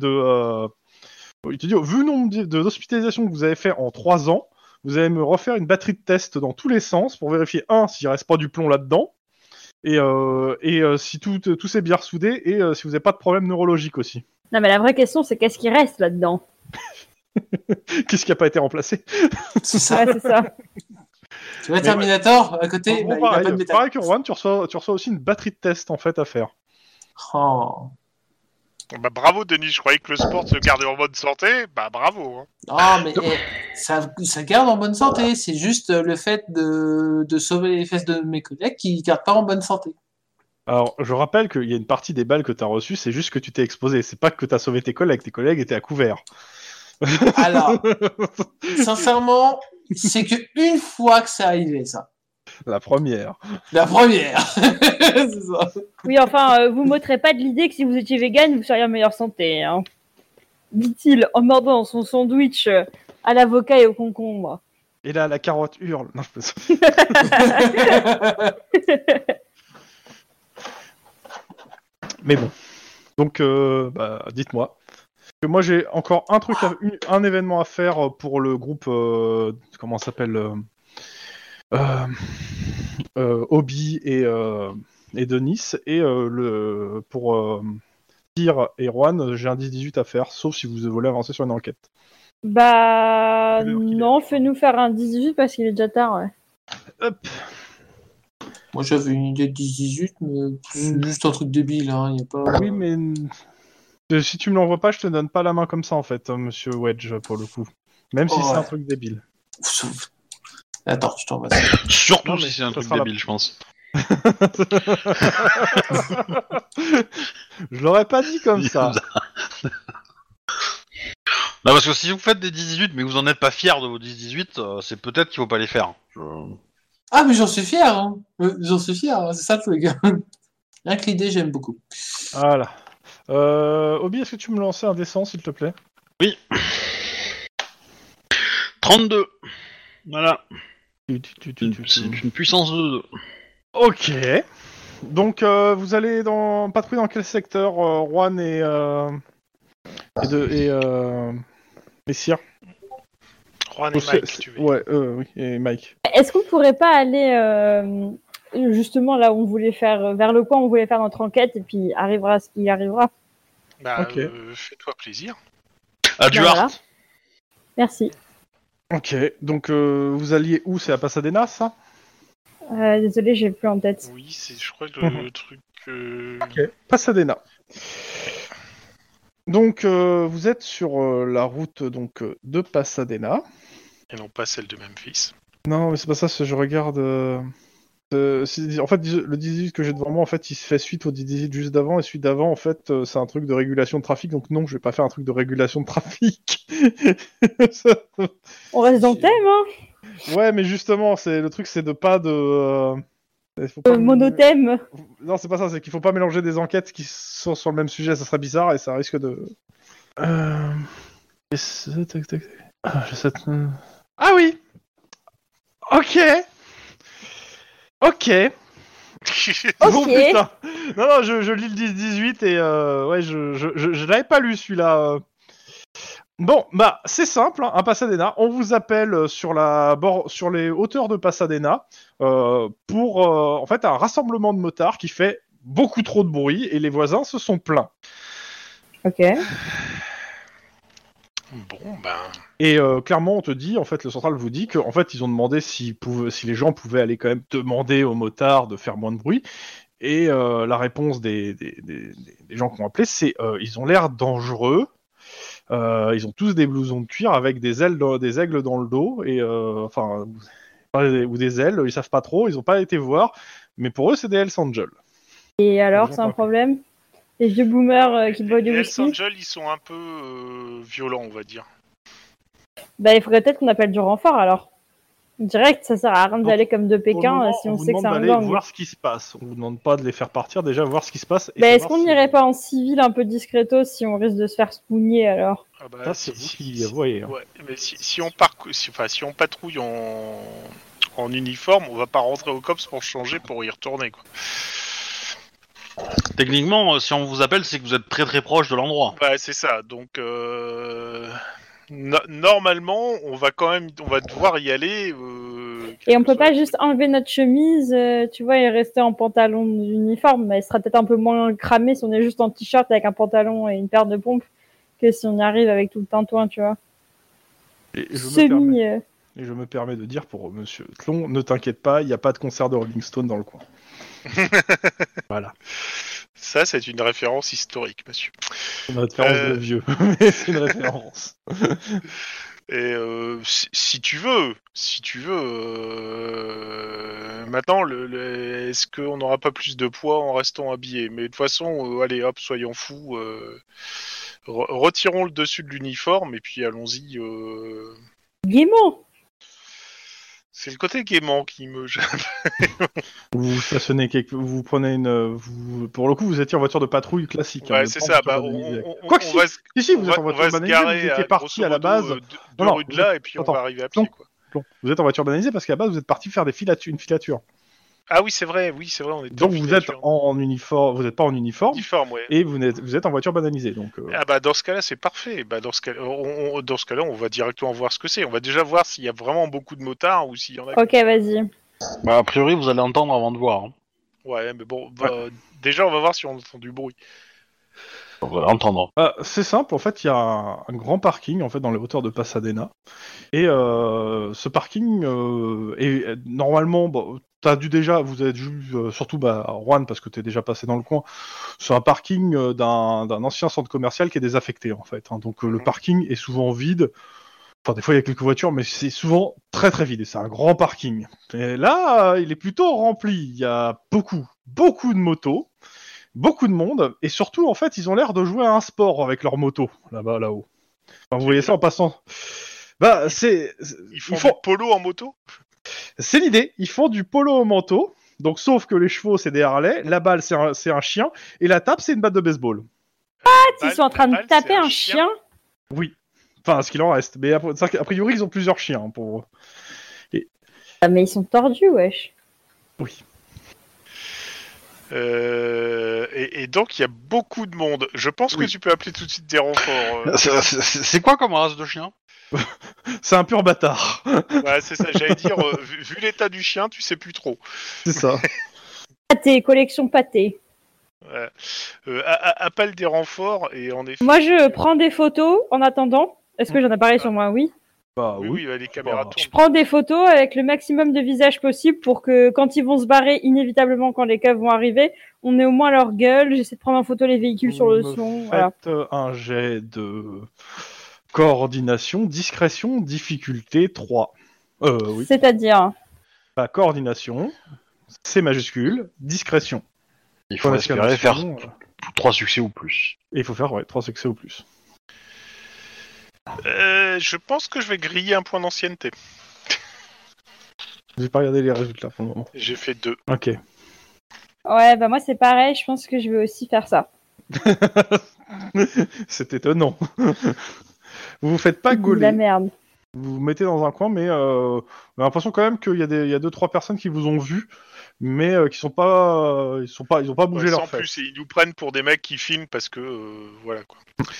il te dit, vu le nombre d'hospitalisations que vous avez fait en 3 ans, vous allez me refaire une batterie de tests dans tous les sens pour vérifier, s'il reste pas du plomb là-dedans, et si tout s'est bien ressoudé, et si vous n'avez pas de problème neurologique aussi. Non, mais la vraie question, c'est qu'est-ce qui reste là-dedans? Qu'est-ce qui n'a pas été remplacé? C'est ça. Ouais, c'est ça. Tu vois Terminator, à côté, En gros, il a pas de métal. pareil que Juan, tu reçois aussi une batterie de tests en fait à faire. Oh. Bah bravo, Denis, je croyais que le sport se gardait en bonne santé. Bah bravo. Hein. Non, mais ça garde en bonne santé. C'est juste le fait de sauver les fesses de mes collègues qui ne gardent pas en bonne santé. Alors, je rappelle qu'il y a une partie des balles que tu as reçues, c'est juste que tu t'es exposé. C'est pas que tu as sauvé tes collègues étaient à couvert. Alors, sincèrement, c'est qu'une fois que c'est arrivé, ça. La première. La première. C'est ça. Oui, enfin, vous m'ôterez pas de l'idée que si vous étiez vegan, vous seriez en meilleure santé, hein. Dit-il en mordant son sandwich à l'avocat et au concombre. Et là, la carotte hurle. Non, je Mais bon. Donc, dites-moi. Que moi, j'ai encore un événement à faire pour le groupe. Comment ça s'appelle Obi et Denis. Et pour Tyr et Juan, j'ai un 10-18 à faire, sauf si vous voulez avancer sur une enquête. Bah Quelle heure qu'il est, non, je crois. fais-nous faire un 18 parce qu'il est déjà tard, ouais. Hop. Moi, j'avais une idée de 18, mais c'est juste un truc débile. Hein. Y a pas... Oui, mais si tu me l'envoies pas, je te donne pas la main comme ça, en fait, hein, monsieur Wedge, pour le coup. Même si c'est un truc débile. Attends, je t'envoie ça. Surtout Non, mais si c'est un ça truc sera débile, je pense. Je l'aurais pas dit comme ça. Non, parce que si vous faites des 18 mais que vous en êtes pas fier de vos 10-18, c'est peut-être qu'il faut pas les faire. Ah, mais j'en suis fier. Hein. J'en suis fier, hein. C'est ça le truc. Rien que l'idée, j'aime beaucoup. Voilà. Obi, est-ce que tu me lançais un dessin, s'il te plaît? Oui. 32. Voilà. C'est une puissance de 2. Ok. Donc, vous allez patrouiller dans quel secteur, Juan et Cyr? Juan et Mike, tu veux dire. Ouais, oui, et Mike. est-ce qu'on pourrait pas aller justement là où on voulait faire, vers le coin où on voulait faire notre enquête et puis arrivera ce qui arrivera. Bah, Ok. fais-toi plaisir. À Duarte. Voilà. Merci. Ok, donc vous alliez où? C'est à Pasadena, ça? Désolé, j'ai plus en tête. Oui, je crois que le truc... Ok, Pasadena. Donc vous êtes sur la route donc de Pasadena. Et non pas celle de Memphis. Non, mais c'est pas ça, je regarde... en fait, le 18 que j'ai devant moi, en fait, il se fait suite au 18 juste d'avant, et celui d'avant, en fait, c'est un truc de régulation de trafic, donc non, je vais pas faire un truc de régulation de trafic. Ça- On reste dans le thème, hein. Ouais, mais justement, le truc, c'est de pas de... il faut pas Monothème. Non, c'est pas ça, c'est qu'il faut pas mélanger des enquêtes qui sont sur le même sujet, ça serait bizarre, et ça risque de... Ah oui. Ok. Ok. Oh Ok. putain. Non, je lis le 10-18 et ouais, je l'avais pas lu celui-là. Bon, bah c'est simple, hein, à Pasadena, on vous appelle sur les hauteurs de Pasadena pour en fait un rassemblement de motards qui fait beaucoup trop de bruit et les voisins se sont plaints. Ok. Bon, ben... Et clairement, on te dit, en fait, le central vous dit qu'en fait, ils ont demandé si les gens pouvaient aller quand même demander aux motards de faire moins de bruit. Et la réponse des gens qui ont appelé, c'est ils ont l'air dangereux. Ils ont tous des blousons de cuir avec des aigles dans le dos et ou des ailes. Ils savent pas trop. Ils ont pas été voir. Mais pour eux, c'est des Hells Angels. Et alors, c'est un problème? Les vieux boomers qui boivent du Les Hells whisky? Angels, ils sont un peu violents, on va dire. Bah, il faudrait peut-être qu'on appelle du renfort alors. Direct, ça sert à rien d'aller comme de Pour le Pékin moment, si on on vous sait que demande c'est un d'aller gang. voir ce qui se passe. On vous demande pas de les faire partir, déjà voir ce qui se passe. Et Bah, est-ce savoir qu'on si- n'irait pas en civil un peu discretos si on risque de se faire spooner alors? Ah bah, Ça, c'est vous qui voyez. Hein. Ouais, mais si on patrouille en uniforme, on va pas rentrer au COPS pour changer, pour y retourner, quoi. Techniquement, si on vous appelle, c'est que vous êtes très très proche de l'endroit. Ouais, c'est ça. Donc, normalement, on va devoir y aller. Et on peut pas juste enlever notre chemise, tu vois, et rester en pantalon d'uniforme, mais elle sera peut-être un peu moins cramée si on est juste en t-shirt avec un pantalon et une paire de pompes que si on y arrive avec tout le tintouin, tu vois. Et Semi. je me permets de dire pour Monsieur Tlon, ne t'inquiète pas, il n'y a pas de concert de Rolling Stone dans le coin. Voilà. Ça, c'est une référence historique, monsieur. C'est une référence de vieux, mais c'est une référence. Et si tu veux, maintenant, est-ce qu'on n'aura pas plus de poids en restant habillé? Mais de toute façon, allez, hop, soyons fous. Retirons le dessus de l'uniforme et puis allons-y. Gaiement. C'est le côté gaiement qui me gêne. Vous stationnez vous prenez pour le coup, vous étiez en voiture de patrouille classique. Ouais, hein, c'est pas en ça. voiture Bah, banalisée. on Quoique va si, vous êtes en on voiture va se banalisée, garer vous étiez parti à la base. deux Non, rues de là et puis attends, on va arriver à non, pied, quoi. Bon, vous êtes en voiture banalisée parce qu'à la base, vous êtes parti faire une filature. Ah oui, c'est vrai, on était Donc en vous êtes filature. en uniforme, vous n'êtes pas en uniforme, Uniforme, ouais. et vous êtes en voiture banalisée. Donc, Ah bah dans ce cas-là c'est parfait. Bah dans ce cas-là on va directement voir ce que c'est. On va déjà voir s'il y a vraiment beaucoup de motards ou s'il y en a. Ok, vas-y. Bah, a priori, vous allez entendre avant de voir. Hein. Ouais mais bon déjà on va voir si on entend du bruit. Vous allez entendre. c'est simple, en fait, il y a un grand parking en fait dans les hauteurs de Pasadena, et ce parking est normalement, bon, vous avez vu surtout Juan parce que t'es déjà passé dans le coin, c'est un parking d'un ancien centre commercial qui est désaffecté en fait. Hein, donc le parking est souvent vide. Enfin, des fois il y a quelques voitures, mais c'est souvent très très vide. Et c'est un grand parking. Et là, il est plutôt rempli. Il y a beaucoup de motos. Beaucoup de monde, et surtout, en fait, ils ont l'air de jouer à un sport avec leur moto, là-haut. Enfin, vous voyez ça en passant. Bah, Ils font du polo en moto. C'est l'idée, ils font du polo au manteau, donc sauf que les chevaux, c'est des Harley, la balle, c'est un chien, et la tape, c'est une batte de baseball. Ils sont en train de taper un chien. Oui. Enfin, ce qu'il en reste. Mais a priori, ils ont plusieurs chiens, pour... Ah, mais ils sont tordus, wesh. Oui. Et donc il y a beaucoup de monde. Je pense que tu peux appeler tout de suite des renforts. C'est quoi comme race de chien? C'est un pur bâtard. Ouais, c'est ça, j'allais dire, vu l'état du chien, tu sais plus trop. C'est ça. Pâté, collection pâté. Ouais. Appelle des renforts et en effet. Moi, je prends des photos en attendant. Est-ce que j'en ai parlé sur moi? Oui. Bah Oui, oui. oui, les caméras Bah, Je tournent. prends des photos avec le maximum de visages possible pour que quand ils vont se barrer, inévitablement, quand les keufs vont arriver, on ait au moins leur gueule. J'essaie de prendre en photo les véhicules sur le Vous me son. Voilà. Faites un jet de coordination, discrétion, difficulté 3. Oui. C'est-à-dire, Bah, coordination, C majuscule, discrétion. Il faut espérer faire 3 succès ou plus. Et il faut faire 3 succès ou plus. Je pense que je vais griller un point d'ancienneté. J'ai pas regardé les résultats pour le moment. J'ai fait 2. Ok. ouais, bah moi c'est pareil. Je pense que je vais aussi faire ça. C'est étonnant. Vous vous faites pas C'est de la gauler. merde. Vous vous mettez dans un coin, mais on a l'impression quand même qu'il y a 2-3 personnes qui vous ont vu, mais qui sont pas, ils ont pas bougé Sans leurs fesses. plus, ils nous prennent pour des mecs qui filment parce que voilà quoi.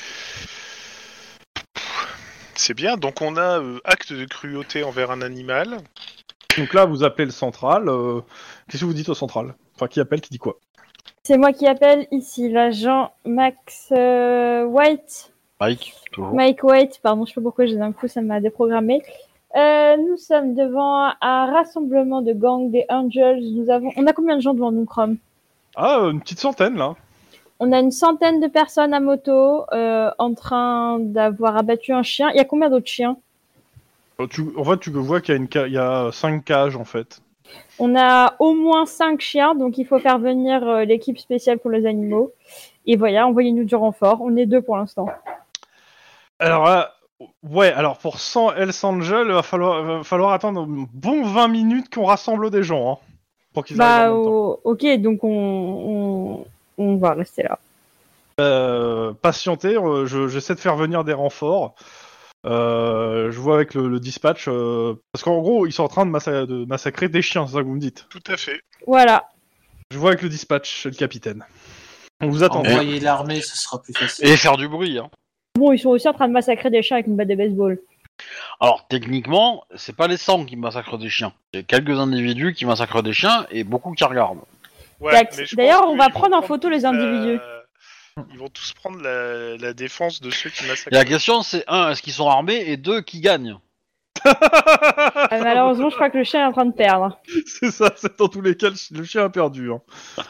C'est bien. Donc on a acte de cruauté envers un animal. Donc là, vous appelez le central. Qu'est-ce que vous dites au central? Enfin, qui appelle, qui dit quoi? C'est moi qui appelle ici l'agent Max White. Mike, toujours. Mike White, pardon, je sais pas pourquoi j'ai d'un coup ça m'a déprogrammé. Nous sommes devant un rassemblement de gangs des Angels. On a combien de gens devant nous, Chrome? Ah, une petite centaine là. On a une centaine de personnes à moto en train d'avoir abattu un chien. Il y a combien d'autres chiens? En fait, tu vois qu'il y a 5 cages en fait. On a au moins 5 chiens, donc il faut faire venir l'équipe spéciale pour les animaux. Et voilà, envoyez-nous du renfort. On est 2 pour l'instant. Alors ouais, alors pour 100 Hells Angels, va falloir attendre un bon 20 minutes qu'on rassemble des gens, hein, pour qu'ils arrivent en même temps. Ok, donc on va rester là. Patienter, j'essaie de faire venir des renforts. Je vois avec le dispatch, parce qu'en gros, ils sont en train de massacrer des chiens, c'est ça que vous me dites. Tout à fait. Voilà. Je vois avec le dispatch, le capitaine. On vous attend. Envoyer l'armée, ce sera plus facile. Et faire du bruit, hein. Bon, ils sont aussi en train de massacrer des chiens avec une batte de baseball. Alors, techniquement, c'est pas les 100 qui massacrent des chiens. C'est quelques individus qui massacrent des chiens et beaucoup qui regardent. Ouais, Tac. mais je D'ailleurs, pense on va qu'ils vont prendre en photo les individus. Ils vont tous prendre la défense de ceux qui massacrent. Et la question, c'est 1, est-ce qu'ils sont armés, et 2, qui gagnent? Malheureusement, je crois que le chien est en train de perdre. C'est ça, c'est dans tous les cas, le chien a perdu. Hein.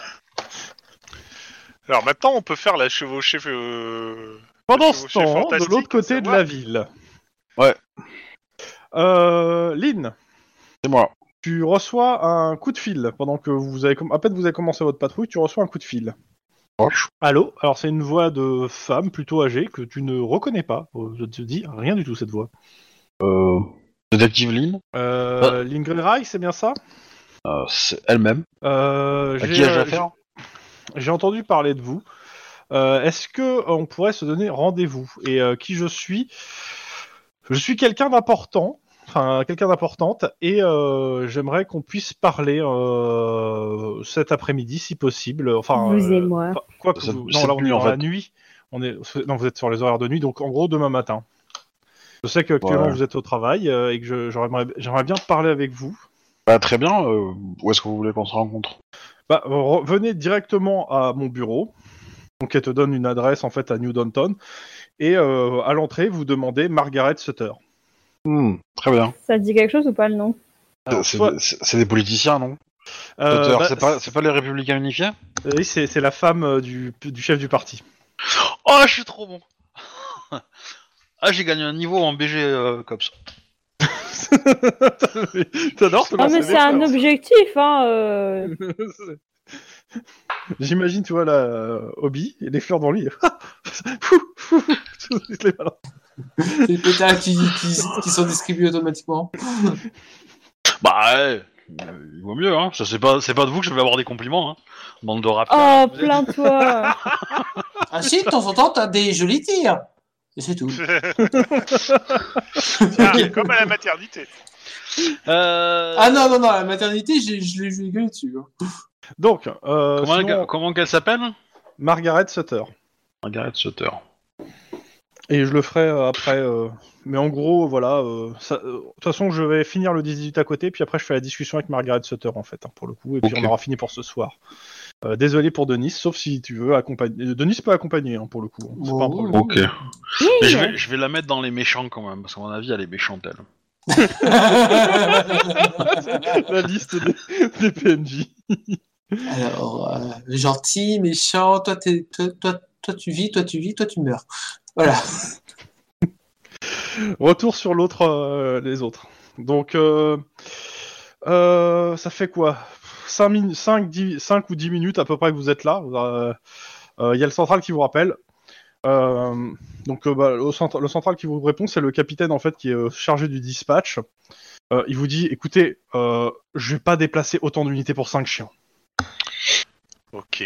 Alors maintenant, on peut faire la chevauchée. Pendant le ce chevauchée temps, de fantastique, l'autre côté de savoir- la ville. Ouais. Lynn, C'est moi. tu reçois un coup de fil pendant que à peine vous avez commencé votre patrouille, tu reçois un coup de fil. Proche. Allô? Alors c'est une voix de femme plutôt âgée que tu ne reconnais pas. Je te dis rien du tout cette voix. Détective Lynn, Lynn Greyrai, c'est bien ça? c'est elle-même. À qui ai-je affaire? J'ai entendu parler de vous. Est-ce que on pourrait se donner rendez-vous? Et qui je suis? Je suis quelqu'un d'important. Enfin, quelqu'un d'importante, et j'aimerais qu'on puisse parler cet après-midi, si possible. Enfin, Vous et moi. Quoi que Cette- non, cette là on est nuit, en dans la fait. nuit. Non, vous êtes sur les horaires de nuit, donc en gros demain matin. Je sais qu'actuellement Ouais. vous êtes au travail et que j'aimerais bien parler avec vous. Bah, très bien, où est-ce que vous voulez qu'on se rencontre? Bah, venez directement à mon bureau. Donc elle te donne une adresse en fait à New Downton, et à l'entrée vous demandez Margaret Sutter. Très bien. Ça te dit quelque chose ou pas le nom? Alors, C'est soit- c'est des politiciens, non? bah, c'est pas les Républicains Unifiés? Oui, c'est la femme du chef du parti. Oh, je suis trop bon. Ah, j'ai gagné un niveau en BG Cops. T'adores te Non, lancer mais des c'est un fleurs. objectif, hein. J'imagine, tu vois, là, Obi, et les fleurs dans le lit. Fou, fou, fou. Les balance. Les pétales qui sont distribués automatiquement. Bah, ouais, il vaut mieux, hein. C'est pas de vous que je vais avoir des compliments, hein. Bande de rappeurs. Oh, plains-toi. Ah si, de temps en temps, t'as des jolis tirs. Et c'est tout. Tiens, comme à la maternité. Ah non, la maternité, je l'ai gueulé dessus. Hein. Donc, Comment sinon, qu'elle s'appelle? Margaret Sutter. Margaret Sutter. Et je le ferai après. Mais en gros, voilà. De toute façon, je vais finir le 18 à côté, puis après, je fais la discussion avec Margaret Sutter, en fait, hein, pour le coup. Et puis, Ok. on aura fini pour ce soir. Désolé pour Denis, sauf si tu veux accompagner. Denis peut accompagner, hein, pour le coup. Hein, c'est pas un problème. Ok. Mais je vais la mettre dans les méchants quand même, parce qu'à mon avis, elle est méchante, elle. La liste des PNJ. Alors, gentil, méchant, toi, tu vis, toi, tu meurs. Voilà. Retour sur les autres. Donc, ça fait quoi 5 ou 10 minutes à peu près que vous êtes là. Il y a le central qui vous rappelle. Le central qui vous répond, c'est le capitaine en fait qui est chargé du dispatch. Il vous dit, écoutez, je vais pas déplacer autant d'unités pour 5 chiens. Ok.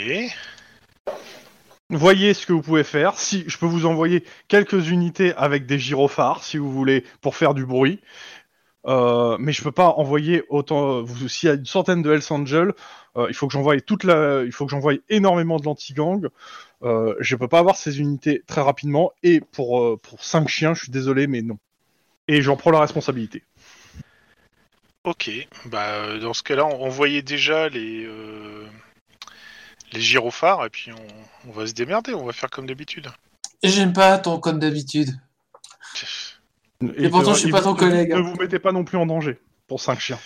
Voyez ce que vous pouvez faire. Si je peux vous envoyer quelques unités avec des gyrophares, si vous voulez, pour faire du bruit. Mais je peux pas envoyer autant. S'il y a une centaine de Hells Angels, il faut que j'envoie énormément de l'anti-gang. Je peux pas avoir ces unités très rapidement. Et pour 5 chiens, je suis désolé, mais non. Et j'en prends la responsabilité. Ok. Dans ce cas-là, on voyait déjà les gyrophares, et puis on va se démerder, on va faire comme d'habitude. J'aime pas ton comme d'habitude. Et pourtant, je suis pas ton collègue. Ne vous mettez pas non plus en danger pour 5 chiens.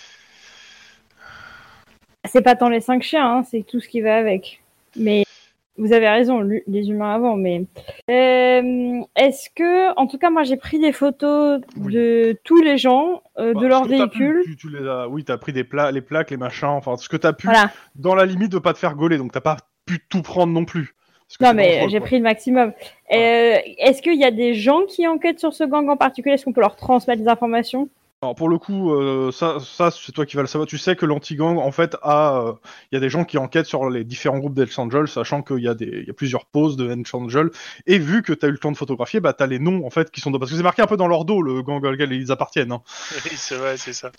C'est pas tant les 5 chiens, hein, c'est tout ce qui va avec. Mais vous avez raison, les humains avant. Mais est-ce que, en tout cas, moi j'ai pris des photos de tous les gens, de leurs véhicules. Oui, t'as pris les plaques, les machins, enfin ce que t'as pu, Voilà. dans la limite de pas te faire gauler. Donc t'as pas pu tout prendre non plus. Non, mais j'ai pris le maximum. Est-ce qu'il y a des gens qui enquêtent sur ce gang en particulier? Est-ce qu'on peut leur transmettre des informations? Alors pour le coup, ça c'est toi qui vas le savoir. Tu sais que l'anti-gang, en fait, il y a des gens qui enquêtent sur les différents groupes d'Hells Angels, sachant qu'il y a plusieurs poses de Hells Angels. Et vu que t'as eu le temps de photographier, bah t'as les noms en fait qui sont parce que c'est marqué un peu dans leur dos le gang auquel ils appartiennent. Hein. Oui, c'est vrai, c'est ça.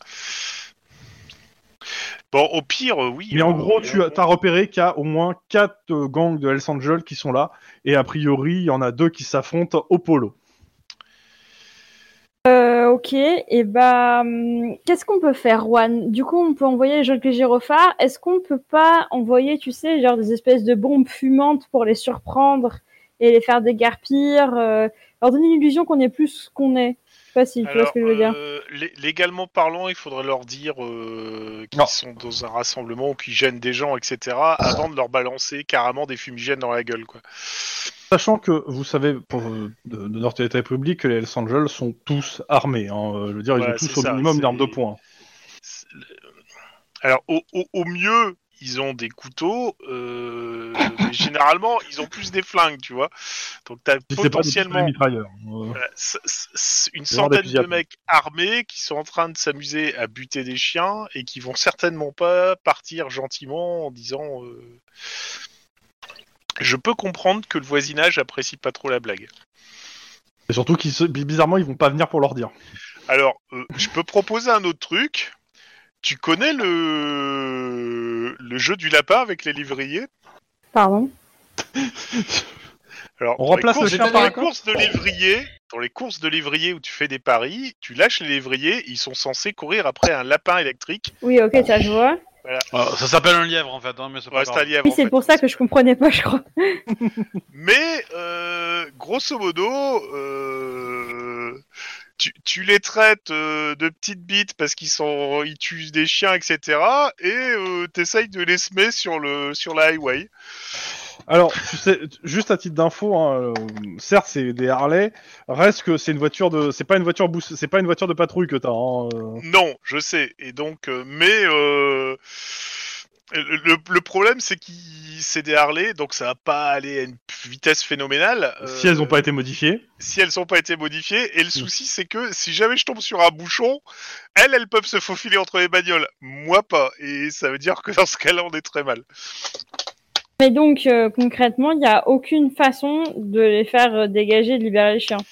Bon, au pire, oui. Mais en gros, tu as repéré qu'il y a au moins 4 gangs de Hells Angels qui sont là, et a priori, il y en a 2 qui s'affrontent au polo. Ok, et qu'est-ce qu'on peut faire, Juan? Du coup, on peut envoyer les gens avec les gyrophares. Est-ce qu'on peut pas envoyer, tu sais, genre des espèces de bombes fumantes pour les surprendre et les faire déguerpir, leur donner l'illusion qu'on est plus ce qu'on est? Je sais pas si tu vois ce que je veux dire. Légalement parlant, il faudrait leur dire qu'ils sont dans un rassemblement ou qu'ils gênent des gens, etc., avant de leur balancer carrément des fumigènes dans la gueule, quoi. Sachant que vous savez, de notre État public, que les Hells Angels sont tous armés. Hein. Je veux dire, ils ont tous au minimum d'armes de poing. Alors, au mieux, ils ont des couteaux, mais généralement, ils ont plus des flingues, tu vois. Donc, t'as potentiellement une centaine de mecs armés qui sont en train de s'amuser à buter des chiens et qui vont certainement pas partir gentiment en disant... Je peux comprendre que le voisinage apprécie pas trop la blague. Et surtout bizarrement, ils vont pas venir pour leur dire. Alors, je peux proposer un autre truc. Tu connais le jeu du lapin avec les lévriers? Pardon? Alors, on remplace le chien par les courses de lévrier. Dans les courses de lévrier où tu fais des paris, tu lâches les lévriers, ils sont censés courir après un lapin électrique. Oui, ok, ça je vois. Voilà. Ça s'appelle un lièvre en fait, hein, mais c'est pas grave. Un lièvre, oui, c'est pour ça que je comprenais pas, je crois. Mais grosso modo, tu les traites de petites bites parce ils tuent des chiens, etc. Et t'essayes de les semer sur la highway. Alors, tu sais, juste à titre d'info, hein, certes c'est des Harley, reste que c'est pas une voiture de patrouille que t'as. Hein, Non, je sais. Et donc, le problème c'est que c'est des Harley, donc ça va pas aller à une vitesse phénoménale. Si elles ont pas été modifiées. Si elles ont pas été modifiées. Et le souci c'est que si jamais je tombe sur un bouchon, elles peuvent se faufiler entre les bagnoles. Moi pas. Et ça veut dire que dans ce cas-là, on est très mal. Mais donc, concrètement, il n'y a aucune façon de les faire dégager et de libérer les chiens.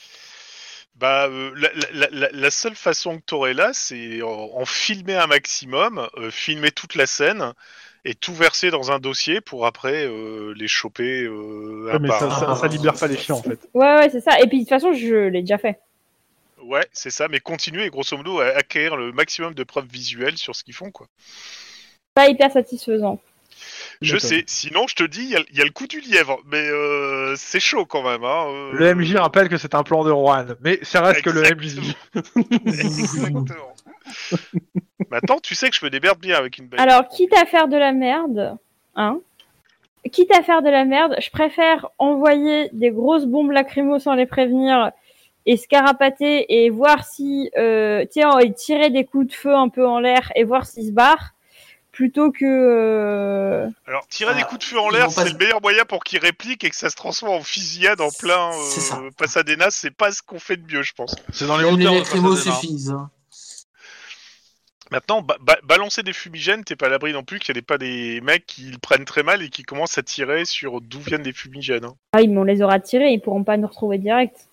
La seule façon que tu aurais là, c'est en filmer un maximum, filmer toute la scène, et tout verser dans un dossier pour après les choper un mais par un. ça libère pas les chiens en fait. Ouais, c'est ça. Et puis de toute façon, je l'ai déjà fait. Ouais, c'est ça, mais continuer grosso modo à acquérir le maximum de preuves visuelles sur ce qu'ils font, quoi. Pas hyper satisfaisant. Je sais, sinon je te dis, il y a le coup du lièvre, mais c'est chaud quand même. Hein, Le MJ rappelle que c'est un plan de Juan, mais ça reste que le MJ. Exactement. Maintenant, tu sais que je me démerde bien avec une bagnole. Alors, quitte à faire de la merde, je préfère envoyer des grosses bombes lacrymo sans les prévenir et se carapater et voir si, et tirer des coups de feu un peu en l'air et voir s'ils se barrent, plutôt que... Alors, tirer des coups de feu en l'air, c'est le meilleur moyen pour qu'ils répliquent et que ça se transforme en fusillade en plein Pasadena. C'est pas ce qu'on fait de mieux, je pense. C'est dans les Même les hauteurs de lacrymos Pasadena. suffisent. Hein. Maintenant, balancer des fumigènes, t'es pas à l'abri non plus qu'il n'y ait pas des mecs qui le prennent très mal et qui commencent à tirer sur d'où viennent des fumigènes. Hein. Ah, on les aura tirés, ils pourront pas nous retrouver direct.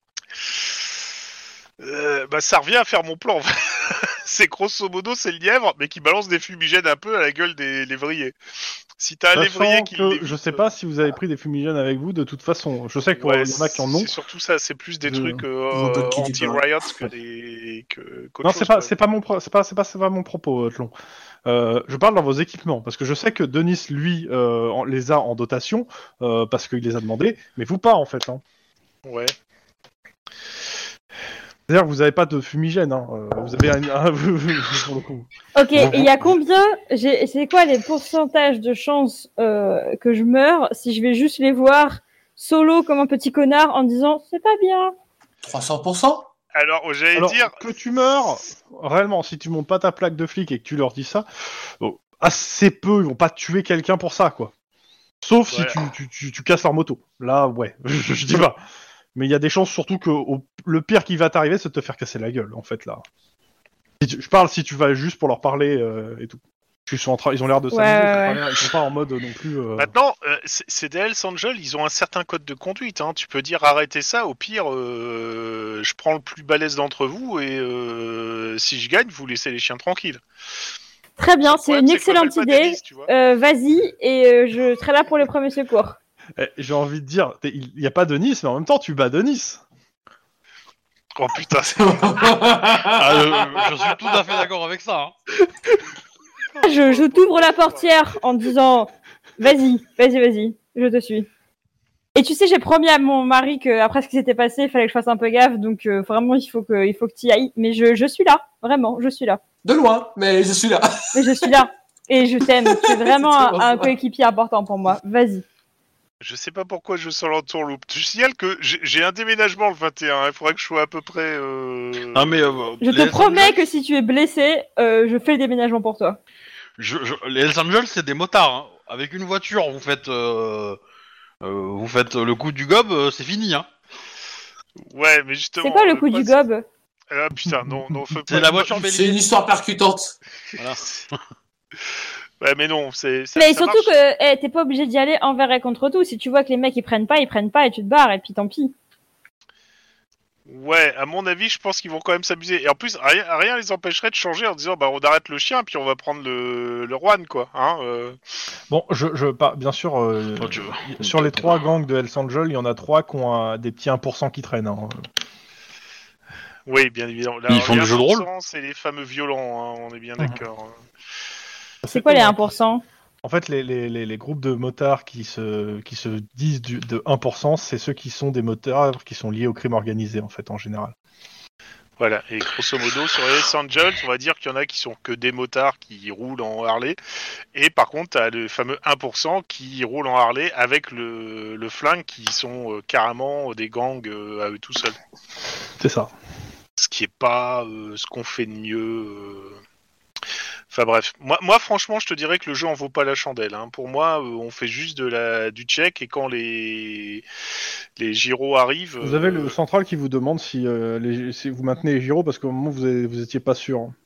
Ça revient à faire mon plan. C'est grosso modo, c'est le lièvre, mais qui balance des fumigènes un peu à la gueule des lévriers. Si t'as un lévrier qui... Je sais pas si vous avez pris des fumigènes avec vous, de toute façon. Je sais qu'il y en a qui en ont. C'est surtout ça, c'est plus des trucs anti-riot que des... Non, c'est pas mon propos, Tlon. Je parle dans vos équipements, parce que je sais que Denis, lui, les a en dotation, parce qu'il les a demandés, mais vous pas, en fait. Hein. Ouais. C'est-à-dire que vous avez pas de fumigène, hein. Vous avez pour le coup. Ok, et il y a combien... C'est quoi les pourcentages de chances que je meure si je vais juste les voir solo comme un petit connard en disant « c'est pas bien ». 300%. Alors, j'allais dire... que tu meurs, réellement, si tu montes pas ta plaque de flic et que tu leur dis ça, assez peu, ils vont pas tuer quelqu'un pour ça, quoi. Sauf si tu casses leur moto. Là, ouais, je dis pas. Mais il y a des chances surtout que le pire qui va t'arriver, c'est de te faire casser la gueule, en fait, là. Je parle si tu vas juste pour leur parler et tout. Ils ont l'air de s'amuser, ils sont pas en mode non plus... Maintenant, c'est des Hells Angels, ils ont un certain code de conduite. Hein. Tu peux dire arrêtez ça, au pire, je prends le plus balèze d'entre vous et si je gagne, vous laissez les chiens tranquilles. Très bien, c'est une excellente idée. Vas-y, et je serai là pour les premiers secours. J'ai envie de dire, il n'y a pas Denis, mais en même temps, tu bats Denis. Oh putain, c'est... Je suis tout à fait d'accord avec ça. Hein. Je t'ouvre la portière en disant vas-y, je te suis. Et tu sais, j'ai promis à mon mari qu'après ce qui s'était passé, il fallait que je fasse un peu gaffe, donc vraiment, il faut que tu y ailles. Mais je suis là, vraiment, je suis là. De loin, mais je suis là. Mais je suis là, et je t'aime. Tu es vraiment un coéquipier important pour moi. Vas-y. Je sais pas pourquoi je sens l'entourloupe. Je signale que j'ai un déménagement le 21. Il faudrait que je sois à peu près... Non, mais, je te promets que si tu es blessé, je fais le déménagement pour toi. Les Hells Angels, c'est des motards. Hein. Avec une voiture, vous faites le coup du gob, c'est fini. Hein. Ouais, mais justement... C'est quoi le coup du gob ? Ah putain, non, c'est la voiture C'est une histoire percutante. Voilà. Ouais, mais non, c'est... Mais surtout que t'es pas obligé d'y aller envers et contre tout. Si tu vois que les mecs ils prennent pas et tu te barres et puis tant pis. Ouais, à mon avis, je pense qu'ils vont quand même s'amuser. Et en plus, rien les empêcherait de changer en disant on arrête le chien puis on va prendre le Juan, quoi. Hein, Bon, bien sûr, sur les 3 gangs de Hells Angels, il y en a 3 qui ont des petits 1% qui traînent. Hein. Oui, bien évidemment. Ils font du jeu de rôle. C'est les fameux violents, hein, on est bien d'accord. C'est quoi les 1%? En fait, les groupes de motards qui se disent de 1%, c'est ceux qui sont des motards qui sont liés au crime organisé, en fait, en général. Voilà, et grosso modo, sur les Hells Angels, on va dire qu'il y en a qui sont que des motards qui roulent en Harley, et par contre, t'as le fameux 1% qui roulent en Harley avec le flingue, qui sont carrément des gangs à eux tout seuls. C'est ça. Ce qui est pas ce qu'on fait de mieux... Enfin bref, moi franchement, je te dirais que le jeu en vaut pas la chandelle. Hein. Pour moi, on fait juste du check et quand les gyros arrivent... Vous avez le central qui vous demande si vous maintenez les gyros parce qu'au moment vous étiez pas sûr. En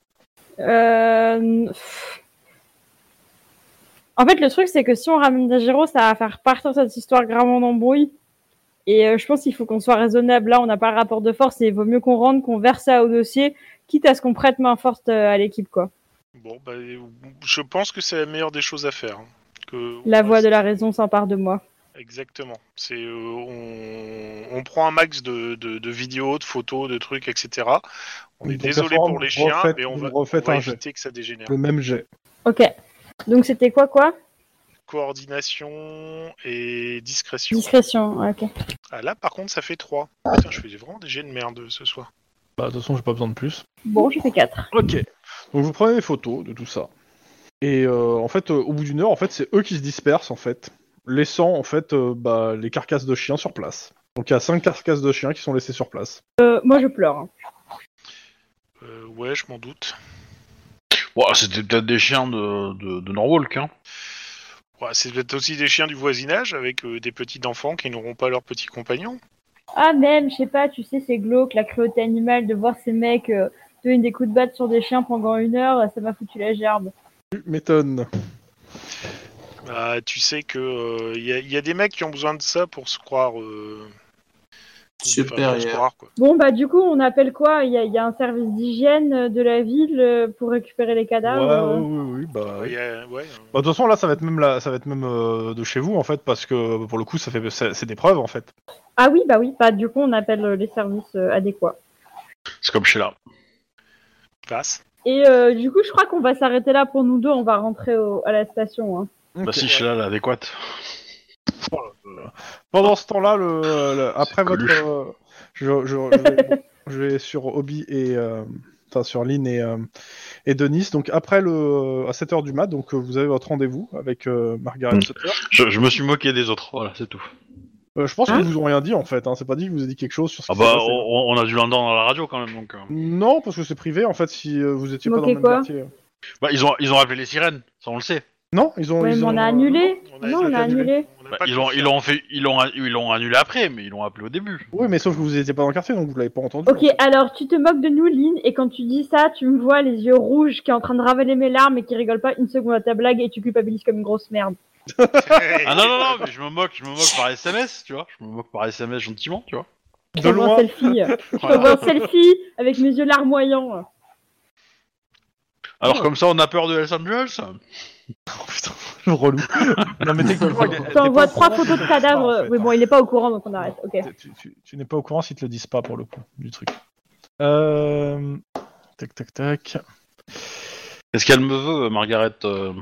fait, le truc c'est que si on ramène des gyros, ça va faire partir cette histoire gravement d'embrouille. Et je pense qu'il faut qu'on soit raisonnable. Là, on n'a pas le rapport de force et il vaut mieux qu'on rentre, qu'on verse ça au dossier, quitte à ce qu'on prête main forte à l'équipe, quoi. Bon, bah, je pense que c'est la meilleure des choses à faire. Hein. La voix de la raison s'empare de moi. Exactement. C'est on prend un max de vidéos, de photos, de trucs, etc. On est Donc, désolé ça pour les chiens, mais on va un jet. éviter que ça dégénère. Le même jet. Ok. Donc c'était quoi Coordination et discrétion. Discrétion, ok. Ah là, par contre, ça fait 3. Putain, je fais vraiment des jets de merde ce soir. Bah, de toute façon, j'ai pas besoin de plus. Bon, j'ai fait 4. Ok. Donc vous prenez des photos de tout ça. Et en fait, au bout d'une heure, en fait, c'est eux qui se dispersent, en fait, laissant en fait les carcasses de chiens sur place. Donc il y a 5 carcasses de chiens qui sont laissées sur place. Moi je pleure. Hein. Ouais, je m'en doute. Bon, c'était peut-être des chiens de Norwalk, hein. Ouais, c'est peut-être aussi des chiens du voisinage avec des petits enfants qui n'auront pas leurs petits compagnons. Ah même, je sais pas, tu sais, c'est glauque, la cruauté animale, de voir ces mecs donner des coups de batte sur des chiens pendant 1 heure, ça m'a foutu la gerbe. Tu m'étonnes. Bah, tu sais que y a des mecs qui ont besoin de ça pour se croire supérieur. Quoi. Bon bah du coup on appelle quoi? Il y a un service d'hygiène de la ville pour récupérer les cadavres. Oui, bah. Ouais, Oui. ouais. Bah, de toute façon, là, ça va être même de chez vous, en fait, parce que pour le coup, c'est des preuves, en fait. Ah oui, bah du coup on appelle les services adéquats. C'est comme chez là. Passe. Et du coup je crois qu'on va s'arrêter là pour nous deux, on va rentrer à la station. Hein. Bah Ok. si, chez là, l'adéquate. Pendant ce temps-là, après votre, Coluche. je vais sur Obi et enfin sur Lynn et Denis. Donc après à 7h du mat, donc vous avez votre rendez-vous avec Margaret Sutter. Je me suis moqué des autres, voilà, c'est tout. Je pense Hein qu'ils vous ont rien dit en fait. Hein. C'est pas dit que vous avez dit quelque chose sur ce Ah qui s'est bah, passé. on a dû l'entendre dans la radio quand même, donc... Non, parce que c'est privé en fait. Si vous étiez pas dans le Moquer même quoi quartier. Bah, ils ont appelé les sirènes, ça on le sait. Non, ils ont. Ouais, ils mais ont on a annulé. on a Non, on été a annulé. On n'a Bah, pas ils confirmé. l'ont annulé après, mais ils l'ont appelé au début. Oui, mais sauf que vous étiez pas dans le quartier, donc vous l'avez pas entendu. Ok, alors tu te moques de nous, Lynn, et quand tu dis ça, tu me vois les yeux rouges qui est en train de ravaler mes larmes et qui rigole pas une seconde à ta blague et tu culpabilises comme une grosse merde. Ah non, mais je me moque par SMS, tu vois. Je me moque par SMS gentiment, tu vois. Je De t'envoie un loin. selfie. Je t'envoie un selfie avec mes yeux larmoyants. Alors comme ça, on a peur de Los Angeles. Oh putain, le relou. Non mais techniquement, Je t'envoie 3 photos de cadavres. Oui, bon, il est pas au courant, donc on arrête. Ok. Tu n'es pas au courant s'ils te le disent pas pour le coup du truc. Tac. Qu'est-ce qu'elle me veut, Margaret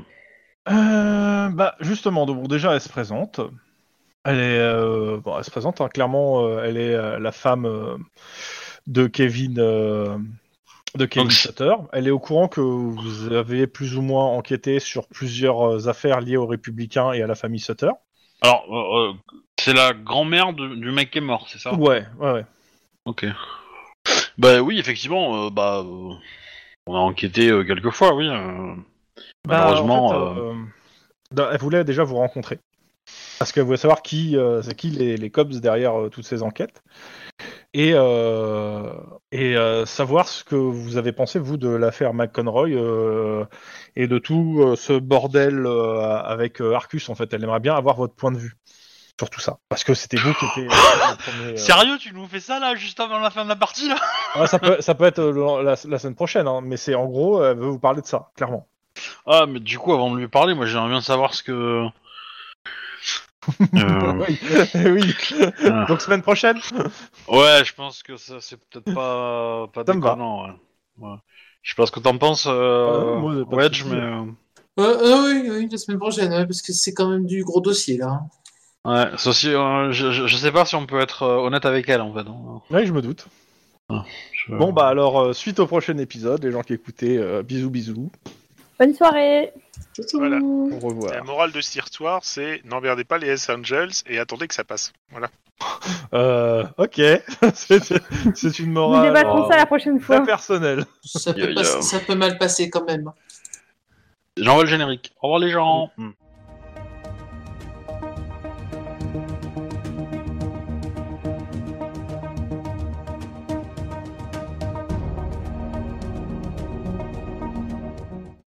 Bah justement, bon, déjà elle se présente. Elle se présente. Hein, clairement, elle est la femme de Kevin. De Kevin Donc, Sutter. Elle est au courant que vous avez plus ou moins enquêté sur plusieurs affaires liées aux Républicains et à la famille Sutter. Alors, c'est la grand-mère du mec qui est mort, c'est ça? Ouais. Ok. Bah oui, effectivement, on a enquêté quelques fois, oui. Malheureusement, en fait, elle voulait déjà vous rencontrer. Parce qu'elle voulait savoir c'est qui les cops derrière toutes ces enquêtes. Et savoir ce que vous avez pensé, vous, de l'affaire McConroy et de tout ce bordel avec Arcus, en fait. Elle aimerait bien avoir votre point de vue sur tout ça. Parce que c'était vous qui étiez le premier... Sérieux, tu nous fais ça, là, juste avant la fin de la partie, là? Ouais, ça peut être la semaine prochaine, hein, mais c'est en gros, elle veut vous parler de ça, clairement. Ah, mais du coup, avant de lui parler, moi, j'aimerais bien savoir ce que... Oui. Ah. Donc semaine prochaine. Ouais, je pense que ça, c'est peut-être pas Ça me va. déconnant, ouais. Je sais pas ce que t'en penses, moi, j'ai pas de Wedge, soucis. mais... Oui, la semaine prochaine, ouais, parce que c'est quand même du gros dossier là. Ouais, ceci, je sais pas si on peut être honnête avec elle, en fait. Hein. Oui, je me doute. Bon, bah alors, suite au prochain épisode, les gens qui écoutaient, bisous. Bonne soirée. Voilà. Au revoir. La morale de cette histoire, c'est n'emmerdez pas les Hells Angels et attendez que ça passe. Voilà. Ok. c'est une Nous morale débattrons ça la prochaine fois. très personnelle. Ça peut mal passer quand même. J'envoie le générique. Au revoir, les gens.